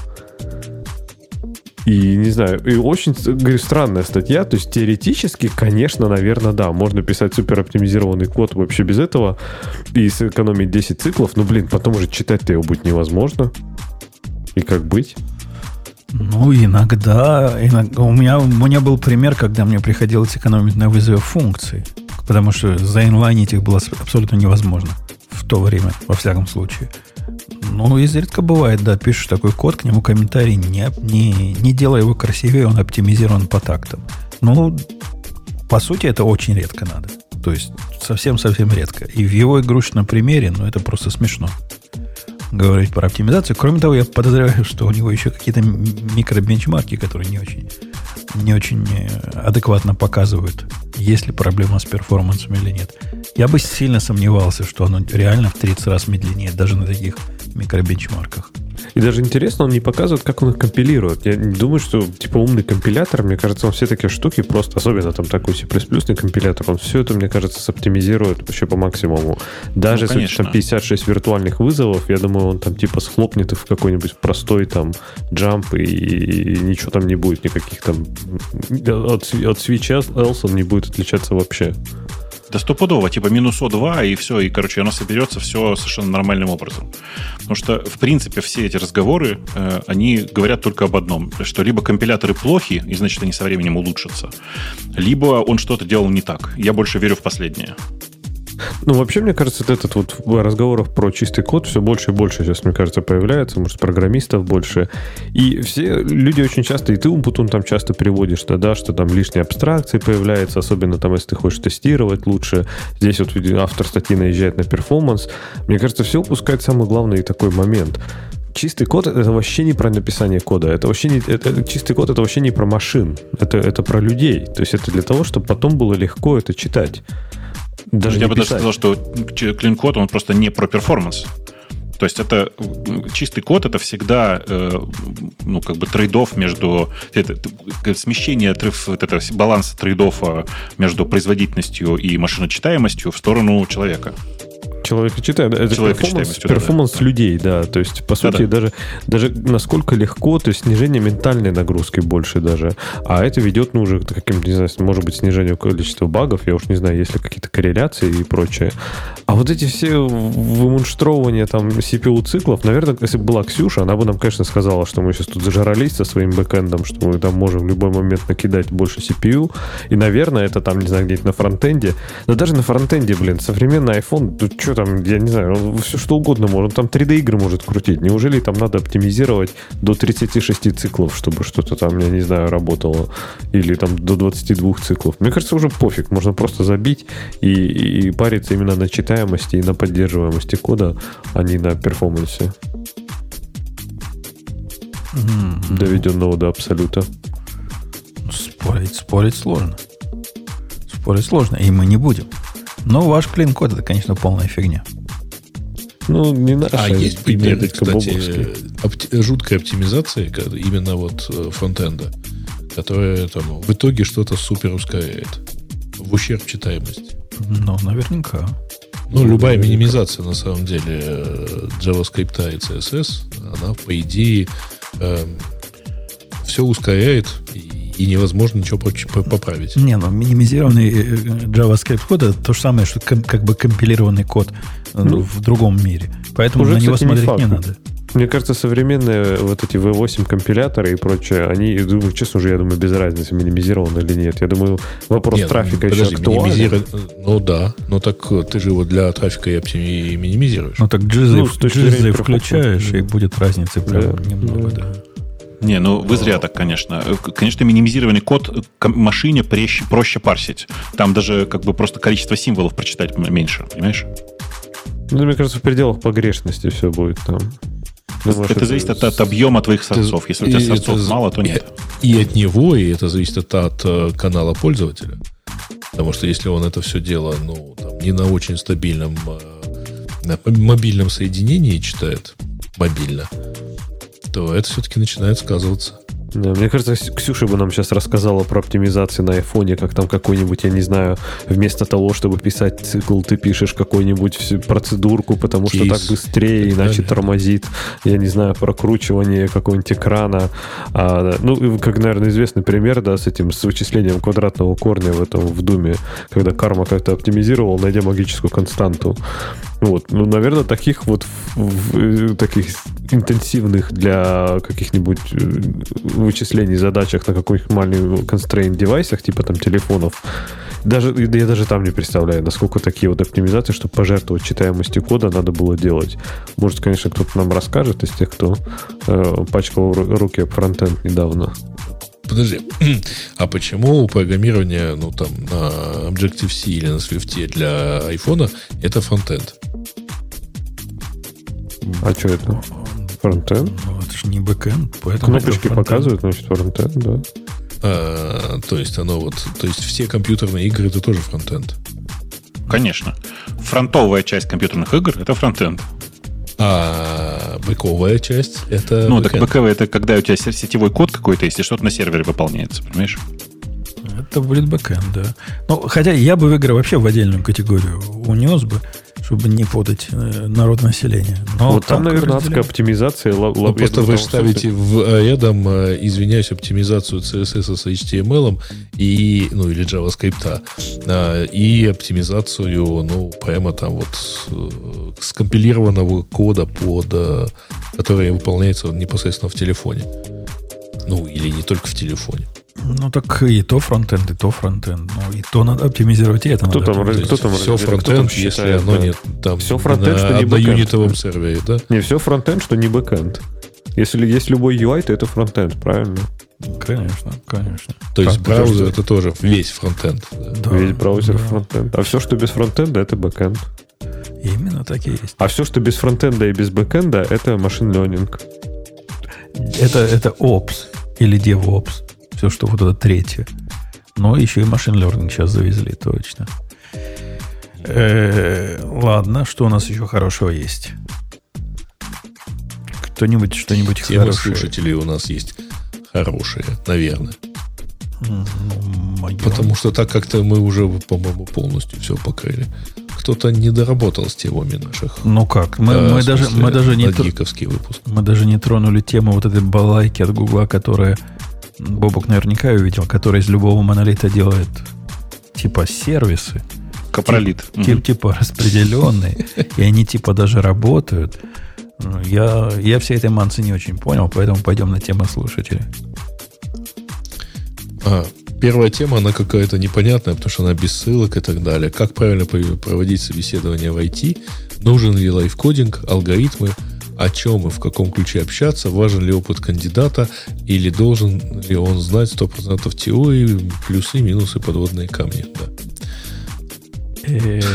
И, не знаю, и очень, говорю, странная статья. То есть, теоретически, конечно, наверное, да, можно писать супероптимизированный код вообще без этого и сэкономить десять циклов, но, блин, потом уже читать-то его будет невозможно. И как быть? Ну, иногда, иногда у, меня, у меня был пример, когда мне приходилось экономить на вызове функций, потому что заинлайнить их было абсолютно невозможно в то время, во всяком случае. Ну, изредка бывает, да, пишешь такой код, к нему комментарий, не, не, не делай его красивее, он оптимизирован по тактам. Ну, по сути, это очень редко надо. То есть, совсем-совсем редко. И в его игрушечном примере, ну, это просто смешно говорить про оптимизацию. Кроме того, я подозреваю, что у него еще какие-то микробенчмарки, которые не очень, не очень адекватно показывают, есть ли проблема с перформансом или нет. Я бы сильно сомневался, что оно реально в тридцать раз медленнее, даже на таких микробенчмарках. И даже интересно, он не показывает, как он их компилирует. Я не думаю, что типа умный компилятор, мне кажется, он все такие штуки просто, особенно там такой C++ компилятор, он все это, мне кажется, соптимизирует вообще по максимуму. Даже ну, если там пятьдесят шесть виртуальных вызовов, я думаю, он там типа схлопнет их в какой-нибудь простой там джамп, и, и ничего там не будет, никаких там от, от switch else он не будет отличаться вообще. Да стопудово, типа минус о два, и все, и, короче, оно соберется все совершенно нормальным образом. Потому что, в принципе, все эти разговоры, э, они говорят только об одном, что либо компиляторы плохи, и, значит, они со временем улучшатся, либо он что-то делал не так. Я больше верю в последнее. Ну, вообще, мне кажется, этот вот разговоров про чистый код все больше и больше сейчас, мне кажется, появляется. Может, программистов больше. И все люди очень часто, и ты Умпутун там часто приводишь, да, да, что там лишние абстракции появляются, особенно там, если ты хочешь тестировать лучше. Здесь вот автор статьи наезжает на перформанс. Мне кажется, все упускает самый главный такой момент. Чистый код — это вообще не про написание кода. Это вообще не, это, чистый код — это вообще не про машин. Это, это про людей. То есть это для того, чтобы потом было легко это читать. Даже Я бы писать. даже сказал, что клин-код, он просто не про перформанс. То есть это чистый код, это всегда э, ну, как бы трейд-офф между... Это, это, смещение вот это, баланса трейд-оффа между производительностью и машиночитаемостью в сторону человека. Человека читает. Это перформанс, перформанс да, людей, да. То есть, по сути, да, да. Даже, даже насколько легко, то есть снижение ментальной нагрузки больше даже. А это ведет, ну, уже к каким-то, не знаю, может быть, снижению количества багов. Я уж не знаю, есть ли какие-то корреляции и прочее. А вот эти все вымунштровывания там си пи ю-циклов, наверное, если бы была Ксюша, она бы нам, конечно, сказала, что мы сейчас тут зажрались со своим бэкэндом, что мы там можем в любой момент накидать больше си пи ю. И, наверное, это там, не знаю, где-нибудь на фронтенде. Да даже на фронтенде, блин, современный iPhone, тут что там, я не знаю, он все что угодно может, он там три дэ-игры может крутить. Неужели там надо оптимизировать до тридцати шести циклов, чтобы что-то там, я не знаю, работало? Или там до двадцати двух циклов? Мне кажется, уже пофиг. Можно просто забить и, и париться именно на читаемости и на поддерживаемости кода, а не на перформансе. Mm-hmm. Доведенного до абсолюта. Спорить, спорить сложно. Спорить сложно, и мы не будем. Но ваш клин-код — это, конечно, полная фигня. Ну, не наша. А есть примеры, кстати, опти- жуткой оптимизации, именно вот фронтенда, которая там в итоге что-то супер ускоряет в ущерб читаемости. Ну, наверняка. Ну, любая минимизация, на самом деле, JavaScript и си эс эс, она, по идее, э, все ускоряет, и, и невозможно ничего поправить. Не, ну, минимизированный JavaScript код — это то же самое, что ком, как бы компилированный код ну, в другом мире. Поэтому уже, на него кстати, смотреть не, не надо. Мне кажется, современные вот эти ви восемь компиляторы и прочее, они, думаю, честно же, я думаю, без разницы, минимизирован или нет. Я думаю, вопрос нет, трафика ну, подожди, еще актуален. Минимизир... Ну да, но так ты же его для трафика и оптими... минимизируешь. Ну так джизы, ну, джизы включаешь, и будет разница прям да, немного, да. да. Не, ну вы зря так, конечно. Конечно, минимизированный код к машине проще, проще парсить. Там даже как бы просто количество символов прочитать меньше, понимаешь? Ну, мне кажется, в пределах погрешности все будет там. Думаю, это зависит от, от объема твоих сорсов. Если у тебя сорсов это, мало, то нет. И, и от него, и это зависит от, от канала пользователя. Потому что если он это все дело ну, там, не на очень стабильном на мобильном соединении читает, мобильно, то это все-таки начинает сказываться. Да, мне кажется, Ксюша бы нам сейчас рассказала про оптимизацию на айфоне, как там какой-нибудь, я не знаю, вместо того, чтобы писать цикл, ты пишешь какую-нибудь процедурку, потому Кейс. что так быстрее, так иначе далее. Тормозит, я не знаю, прокручивание какого-нибудь экрана. А, ну, как, наверное, известный пример, да, с этим, с вычислением квадратного корня в этом, в Думе, когда Карма как-то оптимизировал, найдя магическую константу. Вот, ну, наверное, таких вот в, в, таких интенсивных для каких-нибудь вычислений, задачах на каких-нибудь маленьких constraint девайсах, типа там телефонов, Даже, я даже там не представляю, насколько такие вот оптимизации, чтобы пожертвовать читаемостью кода, надо было делать. Может, конечно, кто-то нам расскажет из тех, кто э, пачкал руки об фронтенд недавно. Подожди, а почему программирование, ну, там, на Objective-C или на Swift для айфона это фронтенд? А что это? Фронтенд? Ну, это же не бэкэнд, поэтому... Кнопочки показывают, значит, фронтенд, да. А, то есть оно вот... То есть все компьютерные игры это тоже фронтенд? Конечно. Фронтовая часть компьютерных игр — это фронтенд. А бэковая часть — это Ну, бэкэнд. так бэковая — это когда у тебя сетевой код какой-то, если что-то на сервере выполняется, понимаешь? Это будет бэкэнд, да. Ну, хотя я бы в игры вообще в отдельную категорию унес бы, чтобы не путать э, народ населения. Но вот там, наверное, адская оптимизация. Ну, лаб, просто вы думаю, ставите в, рядом, извиняюсь, оптимизацию си эс эс с эйч ти эм эл и, ну, или JavaScript, и оптимизацию, ну, прямо там вот скомпилированного кода, под, который выполняется непосредственно в телефоне. Ну, или не только в телефоне. Ну, так и то фронтенд, и то фронтенд. Ну, и то надо оптимизировать, и это кто надо там, оптимизировать. кто там все разберет, фронтенд, кто если считает, оно да. нет там все фронтенд, на что не одноюнитовом бэкэнд. сервере, да? Не, все фронтенд, что не бэкэнд. Если есть любой ю ай, то это фронтенд, правильно? Конечно, конечно. То есть Как браузер то, это тоже весь фронтенд. Да. Да, Весь браузер да. фронтенд. А все, что без фронтенда, это бэкэнд. Именно так и есть. А все, что без фронтенда и без бэкэнда, это машин learning. Это, это опс или DevOps. Все, что вот это третье. Но еще и машин learning сейчас завезли, точно. Э-э, ладно, что у нас еще хорошего есть? Кто-нибудь что-нибудь Тема хорошее? слушателей у нас есть хорошие, наверное. Ну, могем. Потому что так как-то мы уже, по-моему, полностью все покрыли. Кто-то не доработал с темами наших. Ну как? Мы, Да, мы, в даже, смысле, мы, даже не на тр- гиковский выпуск. мы даже не тронули тему вот этой балайки от Гугла, которая Бобок наверняка увидел, которая из любого монолита делает типа сервисы. Капролит. Тип, тип- типа распределенные. И они типа даже работают. Ну, Я, я всей этой манцы не очень понял, поэтому пойдем на тему слушателей. А, первая тема, она какая-то непонятная, потому что она без ссылок и так далее. Как правильно проводить собеседование в ай ти? Нужен ли лайфкодинг, алгоритмы? О чем и в каком ключе общаться? Важен ли опыт кандидата? Или должен ли он знать сто процентов теории, плюсы, минусы, подводные камни? Да.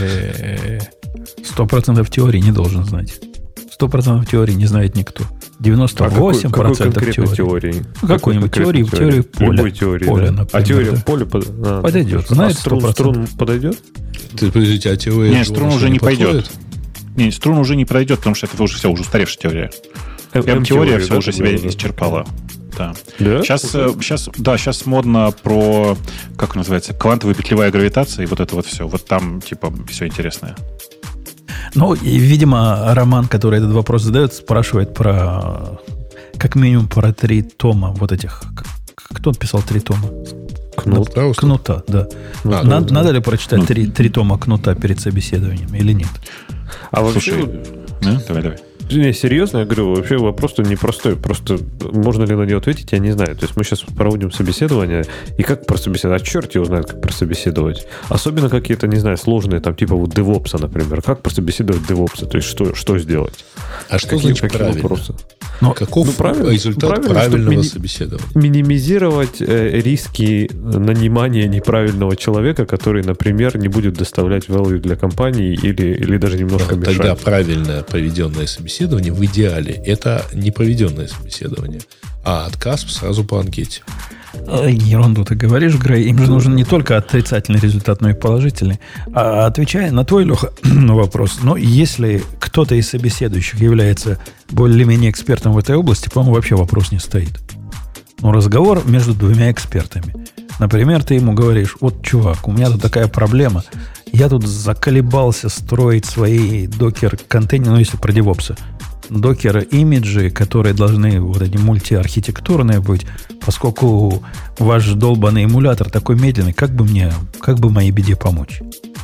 Сто процентов теории не должен знать. Сто процентов теории не знает никто. девяносто восемь процентов а какой, какой теории. теории. Какой-нибудь теории, теории, теории поля. Любой теории, поля, да? например, а теория да. поля под... а, подойдет. А Знает струн, сто процентов. струн подойдет? Ты, подождите, а теория... Не, струн уже не подходит? пойдет. Не, струн уже не пройдет, потому что это уже все, уже устаревшая теория. М-теория, М-теория все да, уже ты себя говорил, исчерпала. Да. Да? Сейчас, сейчас, да, сейчас модно про, как называется, квантовая петлевая гравитация и вот это вот все. Вот там, типа, все интересное. Ну, и, видимо, Роман, который этот вопрос задает, спрашивает про, как минимум, про три тома вот этих. Кто писал три тома? Кнут. Кнута, да. А, надо, да. надо ли прочитать Ну. три, три тома Кнута перед собеседованием или нет? А вообще, Слушай, да? давай, давай. не, серьезно, я говорю, вообще вопрос-то непростой. Просто можно ли на него ответить, я не знаю. То есть мы сейчас проводим собеседование, и как прособеседовать? А черт его знает, как прособеседовать. Особенно какие-то, не знаю, сложные, там, типа вот DevOps, например. Как прособеседовать DevOps? То есть что, что сделать? А что Какие, значит какие правильно? вопросы? Но, Каков Ну, правильно, результат правильно, правильного чтобы мини- собеседования? Минимизировать э, риски нанимания неправильного человека, который, например, не будет доставлять value для компании или, или даже немножко мешать. Тогда правильное проведенное собеседование в идеале это не проведенное собеседование, а отказ сразу по анкете. э, ерунду ты говоришь, Грей. Им же нужен не только отрицательный результат, но и положительный. А отвечая на твой, Леха, вопрос, но если кто-то из собеседующих является более-менее экспертом в этой области, по-моему, вообще вопрос не стоит. Ну, разговор между двумя экспертами. Например, ты ему говоришь: вот, чувак, у меня тут такая проблема. Я тут заколебался строить свои докер-контейнеры, ну, если про девопсы, докер-имиджи, которые должны вот эти мультиархитектурные быть, поскольку ваш долбанный эмулятор такой медленный, как бы мне, как бы моей беде помочь?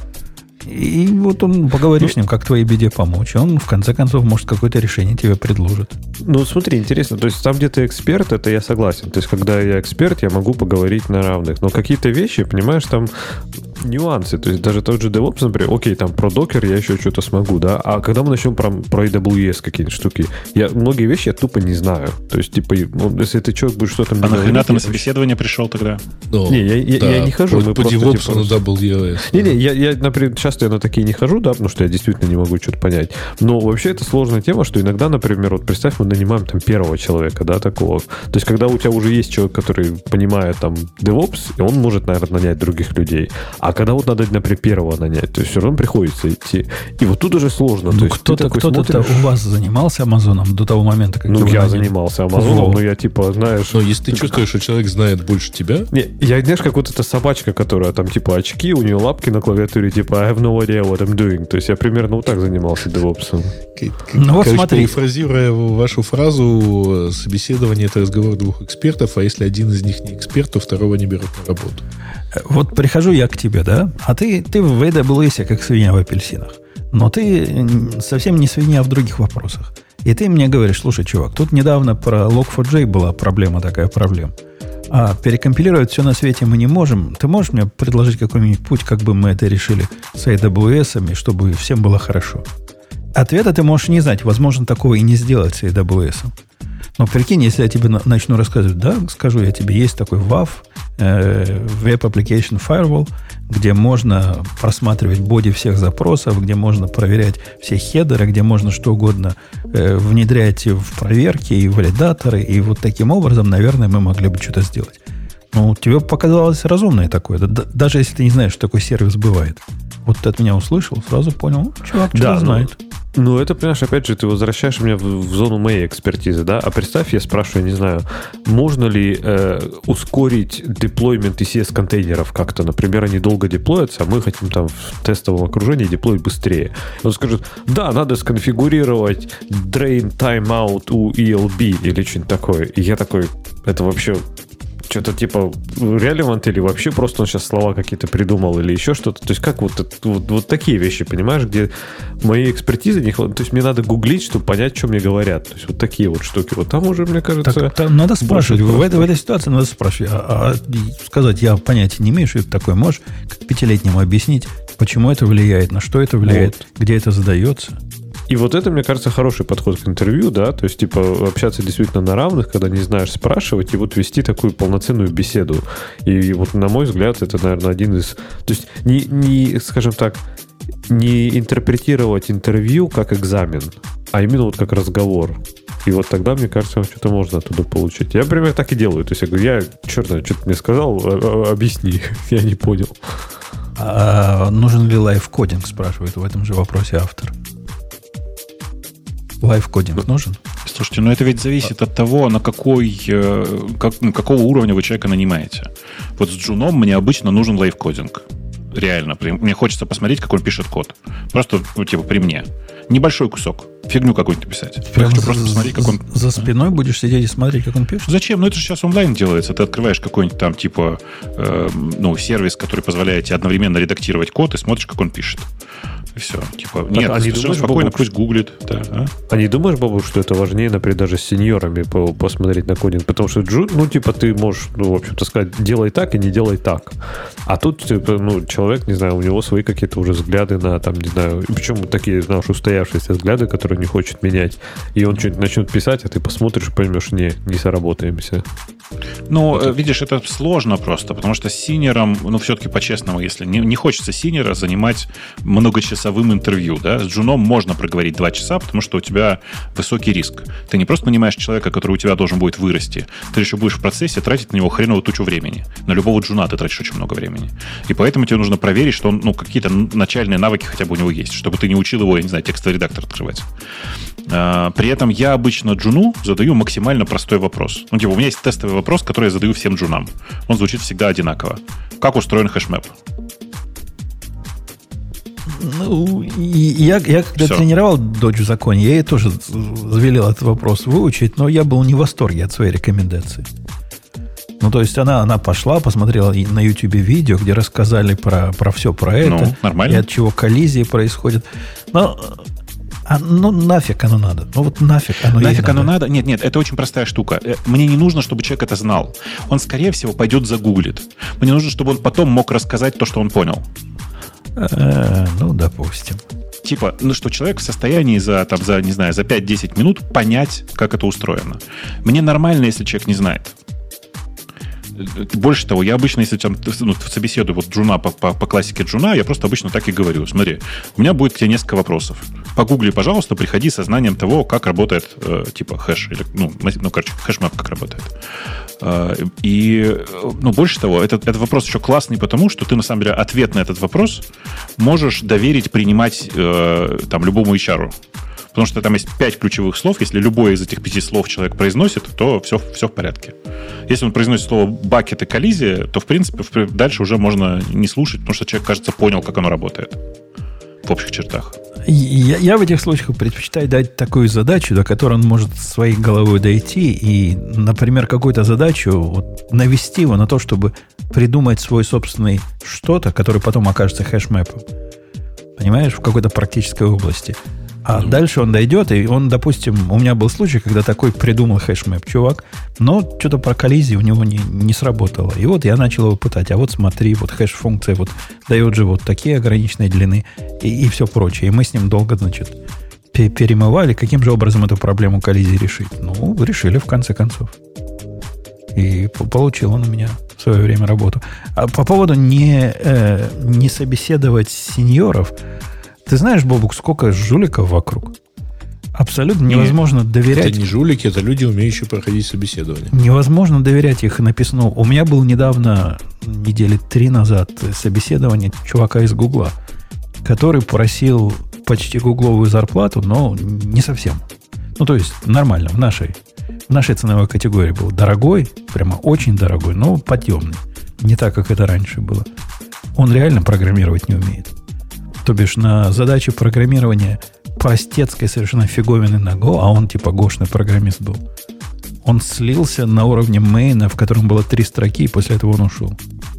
И вот он, поговоришь с ним, как твоей беде помочь. И он, в конце концов, может, какое-то решение тебе предложит. Ну, смотри, интересно. То есть там, где ты эксперт, это я согласен. То есть, когда я эксперт, я могу поговорить на равных. Но какие-то вещи, понимаешь, там нюансы. То есть даже тот же DevOps, например, окей, там про Docker я еще что-то смогу, да, а когда мы начнем про, про эй дабл ю эс какие-нибудь штуки, я многие вещи я тупо не знаю. То есть, типа, ну, если ты человек будешь что-то... А нахрена ты на собеседование пришел тогда? Ну, не, я, я, да, я не хожу. По, по DevOps типа, на дабл ю эс. Не-не, я, я, например, часто я на такие не хожу, да, потому что я действительно не могу что-то понять. Но вообще это сложная тема, что иногда, например, вот представь, мы нанимаем там первого человека, да, такого. То есть, когда у тебя уже есть человек, который понимает там DevOps, и он может, наверное, нанять других людей. А когда вот надо, например, первого нанять, то есть все равно приходится идти. И вот тут уже сложно. Ну, то есть кто-то, кто-то смотришь... у вас занимался Амазоном до того момента, как Ну, я наняли. занимался Амазоном, но я типа, знаешь... Но если ты чувствуешь, что человек знает больше тебя... Не, я, знаешь, как вот эта собачка, которая там типа очки, у нее лапки на клавиатуре, типа I have no idea what I'm doing. То есть я примерно вот так занимался DevOps. Ну вот Короче, смотри. перефразируя вашу фразу, собеседование — это разговор двух экспертов, а если один из них не эксперт, то второго не берут на работу. Вот прихожу я к тебе, да, а ты, ты в эй дабл ю эс как свинья в апельсинах. Но ты совсем не свинья в других вопросах. И ты мне говоришь, слушай, чувак, тут недавно про лог фор джей была проблема, такая проблема. А перекомпилировать все на свете мы не можем. Ты можешь мне предложить какой-нибудь путь, как бы мы это решили с эй дабл ю эс, чтобы всем было хорошо? Ответа ты можешь не знать. Возможно, такого и не сделать с эй дабл ю эс. Но прикинь, если я тебе начну рассказывать, да, скажу я тебе, есть такой вав, э, Web Application Firewall, где можно просматривать боди всех запросов, где можно проверять все хедеры, где можно что угодно э, внедрять в проверки и валидаторы. И вот таким образом, наверное, мы могли бы что-то сделать. Ну, тебе показалось разумное такое. Да, даже если ты не знаешь, что такой сервис бывает. Вот ты от меня услышал, сразу понял, чувак что-то да, знает. Ну, ну, это, понимаешь, опять же, ты возвращаешь меня в, в зону моей экспертизы, да? А представь, я спрашиваю, не знаю, можно ли э, ускорить деплоймент и си эс-контейнеров как-то? Например, они долго деплоятся, а мы хотим там в тестовом окружении деплоить быстрее. Он скажет, да, надо сконфигурировать drain timeout у и эл би или что-нибудь такое. И я такой, это вообще... Что-то типа relevant или вообще просто он сейчас слова какие-то придумал или еще что-то. То есть как вот, вот, вот такие вещи, понимаешь, где моей экспертизы не хватает. То есть мне надо гуглить, чтобы понять, что мне говорят. То есть вот такие вот штуки. Вот там уже, мне кажется... Так, там надо спрашивать. В этой, в этой ситуации надо спрашивать. А, а сказать, я понятия не имею, что это такое. Можешь как пятилетнему объяснить, почему это влияет, на что это влияет, вот. Где это задается? И вот это, мне кажется, хороший подход к интервью, да, то есть, типа, общаться действительно на равных, когда не знаешь спрашивать, и вот вести такую полноценную беседу. И вот, на мой взгляд, это, наверное, один из... То есть, не, не скажем так, не интерпретировать интервью как экзамен, а именно вот как разговор. И вот тогда, мне кажется, что-то можно оттуда получить. Я, например, так и делаю. То есть, я говорю, я, черт знает, что ты мне сказал, объясни, я не понял. А нужен ли лайфкодинг, спрашивает в этом же вопросе автор. Лайфкодинг нужен? Слушайте, ну это ведь зависит от того, на какой, как, на какого уровня вы человека нанимаете. Вот с джуном мне обычно нужен лайфкодинг. Реально. Мне хочется посмотреть, как он пишет код. Просто, ну, типа, при мне. Небольшой кусок. Фигню какую-нибудь писать. Прямо хочу просто посмотреть, как он... За спиной будешь сидеть и смотреть, как он пишет? Зачем? Ну, это же сейчас онлайн делается. Ты открываешь какой-нибудь там, типа, э, ну, сервис, который позволяет тебе одновременно редактировать код, и смотришь, как он пишет. И все. Типа, так, нет, а не думаешь, спокойно, Бобук, пусть гуглит. Да, а? а не думаешь, Бобук, что это важнее, например, даже с сеньорами посмотреть на кодинг? Потому что джун, ну, типа, ты можешь, ну, в общем-то, сказать, делай так и не делай так. А тут, типа, ну, человек, не знаю, у него свои какие-то уже взгляды на, там, не знаю, причем такие, знаешь, устоявшиеся взгляды, которые не хочет менять. И он что-нибудь начнет писать, а ты посмотришь и поймешь, не, не соработаемся. Ну, это... видишь, это сложно просто, потому что с синером, ну, все-таки по-честному, если не, не хочется синера занимать многочасовым интервью, да, с джуном можно проговорить два часа, потому что у тебя высокий риск. Ты не просто нанимаешь человека, который у тебя должен будет вырасти, ты еще будешь в процессе тратить на него хреновую тучу времени. На любого джуна ты тратишь очень много времени. И поэтому тебе нужно проверить, что он, ну, какие-то начальные навыки хотя бы у него есть, чтобы ты не учил его, я не знаю, текстовый редактор открывать. При этом я обычно джуну задаю максимально простой вопрос. Ну, типа, у меня есть тестовый вопрос, который я задаю всем джунам. Он звучит всегда одинаково. Как устроен хэшмэп? Ну, я, я когда Все. тренировал дочь в законе, я ей тоже велел этот вопрос выучить, но я был не в восторге от своей рекомендации. Ну, то есть она, она пошла, посмотрела на YouTube видео, где рассказали про, про все про это. Ну, нормально. И от чего коллизии происходят. Но А ну нафиг оно надо? Ну вот нафиг оно Нафиг оно надо? надо? Нет, нет, это очень простая штука. Мне не нужно, чтобы человек это знал. Он, скорее всего, пойдет загуглит. Мне нужно, чтобы он потом мог рассказать то, что он понял. Э, ну, допустим. Типа, ну что человек в состоянии за, там, за, не знаю, за пять-десять минут понять, как это устроено. Мне нормально, если человек не знает. Больше того, я обычно, если там, ну, собеседую вот джуна по, по, по классике джуна, я просто обычно так и говорю. Смотри, у меня будет к тебе несколько вопросов. Погугли, пожалуйста, приходи со знанием того, как работает э, типа хэш. Или, ну, ну, короче, хэшмэп как работает. Э, и, ну, больше того, этот, этот вопрос еще классный, потому что ты, на самом деле, ответ на этот вопрос можешь доверить принимать э, там, любому эйч ар. Потому что там есть пять ключевых слов. Если любое из этих пяти слов человек произносит, то все, все в порядке. Если он произносит слово «бакет» и «коллизия», то, в принципе, дальше уже можно не слушать, потому что человек, кажется, понял, как оно работает в общих чертах. Я, я в этих случаях предпочитаю дать такую задачу, до которой он может своей головой дойти и, например, какую-то задачу вот, навести его на то, чтобы придумать свой собственный что-то, которое потом окажется хэшмэпом. Понимаешь, в какой-то практической области. А mm-hmm. дальше он дойдет, и он, допустим, у меня был случай, когда такой придумал хэшмэп чувак, но что-то про коллизии у него не, не сработало. И вот я начал его пытать, а вот смотри, вот хэш-функция вот дает же вот такие ограниченные длины и, и все прочее. И мы с ним долго, значит, перемывали, каким же образом эту проблему коллизии решить. Ну, решили в конце концов. И получил он у меня в свое время работу. А по поводу не, э, не собеседовать сеньоров... Ты знаешь, Бобук, сколько жуликов вокруг? Абсолютно невозможно Нет, доверять. Это не жулики, это люди, умеющие проходить собеседование. Невозможно доверять их написано. У меня был недавно, недели три назад, собеседование чувака из Гугла, который просил почти гугловую зарплату, но не совсем. Ну, то есть нормально, в нашей, в нашей ценовой категории был дорогой, прямо очень дорогой, но подъемный. Не так, как это раньше было. Он реально программировать не умеет. То бишь на задаче программирования простецкой совершенно фиговины на Go, а он типа гошный программист был. Он слился на уровне мейна, в котором было три строки, и после этого он ушел.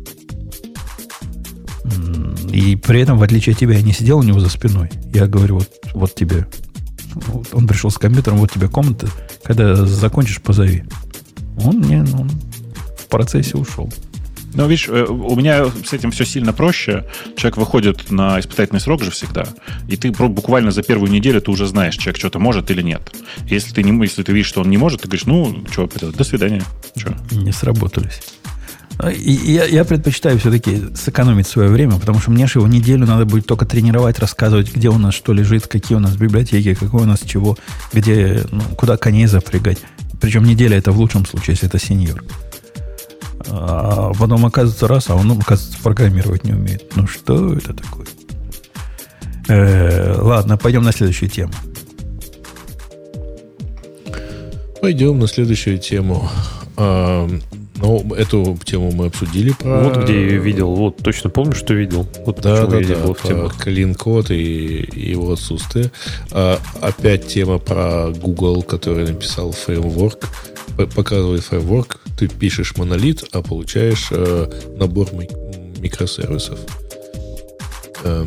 И при этом, в отличие от тебя, я не сидел у него за спиной. Я говорю, вот, вот тебе. Он пришел с компьютером, вот тебе комната. Когда закончишь, позови. Он, не, он в процессе ушел. Ну, видишь, у меня с этим все сильно проще. Человек выходит на испытательный срок же всегда, и ты буквально за первую неделю ты уже знаешь, человек что-то может или нет. Если ты, не, если ты видишь, что он не может, ты говоришь, ну, что, до свидания. Чё? Не сработались. И я, я предпочитаю все-таки сэкономить свое время, потому что мне же его неделю надо будет только тренировать, рассказывать, где у нас что лежит, какие у нас библиотеки, какой у нас чего, где, ну, куда коней запрягать. Причем неделя это в лучшем случае, если это сеньор. А потом оказывается раз, а он, оказывается, программировать не умеет. Ну, что это такое? Э, ладно, пойдем на следующую тему. Пойдем на следующую тему. А, ну, эту тему мы обсудили. Про... Вот где я видел. Вот точно помню, что видел. Вот да, да, я да. Про клин-код и, и его отсутствие. А, опять тема про Google, который написал фреймворк. Показывает фреймворк, ты пишешь монолит, а получаешь э, набор ми- микросервисов. Э.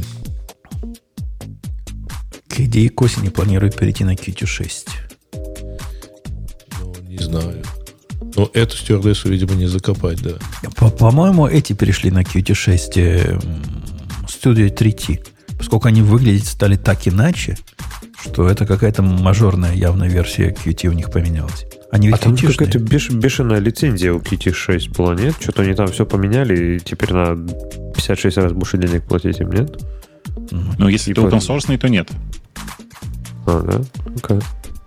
К идее, к осени планируют перейти на кью ти шесть. Ну, не знаю. Но эту стюардессу, видимо, не закопать, да. По- по-моему, эти перешли на кью ти шесть э, Studio три ти. Поскольку они выглядеть стали так иначе, что это какая-то мажорная явная версия кью ти у них поменялась. Они ведь а там кьютишные. какая-то беш, бешеная лицензия у кью ти шесть была, нет? Что-то они там все поменяли, и теперь на пятьдесят шесть раз больше денег платить им, нет? Ну, если ты open source, то нет. А, да? Okay.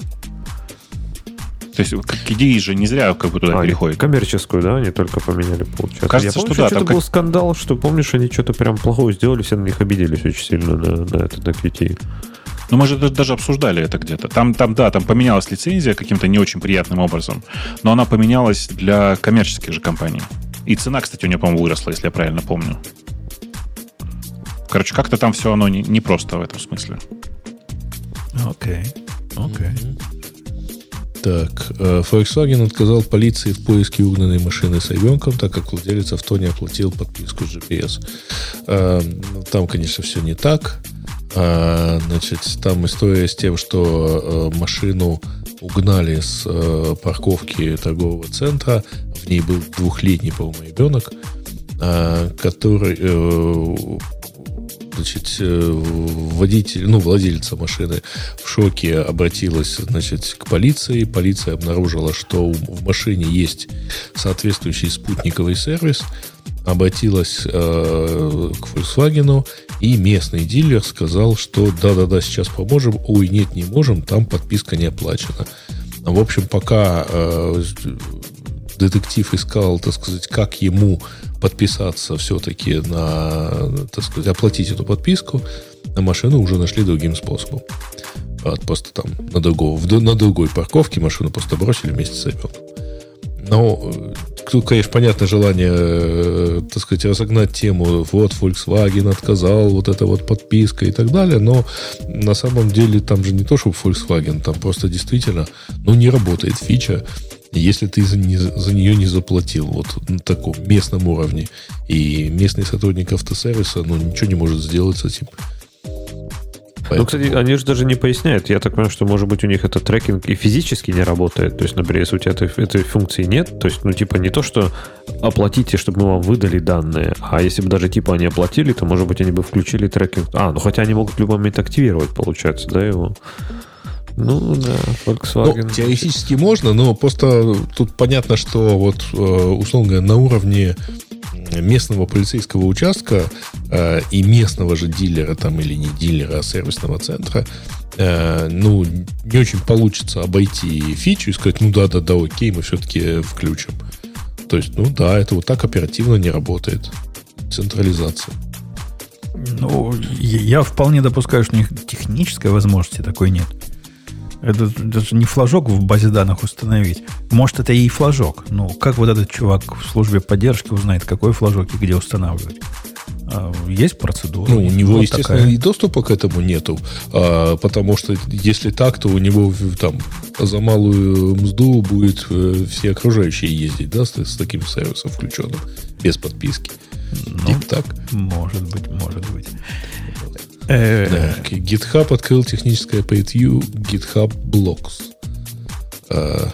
То есть к идее же не зря как бы туда а, переходит. Коммерческую, да, они только поменяли, получается. Кажется, Я помню, что да. что-то Там был как... скандал, что, помнишь, они что-то прям плохое сделали, все на них обиделись очень сильно на, на это, на кью ти. Ну, мы же даже обсуждали это где-то. Там, там, да, там поменялась лицензия каким-то не очень приятным образом, но она поменялась для коммерческих же компаний. И цена, кстати, у нее, по-моему, выросла, если я правильно помню. Короче, как-то там все оно не, не просто в этом смысле. Окей, окей. Так, Volkswagen отказал полиции в поиске угнанной машины с ребенком, так как владелец авто не оплатил подписку джи пи эс. Там, конечно, все не так. А, значит, там история с тем, что э, машину угнали с э, парковки торгового центра. В ней был двухлетний, по-моему, ребенок, э, который, э, значит, э, водитель, ну, владелица машины в шоке обратилась, значит, к полиции. Полиция обнаружила, что в машине есть соответствующий спутниковый сервис. Обратилась э, к Volkswagen, и местный дилер сказал, что да-да-да, сейчас поможем. Ой, нет, не можем, там подписка не оплачена. В общем, пока э, детектив искал, так сказать, как ему подписаться все-таки на, так сказать, оплатить эту подписку, на машину уже нашли другим способом. Просто там на, другого, на другой парковке машину просто бросили вместе с ребенком. Но тут, конечно, понятно желание, так сказать, разогнать тему. Вот, Volkswagen отказал, вот эта вот подписка и так далее. Но на самом деле там же не то, чтобы Volkswagen, там просто действительно, ну, не работает фича, если ты за, не, за нее не заплатил вот на таком местном уровне. И местный сотрудник автосервиса, ну, ничего не может сделать с этим. Поэтому... Ну, кстати, они же даже не поясняют. Я так понимаю, что, может быть, у них этот трекинг и физически не работает. То есть, например, если у тебя этой, этой функции нет, то есть, ну, типа, не то, что оплатите, чтобы мы вам выдали данные, а если бы даже, типа, они оплатили, то, может быть, они бы включили трекинг. А, ну, хотя они могут в любой момент активировать, получается, да, его? Ну, да, Volkswagen. Ну, теоретически можно, но просто тут понятно, что вот, условно говоря, на уровне местного полицейского участка э, и местного же дилера, там, или не дилера, а сервисного центра, э, ну, не очень получится обойти фичу и сказать, ну, да-да-да, окей, мы все-таки включим. То есть, ну, да, это вот так оперативно не работает. Централизация. Ну, я вполне допускаю, что у них технической возможности такой нет. Это даже не флажок в базе данных установить. Может, это и флажок. Ну, как вот этот чувак в службе поддержки узнает, какой флажок и где устанавливать? А, есть процедура. Ну, у него, вот естественно, такая. И доступа к этому нету. А, потому что, если так, то у него там за малую мзду будет все окружающие ездить, да, с, с таким сервисом включенным, без подписки. Ну, Тик-так. Может быть, может быть. Да. GitHub открыл техническое превью GitHub Blocks. А...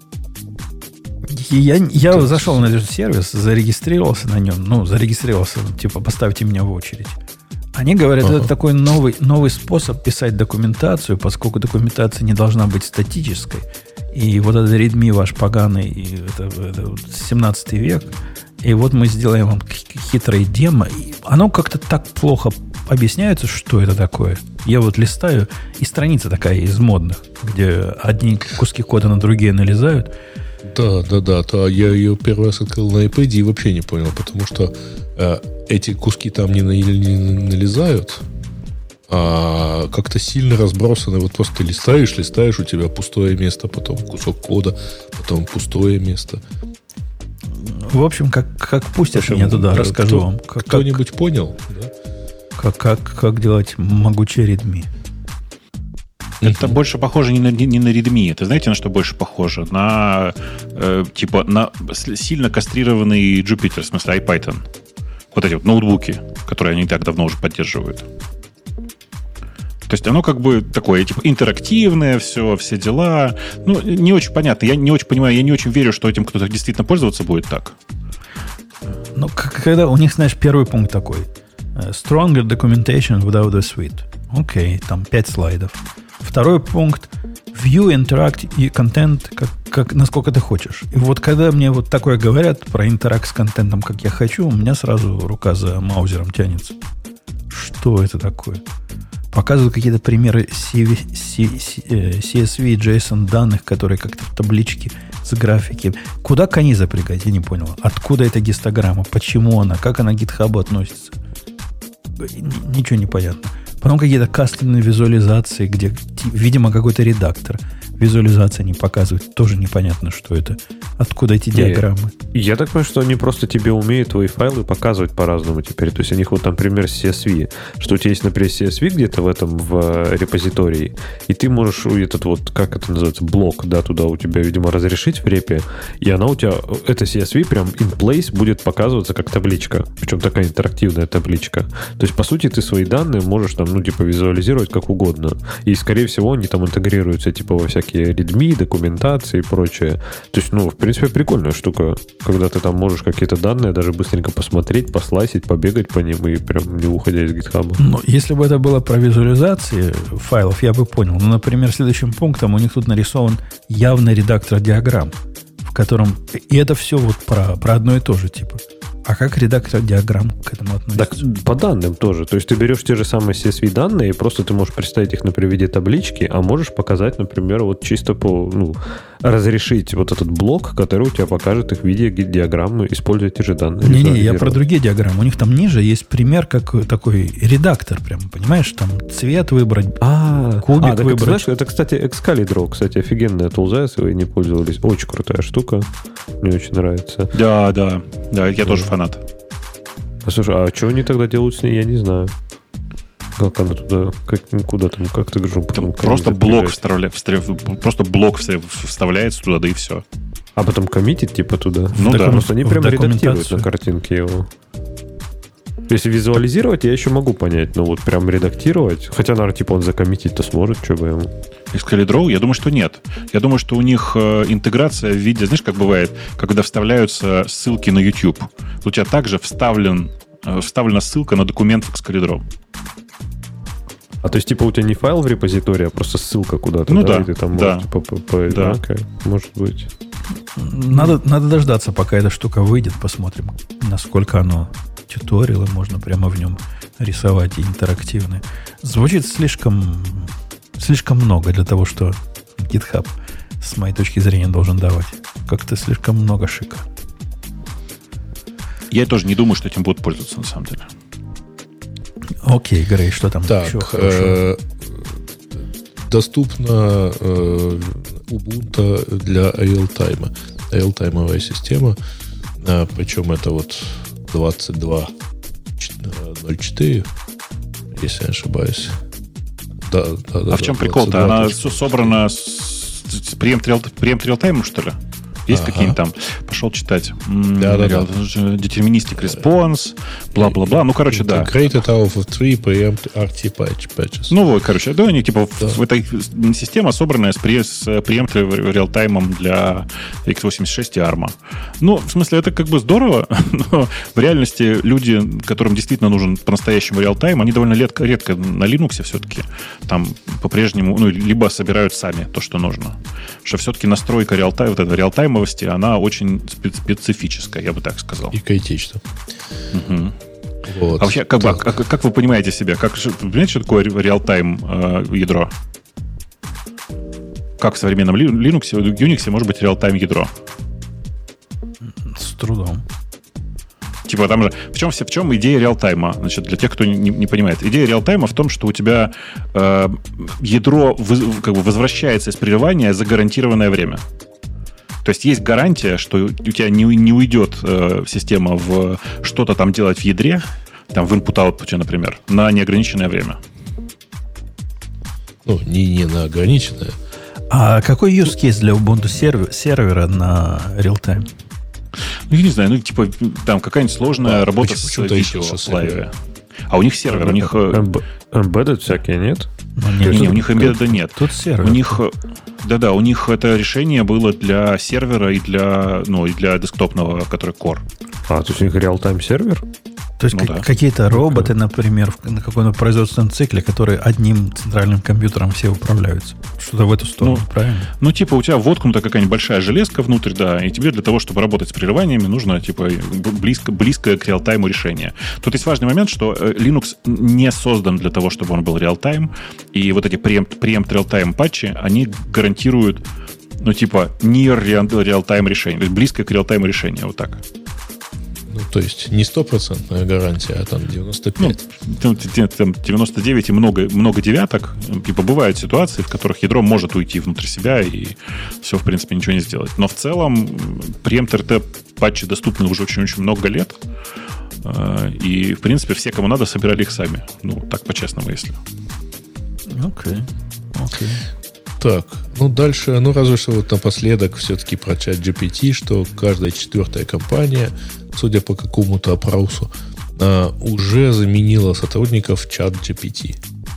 Я, я зашел на этот сервис, зарегистрировался на нем. Ну, зарегистрировался, типа, поставьте меня в очередь. Они говорят, ага. это такой новый, новый способ писать документацию, поскольку документация не должна быть статической. И вот этот редми ваш поганый, и это, это семнадцатый век. И вот мы сделаем вам хитрое демо. И оно как-то так плохо объясняется, что это такое. Я вот листаю, и страница такая из модных, где одни куски кода на другие налезают. Да, да, да. То я ее первый раз открыл на iPad и вообще не понял, потому что э, эти куски там не, на, не налезают, а как-то сильно разбросаны. Вот просто ты листаешь, листаешь, у тебя пустое место, потом кусок кода, потом пустое место. В общем, как, как пустят общем, меня туда, расскажу кто, вам. Как, кто-нибудь как, понял? Да? Как, как, как делать могучий редми? Это mm-hmm. больше похоже не на, не на Redmi. Это знаете, на что больше похоже? На э, типа на сильно кастрированный Jupyter, в смысле IPython. Вот эти вот ноутбуки, которые они так давно уже поддерживают. То есть оно как бы такое, типа, интерактивное, все, все дела. Ну, не очень понятно. Я не очень понимаю, я не очень верю, что этим кто-то действительно пользоваться будет так. Ну, когда у них, знаешь, первый пункт такой. Stronger documentation without the suite. Окей, okay, там пять слайдов. Второй пункт. View, interact и контент, как, как, насколько ты хочешь. И вот когда мне вот такое говорят про интеракт с контентом, как я хочу, у меня сразу рука за маузером тянется. Что это такое? Показывают какие-то примеры си эс ви, JSON данных, которые как-то в табличке с графики. Куда кони запрягать? Я не понял. Откуда эта гистограмма? Почему она? Как она к GitHub относится? Ничего не понятно. Потом какие-то кастомные визуализации, где, видимо, какой-то редактор. визуализация не показывает. Тоже непонятно, что это. Откуда эти диаграммы? Я так понимаю, что они просто тебе умеют твои файлы показывать по-разному теперь. То есть у них вот, например, си эс ви. Что у тебя есть, например, си эс ви где-то в этом, в репозитории, и ты можешь этот вот, как это называется, блок, да, туда у тебя, видимо, разрешить в репе, и она у тебя, эта си эс ви прям in place будет показываться как табличка. Причем такая интерактивная табличка. То есть, по сути, ты свои данные можешь там, ну, типа, визуализировать как угодно. И, скорее всего, они там интегрируются, типа, во всякие редми, документации и прочее. То есть, ну, в принципе, прикольная штука, когда ты там можешь какие-то данные даже быстренько посмотреть, послайсить, побегать по ним и прям не уходя из GitHub. Ну, если бы это было про визуализации файлов, я бы понял. Ну, например, следующим пунктом у них тут нарисован явный редактор диаграмм, в котором... И это все вот про, про одно и то же, типа. А как редактор диаграмм к этому относится? Так, по данным тоже. То есть ты берешь те же самые си эс ви данные, и просто ты можешь представить их, например, в виде таблички, а можешь показать, например, вот чисто по, ну, разрешить вот этот блок, который у тебя покажет их в виде диаграммы, используя те же данные. Не-не, я про другие диаграммы. У них там ниже есть пример, как такой редактор, прям, понимаешь, там цвет выбрать, а, кубик а, так выбрать. Это, знаешь, это, кстати, Excalibur, кстати, офигенная тулза, если вы не пользовались. Очень крутая штука. Мне очень нравится. Да, да, да, я тоже фанат. А, слушай, а что они тогда делают с ней, я не знаю. Как она туда, как, куда там, как ты говоришь, там просто блок вставля, вставля, просто блок вставляется туда, да и все. А потом коммитит типа туда. Ну так да. Просто они прямо редактируют на картинке его. Если визуализировать, я еще могу понять, но вот прям редактировать, хотя, наверное, типа он закоммитить-то сможет, что бы ему. Excalibur, я думаю, что нет. Я думаю, что у них э, интеграция в виде, знаешь, как бывает, когда вставляются ссылки на YouTube. У тебя также вставлен, э, вставлена ссылка на документ в Excalibur. А то есть, типа, у тебя не файл в репозитории, а просто ссылка куда-то, ну да? да, И ты там да. можешь, типа, по, по, да. Okay, может быть. Надо, надо дождаться, пока эта штука выйдет, посмотрим, насколько оно тьюториалы можно прямо в нем рисовать и интерактивные. Звучит слишком, слишком много для того, что GitHub, с моей точки зрения, должен давать. Как-то слишком много шика. Я тоже не думаю, что этим будут пользоваться, на самом деле. Окей, Грей, что там так, еще хорошего? Э, доступна э, Ubuntu для реалтайма. Реалтаймовая система. А, причем это вот двадцать два ноль четыре, если я не ошибаюсь. Да, да, да, а в чем да, прикол-то? Она точно. собрана с, с преемпт реалтаймом, что ли? Есть ага. какие-нибудь там? Пошел читать. Да, да, да. Deterministic response, бла-бла-бла. Ну, короче, да. Integrated out of three preempt ар ти patches. Ну, вот, короче, да, они типа да. в, в этой система, собранная с, пре, с преемпт реалтаймом для икс восемьдесят шесть и арма. Ну, в смысле, это как бы здорово, но в реальности люди, которым действительно нужен по-настоящему реалтайм, они довольно редко, редко на Linux все-таки там по-прежнему, ну, либо собирают сами то, что нужно. Что все-таки настройка реалтайма, вот этого реалтайма, она очень специфическая, я бы так сказал. И критично. Угу. Вот. А вообще, как, бы, как, как вы понимаете себя? Как, вы понимаете, что такое реалтайм э, ядро? Как в современном Linux, в Unix может быть реалтайм ядро? С трудом. Типа там же... В чем, в чем идея реалтайма? Значит, для тех, кто не, не понимает. Идея реалтайма в том, что у тебя э, ядро вы, как бы возвращается из прерывания за гарантированное время. То есть есть гарантия, что у тебя не, не уйдет э, система в что-то там делать в ядре, там в input-output, например, на неограниченное время. Ну, не, не на ограниченное. А какой use case для Ubuntu сервера, сервера на реалтайм? Ну, я не знаю, ну, типа, там какая-нибудь сложная а, работа почему, с видео в лайве. А у них сервер, у них... Embedded всякие нет? Ну, нет, не, не, у них embedded нет. Тут сервер. У них... Да-да, у них это решение было для сервера и для, ну, и для десктопного, который Core. А, то есть у них реалтайм сервер? То есть ну, как, да. какие-то роботы, например, на каком-то производственном цикле, которые одним центральным компьютером все управляются. Что-то в эту сторону, ну, правильно? Ну, типа, у тебя воткнута какая-нибудь большая железка внутрь, да, и тебе для того, чтобы работать с прерываниями, нужно, типа, близко, близкое к реалтайму решение. Тут есть важный момент, что Linux не создан для того, чтобы он был реалтайм, и вот эти preempt, preempt реалтайм патчи, они гарантируют, ну, типа, near реалтайм решение, то есть близкое к реалтайму решение, вот так. Ну, то есть не стопроцентная гарантия, а там девяносто пять. Ну, там девяносто девять и много, много девяток. Типа бывают ситуации, в которых ядро может уйти внутрь себя и все, в принципе, ничего не сделать. Но в целом преемпт эр ти патчи доступны уже очень-очень много лет. И, в принципе, все, кому надо, собирали их сами. Ну, так по-честному, если. Окей. Окей. Так, ну дальше, ну разве что вот напоследок все-таки про чат джи пи ти, что каждая четвертая компания, судя по какому-то опросу, а, уже заменила сотрудников чат джи пи ти.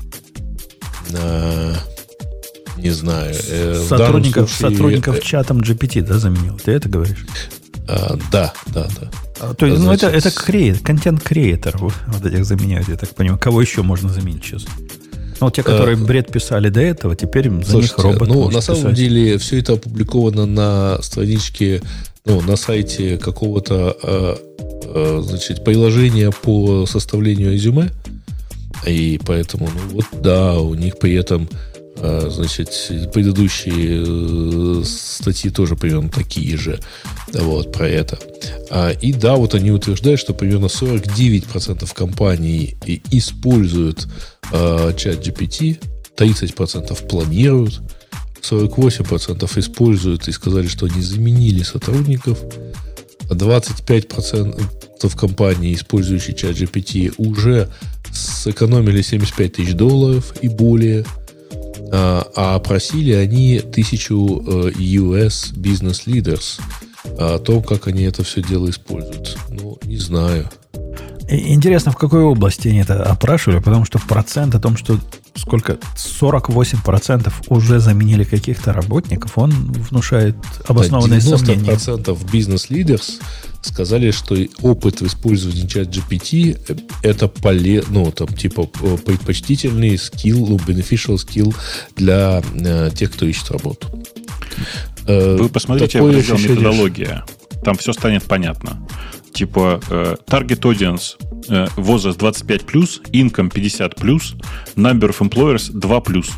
А, не знаю. Э, сотрудников случае, сотрудников э, чатом джи пи ти, да, заменил? Ты это говоришь? А, да, да, да. А, то есть, Значит, ну, это, это креатор, контент-креатор вот, вот этих заменяют, я так понимаю. Кого еще можно заменить сейчас? Ну, те, которые бред писали до этого, теперь за Слушайте, них робот ну, может на самом писать. деле, все это опубликовано на страничке, ну, на сайте какого-то, э, э, значит, приложения по составлению резюме. И поэтому, ну, вот, да, у них при этом, э, значит, предыдущие э, статьи тоже примерно такие же, вот, про это. А, и да, вот они утверждают, что примерно сорок девять процентов компаний и используют э, чат джи пи ти, тридцать процентов планируют, сорок восемь процентов используют и сказали, что они заменили сотрудников, а двадцать пять процентов компаний, использующие чат джи пи ти, уже сэкономили семьдесят пять тысяч долларов и более, а, а опросили они тысячу э, ю эс business leaders о том, как они это все дело используют. Ну, не знаю. Интересно, в какой области они это опрашивали, потому что процент о том, что сколько, сорок восемь процентов уже заменили каких-то работников, он внушает обоснованные сомнения. девяносто процентов бизнес-лидерс сказали, что опыт в использовании чат джи пи ти это поле, ну, там, типа, предпочтительный скилл, ну, beneficial skill для э, тех, кто ищет работу. Вы посмотрите в раздел ощущение, методология. Там все станет понятно. Типа э, target audience э, возраст двадцать пять плюс, income пятьдесят плюс, number of employers два плюс.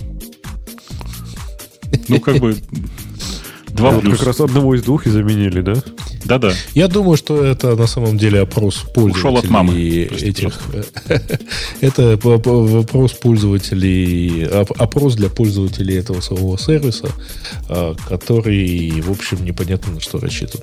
Ну, как бы два Вот плюс. как раз одного из двух и заменили, да? Да-да. Я думаю, что это на самом деле опрос пользователей. Ушел от мамы. Этих. Это вопрос пользователей, опрос для пользователей этого самого сервиса, который, в общем, непонятно на что рассчитан.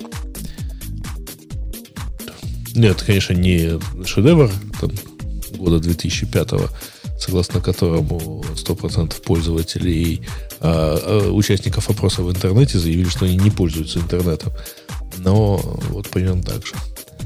Нет, конечно, не шедевр там, года две тысячи пятого, согласно которому сто процентов пользователей, а, а, участников опроса в интернете заявили, что они не пользуются интернетом. Но вот примерно так же.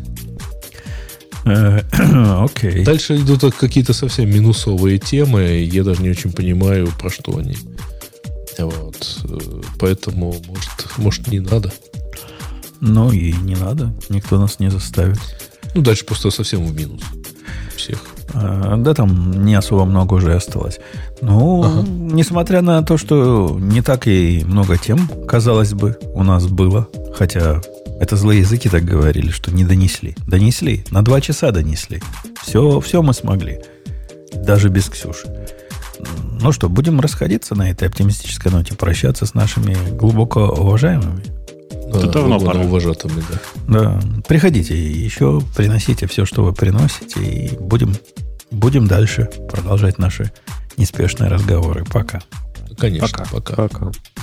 Окей. Дальше идут какие-то совсем минусовые темы. Я даже не очень понимаю, про что они. Вот. Поэтому, может, может, не надо. Ну и не надо. Никто нас не заставит. Ну, дальше просто совсем в минус. Всех. А, да, там не особо много уже осталось. Ну, ага. Несмотря на то, что не так и много тем, казалось бы, у нас было. Хотя это злые языки так говорили, что не донесли. Донесли. На два часа донесли. Все, все мы смогли. Даже без Ксюши. Ну что, будем расходиться на этой оптимистической ноте, прощаться с нашими глубоко уважаемыми. Это а, давно пора. Уважатыми, да. Да. Приходите еще, приносите все, что вы приносите, и будем, будем дальше продолжать наши неспешные разговоры. Пока. Конечно, пока. пока. Пока.